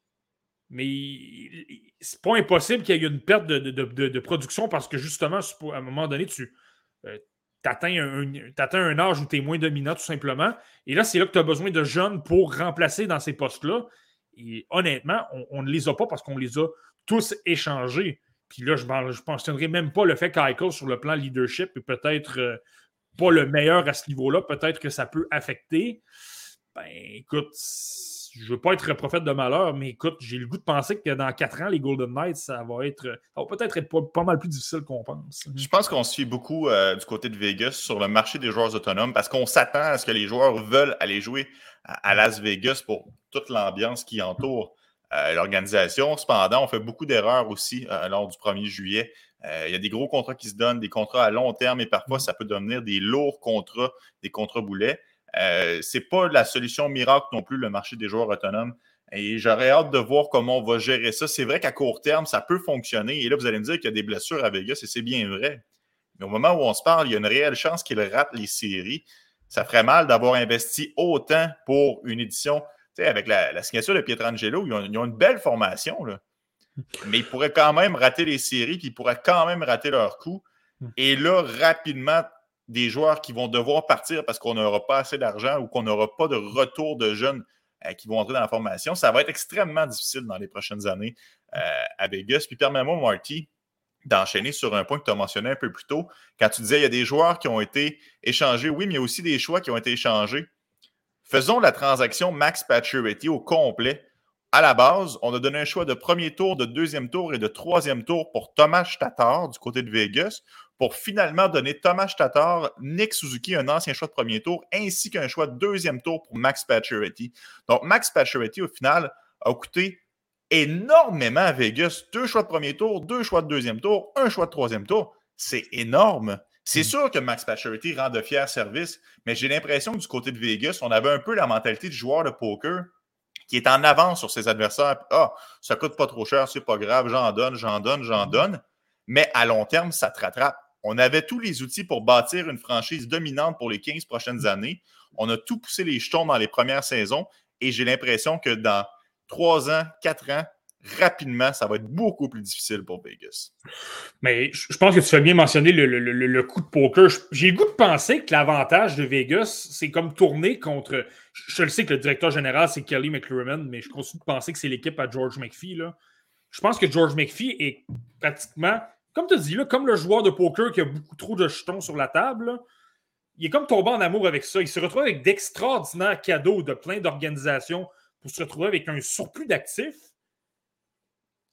Mais c'est pas impossible qu'il y ait une perte de, de, de, de production parce que, justement, à un moment donné, tu euh, atteins un, t'atteins un âge où tu es moins dominant, tout simplement. Et là, c'est là que tu as besoin de jeunes pour remplacer dans ces postes-là. Et honnêtement, on, on ne les a pas parce qu'on les a tous échangés. Puis là, je ne mentionnerai même pas le fait qu'Eichel, sur le plan leadership, est peut-être euh, pas le meilleur à ce niveau-là. Peut-être que ça peut affecter. Ben, écoute, je ne veux pas être prophète de malheur, mais écoute, j'ai le goût de penser que dans quatre ans, les Golden Knights, ça va être ça va peut-être être pas, pas mal plus difficile qu'on pense. Je pense qu'on se fie beaucoup euh, du côté de Vegas sur le marché des joueurs autonomes parce qu'on s'attend à ce que les joueurs veulent aller jouer à, à Las Vegas pour toute l'ambiance qui entoure euh, l'organisation. Cependant, on fait beaucoup d'erreurs aussi euh, lors du premier juillet. Euh, il y a des gros contrats qui se donnent, des contrats à long terme et parfois, ça peut devenir des lourds contrats, des contrats boulets. Euh, c'est pas la solution miracle non plus, le marché des joueurs autonomes. Et j'aurais hâte de voir comment on va gérer ça. C'est vrai qu'à court terme, ça peut fonctionner. Et là, vous allez me dire qu'il y a des blessures à Vegas et c'est bien vrai. Mais au moment où on se parle, il y a une réelle chance qu'il rate les séries. Ça ferait mal d'avoir investi autant pour une édition. Tu sais, avec la, la signature de Pietrangelo, ils ont, ils ont une belle formation, là. Mais ils pourraient quand même rater les séries puis ils pourraient quand même rater leur coup. Et là, rapidement, des joueurs qui vont devoir partir parce qu'on n'aura pas assez d'argent ou qu'on n'aura pas de retour de jeunes euh, qui vont entrer dans la formation. Ça va être extrêmement difficile dans les prochaines années euh, à Vegas. Puis permets-moi, Marty, d'enchaîner sur un point que tu as mentionné un peu plus tôt. Quand tu disais qu'il y a des joueurs qui ont été échangés, oui, mais il y a aussi des choix qui ont été échangés. Faisons la transaction Max Pacioretty au complet. À la base, on a donné un choix de premier tour, de deuxième tour et de troisième tour pour Thomas Tatar du côté de Vegas, pour finalement donner Thomas Tatar, Nick Suzuki, un ancien choix de premier tour, ainsi qu'un choix de deuxième tour pour Max Pacioretty. Donc, Max Pacioretty, au final, a coûté énormément à Vegas. Deux choix de premier tour, deux choix de deuxième tour, un choix de troisième tour. C'est énorme. C'est mmh. sûr que Max Pacioretty rend de fiers services, mais j'ai l'impression que du côté de Vegas, on avait un peu la mentalité du joueur de poker qui est en avance sur ses adversaires. Ah, ça coûte pas trop cher, c'est pas grave, j'en donne, j'en donne, j'en donne. Mais à long terme, ça te rattrape. On avait tous les outils pour bâtir une franchise dominante pour les quinze prochaines années. On a tout poussé les jetons dans les premières saisons et j'ai l'impression que dans trois ans, quatre ans, rapidement, ça va être beaucoup plus difficile pour Vegas. Mais je pense que tu as bien mentionné le, le, le, le coup de poker. J'ai le goût de penser que l'avantage de Vegas, c'est comme tourner contre... Je le sais que le directeur général, c'est Kelly McCrimmon, mais je continue de penser que c'est l'équipe à George McPhee. Là. Je pense que George McPhee est pratiquement... Comme tu as dit, là, comme le joueur de poker qui a beaucoup trop de jetons sur la table, là, il est comme tombé en amour avec ça. Il se retrouve avec d'extraordinaires cadeaux de plein d'organisations pour se retrouver avec un surplus d'actifs.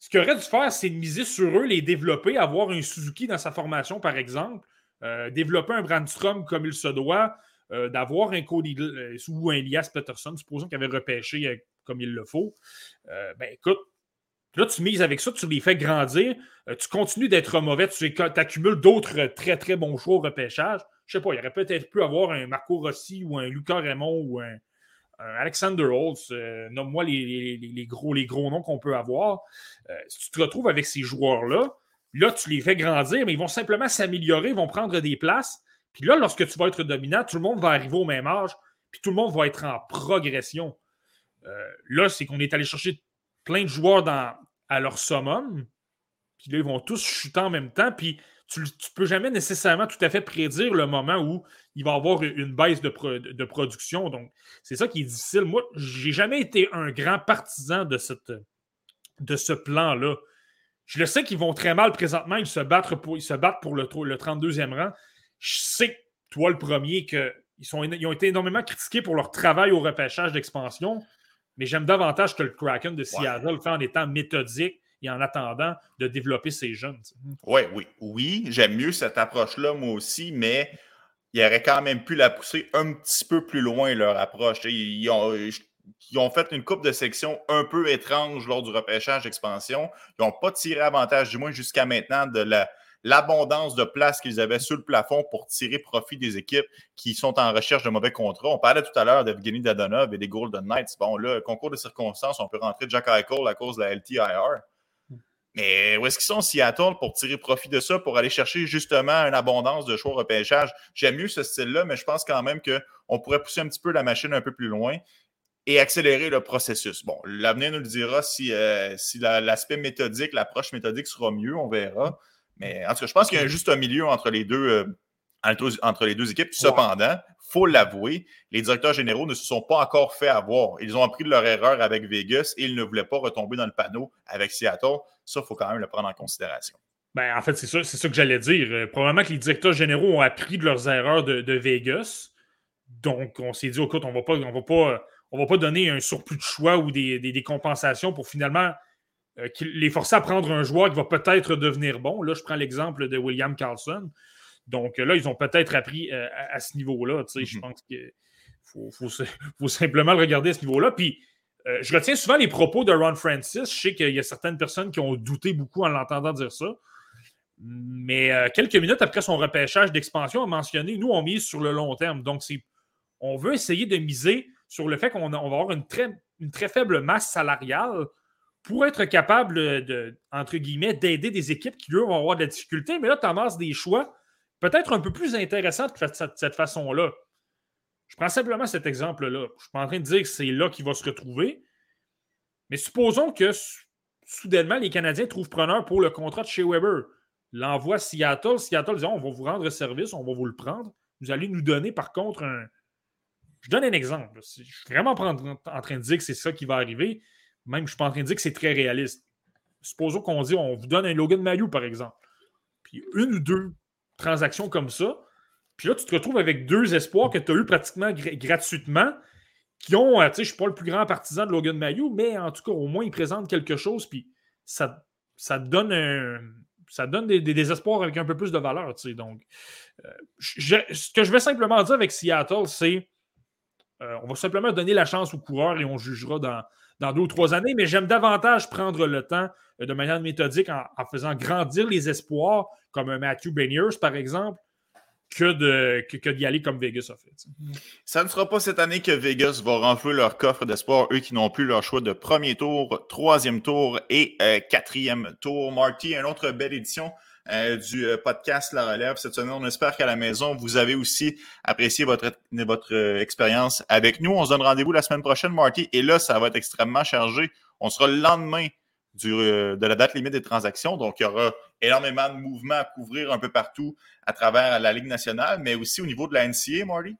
ce qu'il aurait dû faire, c'est de miser sur eux, les développer, avoir un Suzuki dans sa formation, par exemple, euh, développer un Brandstrom comme il se doit, euh, d'avoir un Cody euh, ou un Elias Pettersson, supposons qu'il avait repêché euh, comme il le faut. Euh, ben écoute, là, tu mises avec ça, tu les fais grandir, euh, tu continues d'être mauvais, tu accumules d'autres très, très bons choix au repêchage. Je sais pas, il aurait peut-être pu avoir un Marco Rossi ou un Lucas Raymond ou un, un Alexander Holtz. Euh, nomme-moi les, les, les, gros, les gros noms qu'on peut avoir. Euh, si tu te retrouves avec ces joueurs-là, là, tu les fais grandir, mais ils vont simplement s'améliorer, ils vont prendre des places. Puis là, lorsque tu vas être dominant, tout le monde va arriver au même âge, puis tout le monde va être en progression. Euh, là, c'est qu'on est allé chercher plein de joueurs dans, à leur summum, puis là, ils vont tous chuter en même temps, puis tu ne peux jamais nécessairement tout à fait prédire le moment où il va y avoir une baisse de, pro, de production. Donc, c'est ça qui est difficile. Moi, je n'ai jamais été un grand partisan de, cette, de ce plan-là. Je le sais qu'ils vont très mal présentement, ils se battent pour, ils se battent pour le, le trente-deuxième rang. Je sais, toi le premier, qu'ils sont, ils ont été énormément critiqués pour leur travail au repêchage d'expansion, mais j'aime davantage que le Kraken de Seattle ouais. le fait en étant méthodique et en attendant de développer ces jeunes. Ouais, oui, oui. J'aime mieux cette approche-là, moi aussi, mais il aurait quand même pu la pousser un petit peu plus loin, leur approche. Ils ont, ils ont fait une coupe de sections un peu étrange lors du repêchage d'expansion. Ils n'ont pas tiré avantage, du moins jusqu'à maintenant, de la, l'abondance de places qu'ils avaient sur le plafond pour tirer profit des équipes qui sont en recherche de mauvais contrats. On parlait tout à l'heure d'Evgeny Dadonov et des Golden Knights. Bon, là, concours de circonstances, on peut rentrer Jack Eichel à cause de la L T I R. Mais où est-ce qu'ils sont Seattle pour tirer profit de ça, pour aller chercher justement une abondance de choix au repêchage? J'aime mieux ce style-là, mais je pense quand même qu'on pourrait pousser un petit peu la machine un peu plus loin et accélérer le processus. Bon, l'avenir nous le dira si, euh, si la, l'aspect méthodique, l'approche méthodique sera mieux, on verra. Mais en tout cas, je pense qu'il y a juste un milieu entre les deux, euh, entre les deux équipes. Cependant, il faut l'avouer, les directeurs généraux ne se sont pas encore fait avoir. Ils ont appris de leur erreur avec Vegas et ils ne voulaient pas retomber dans le panneau avec Seattle. Ça, il faut quand même le prendre en considération. Ben, en fait, c'est ça, c'est ça que j'allais dire. Euh, probablement que les directeurs généraux ont appris de leurs erreurs de, de Vegas. Donc, on s'est dit, écoute, on va pas, on va pas, on va pas donner un surplus de choix ou des, des, des compensations pour finalement euh, les forcer à prendre un joueur qui va peut-être devenir bon. Là, je prends l'exemple de William Karlsson. Donc là, ils ont peut-être appris euh, à, à ce niveau-là. Tu sais, mm-hmm. Je pense qu'il faut, faut, faut simplement le regarder à ce niveau-là. Puis, euh, je retiens souvent les propos de Ron Francis. Je sais qu'il y a certaines personnes qui ont douté beaucoup en l'entendant dire ça. Mais euh, quelques minutes après son repêchage d'expansion, on a mentionné, nous, on mise sur le long terme. Donc, c'est, on veut essayer de miser sur le fait qu'on a, on va avoir une très, une très faible masse salariale pour être capable, de, entre guillemets, d'aider des équipes qui, eux, vont avoir de la difficulté. Mais là, tu amasses des choix peut-être un peu plus intéressants de cette, cette façon-là. Je prends simplement cet exemple-là. Je ne suis pas en train de dire que c'est là qu'il va se retrouver. Mais supposons que, soudainement, les Canadiens trouvent preneur pour le contrat de Shea Weber. L'envoie Seattle. Seattle dit, on va vous rendre service, on va vous le prendre. Vous allez nous donner, par contre, un... Je donne un exemple. Je suis vraiment pas en train de dire que c'est ça qui va arriver. Même, je ne suis pas en train de dire que c'est très réaliste. Supposons qu'on dit, on vous donne un Logan Mailloux, par exemple. Puis une ou deux transactions comme ça. Puis là, tu te retrouves avec deux espoirs que tu as eu pratiquement gr- gratuitement, qui ont, tu sais, je ne suis pas le plus grand partisan de Logan Mailloux, mais en tout cas, au moins, ils présentent quelque chose, puis ça, ça te donne un... ça donne des, des, des espoirs avec un peu plus de valeur. Tu sais. Donc, euh, je, ce que je vais simplement dire avec Seattle, c'est euh, on va simplement donner la chance aux coureurs et on jugera dans, dans deux ou trois années, mais j'aime davantage prendre le temps euh, de manière méthodique en, en faisant grandir les espoirs, comme un Matthew Beniers, par exemple, que, de, que, que d'y aller comme Vegas a fait. T'sais. Ça ne sera pas cette année que Vegas va renflouer leur coffre d'espoir, eux qui n'ont plus leur choix de premier tour, troisième tour et euh, quatrième tour. Marty, une autre belle édition euh, du euh, podcast La Relève. Cette semaine, on espère qu'à la maison, vous avez aussi apprécié votre, votre euh, expérience avec nous. On se donne rendez-vous la semaine prochaine, Marty, et là, ça va être extrêmement chargé. On sera le lendemain Du, euh, de la date limite des transactions. Donc, il y aura énormément de mouvements à couvrir un peu partout à travers la Ligue nationale, mais aussi au niveau de la N C A A, Marty?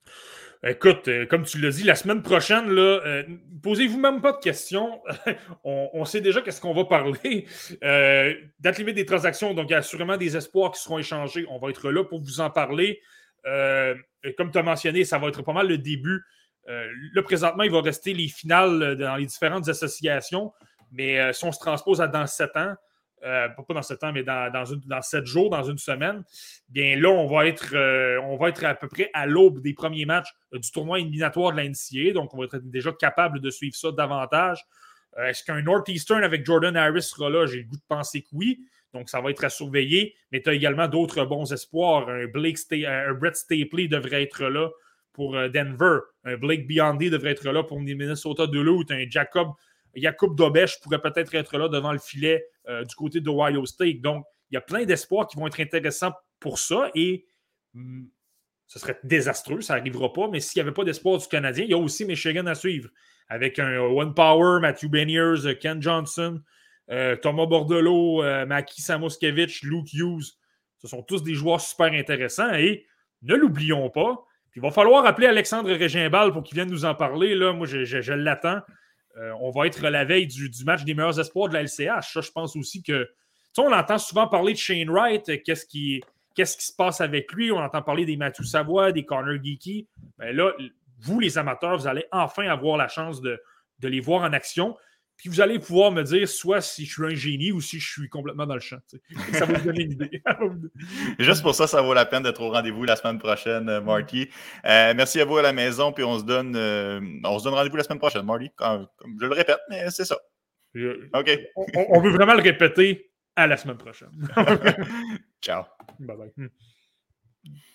Écoute, euh, comme tu l'as dit, la semaine prochaine, là, euh, posez-vous même pas de questions. on, on sait déjà qu'est-ce qu'on va parler. Euh, date limite des transactions, donc il y a sûrement des espoirs qui seront échangés. On va être là pour vous en parler. Euh, comme tu as mentionné, ça va être pas mal le début. Euh, là, présentement, il va rester les finales dans les différentes associations. Mais euh, si on se transpose à dans sept ans, euh, pas dans sept ans, mais dans, dans, une, dans sept jours, dans une semaine, bien là, on va être, euh, on va être à peu près à l'aube des premiers matchs euh, du tournoi éliminatoire de la N C A A. Donc, on va être déjà capable de suivre ça davantage. Euh, est-ce qu'un Northeastern avec Jordan Harris sera là? J'ai le goût de penser que oui. Donc, ça va être à surveiller. Mais tu as également d'autres bons espoirs. Un, Blake Sta- un Brett Stapley devrait être là pour Denver. Un Blake Biondi devrait être là pour Minnesota Duluth. Un Jacob, Jakub Dobesch pourrait peut-être être là devant le filet euh, du côté d'Ohio State. Donc, il y a plein d'espoirs qui vont être intéressants pour ça. Et hum, ce serait désastreux, ça n'arrivera pas. Mais s'il n'y avait pas d'espoir du Canadien, il y a aussi Michigan à suivre. Avec un One Power, Matthew Beniers, Ken Johnson, euh, Thomas Bordelot, euh, Maki Samoskevich, Luke Hughes. Ce sont tous des joueurs super intéressants. Et ne l'oublions pas, il va falloir appeler Alexandre Régimbal pour qu'il vienne nous en parler. Là. Moi, je, je, je l'attends. Euh, on va être la veille du, du match des meilleurs espoirs de la L C H. Ça, je pense aussi que... Tu sais, on entend souvent parler de Shane Wright. Qu'est-ce qui, qu'est-ce qui se passe avec lui? On entend parler des Mathieu Savoie, des Connor Geeky. Ben là, vous, les amateurs, vous allez enfin avoir la chance de, de les voir en action. Puis vous allez pouvoir me dire soit si je suis un génie ou si je suis complètement dans le champ. Ça va vous donner une idée. Juste pour ça, ça vaut la peine d'être au rendez-vous la semaine prochaine, Marty. Euh, merci à vous à la maison, puis on se donne, euh, on se donne rendez-vous la semaine prochaine, Marty. Comme, comme je le répète, mais c'est ça. OK. On, on veut vraiment le répéter à la semaine prochaine. Ciao. Bye bye.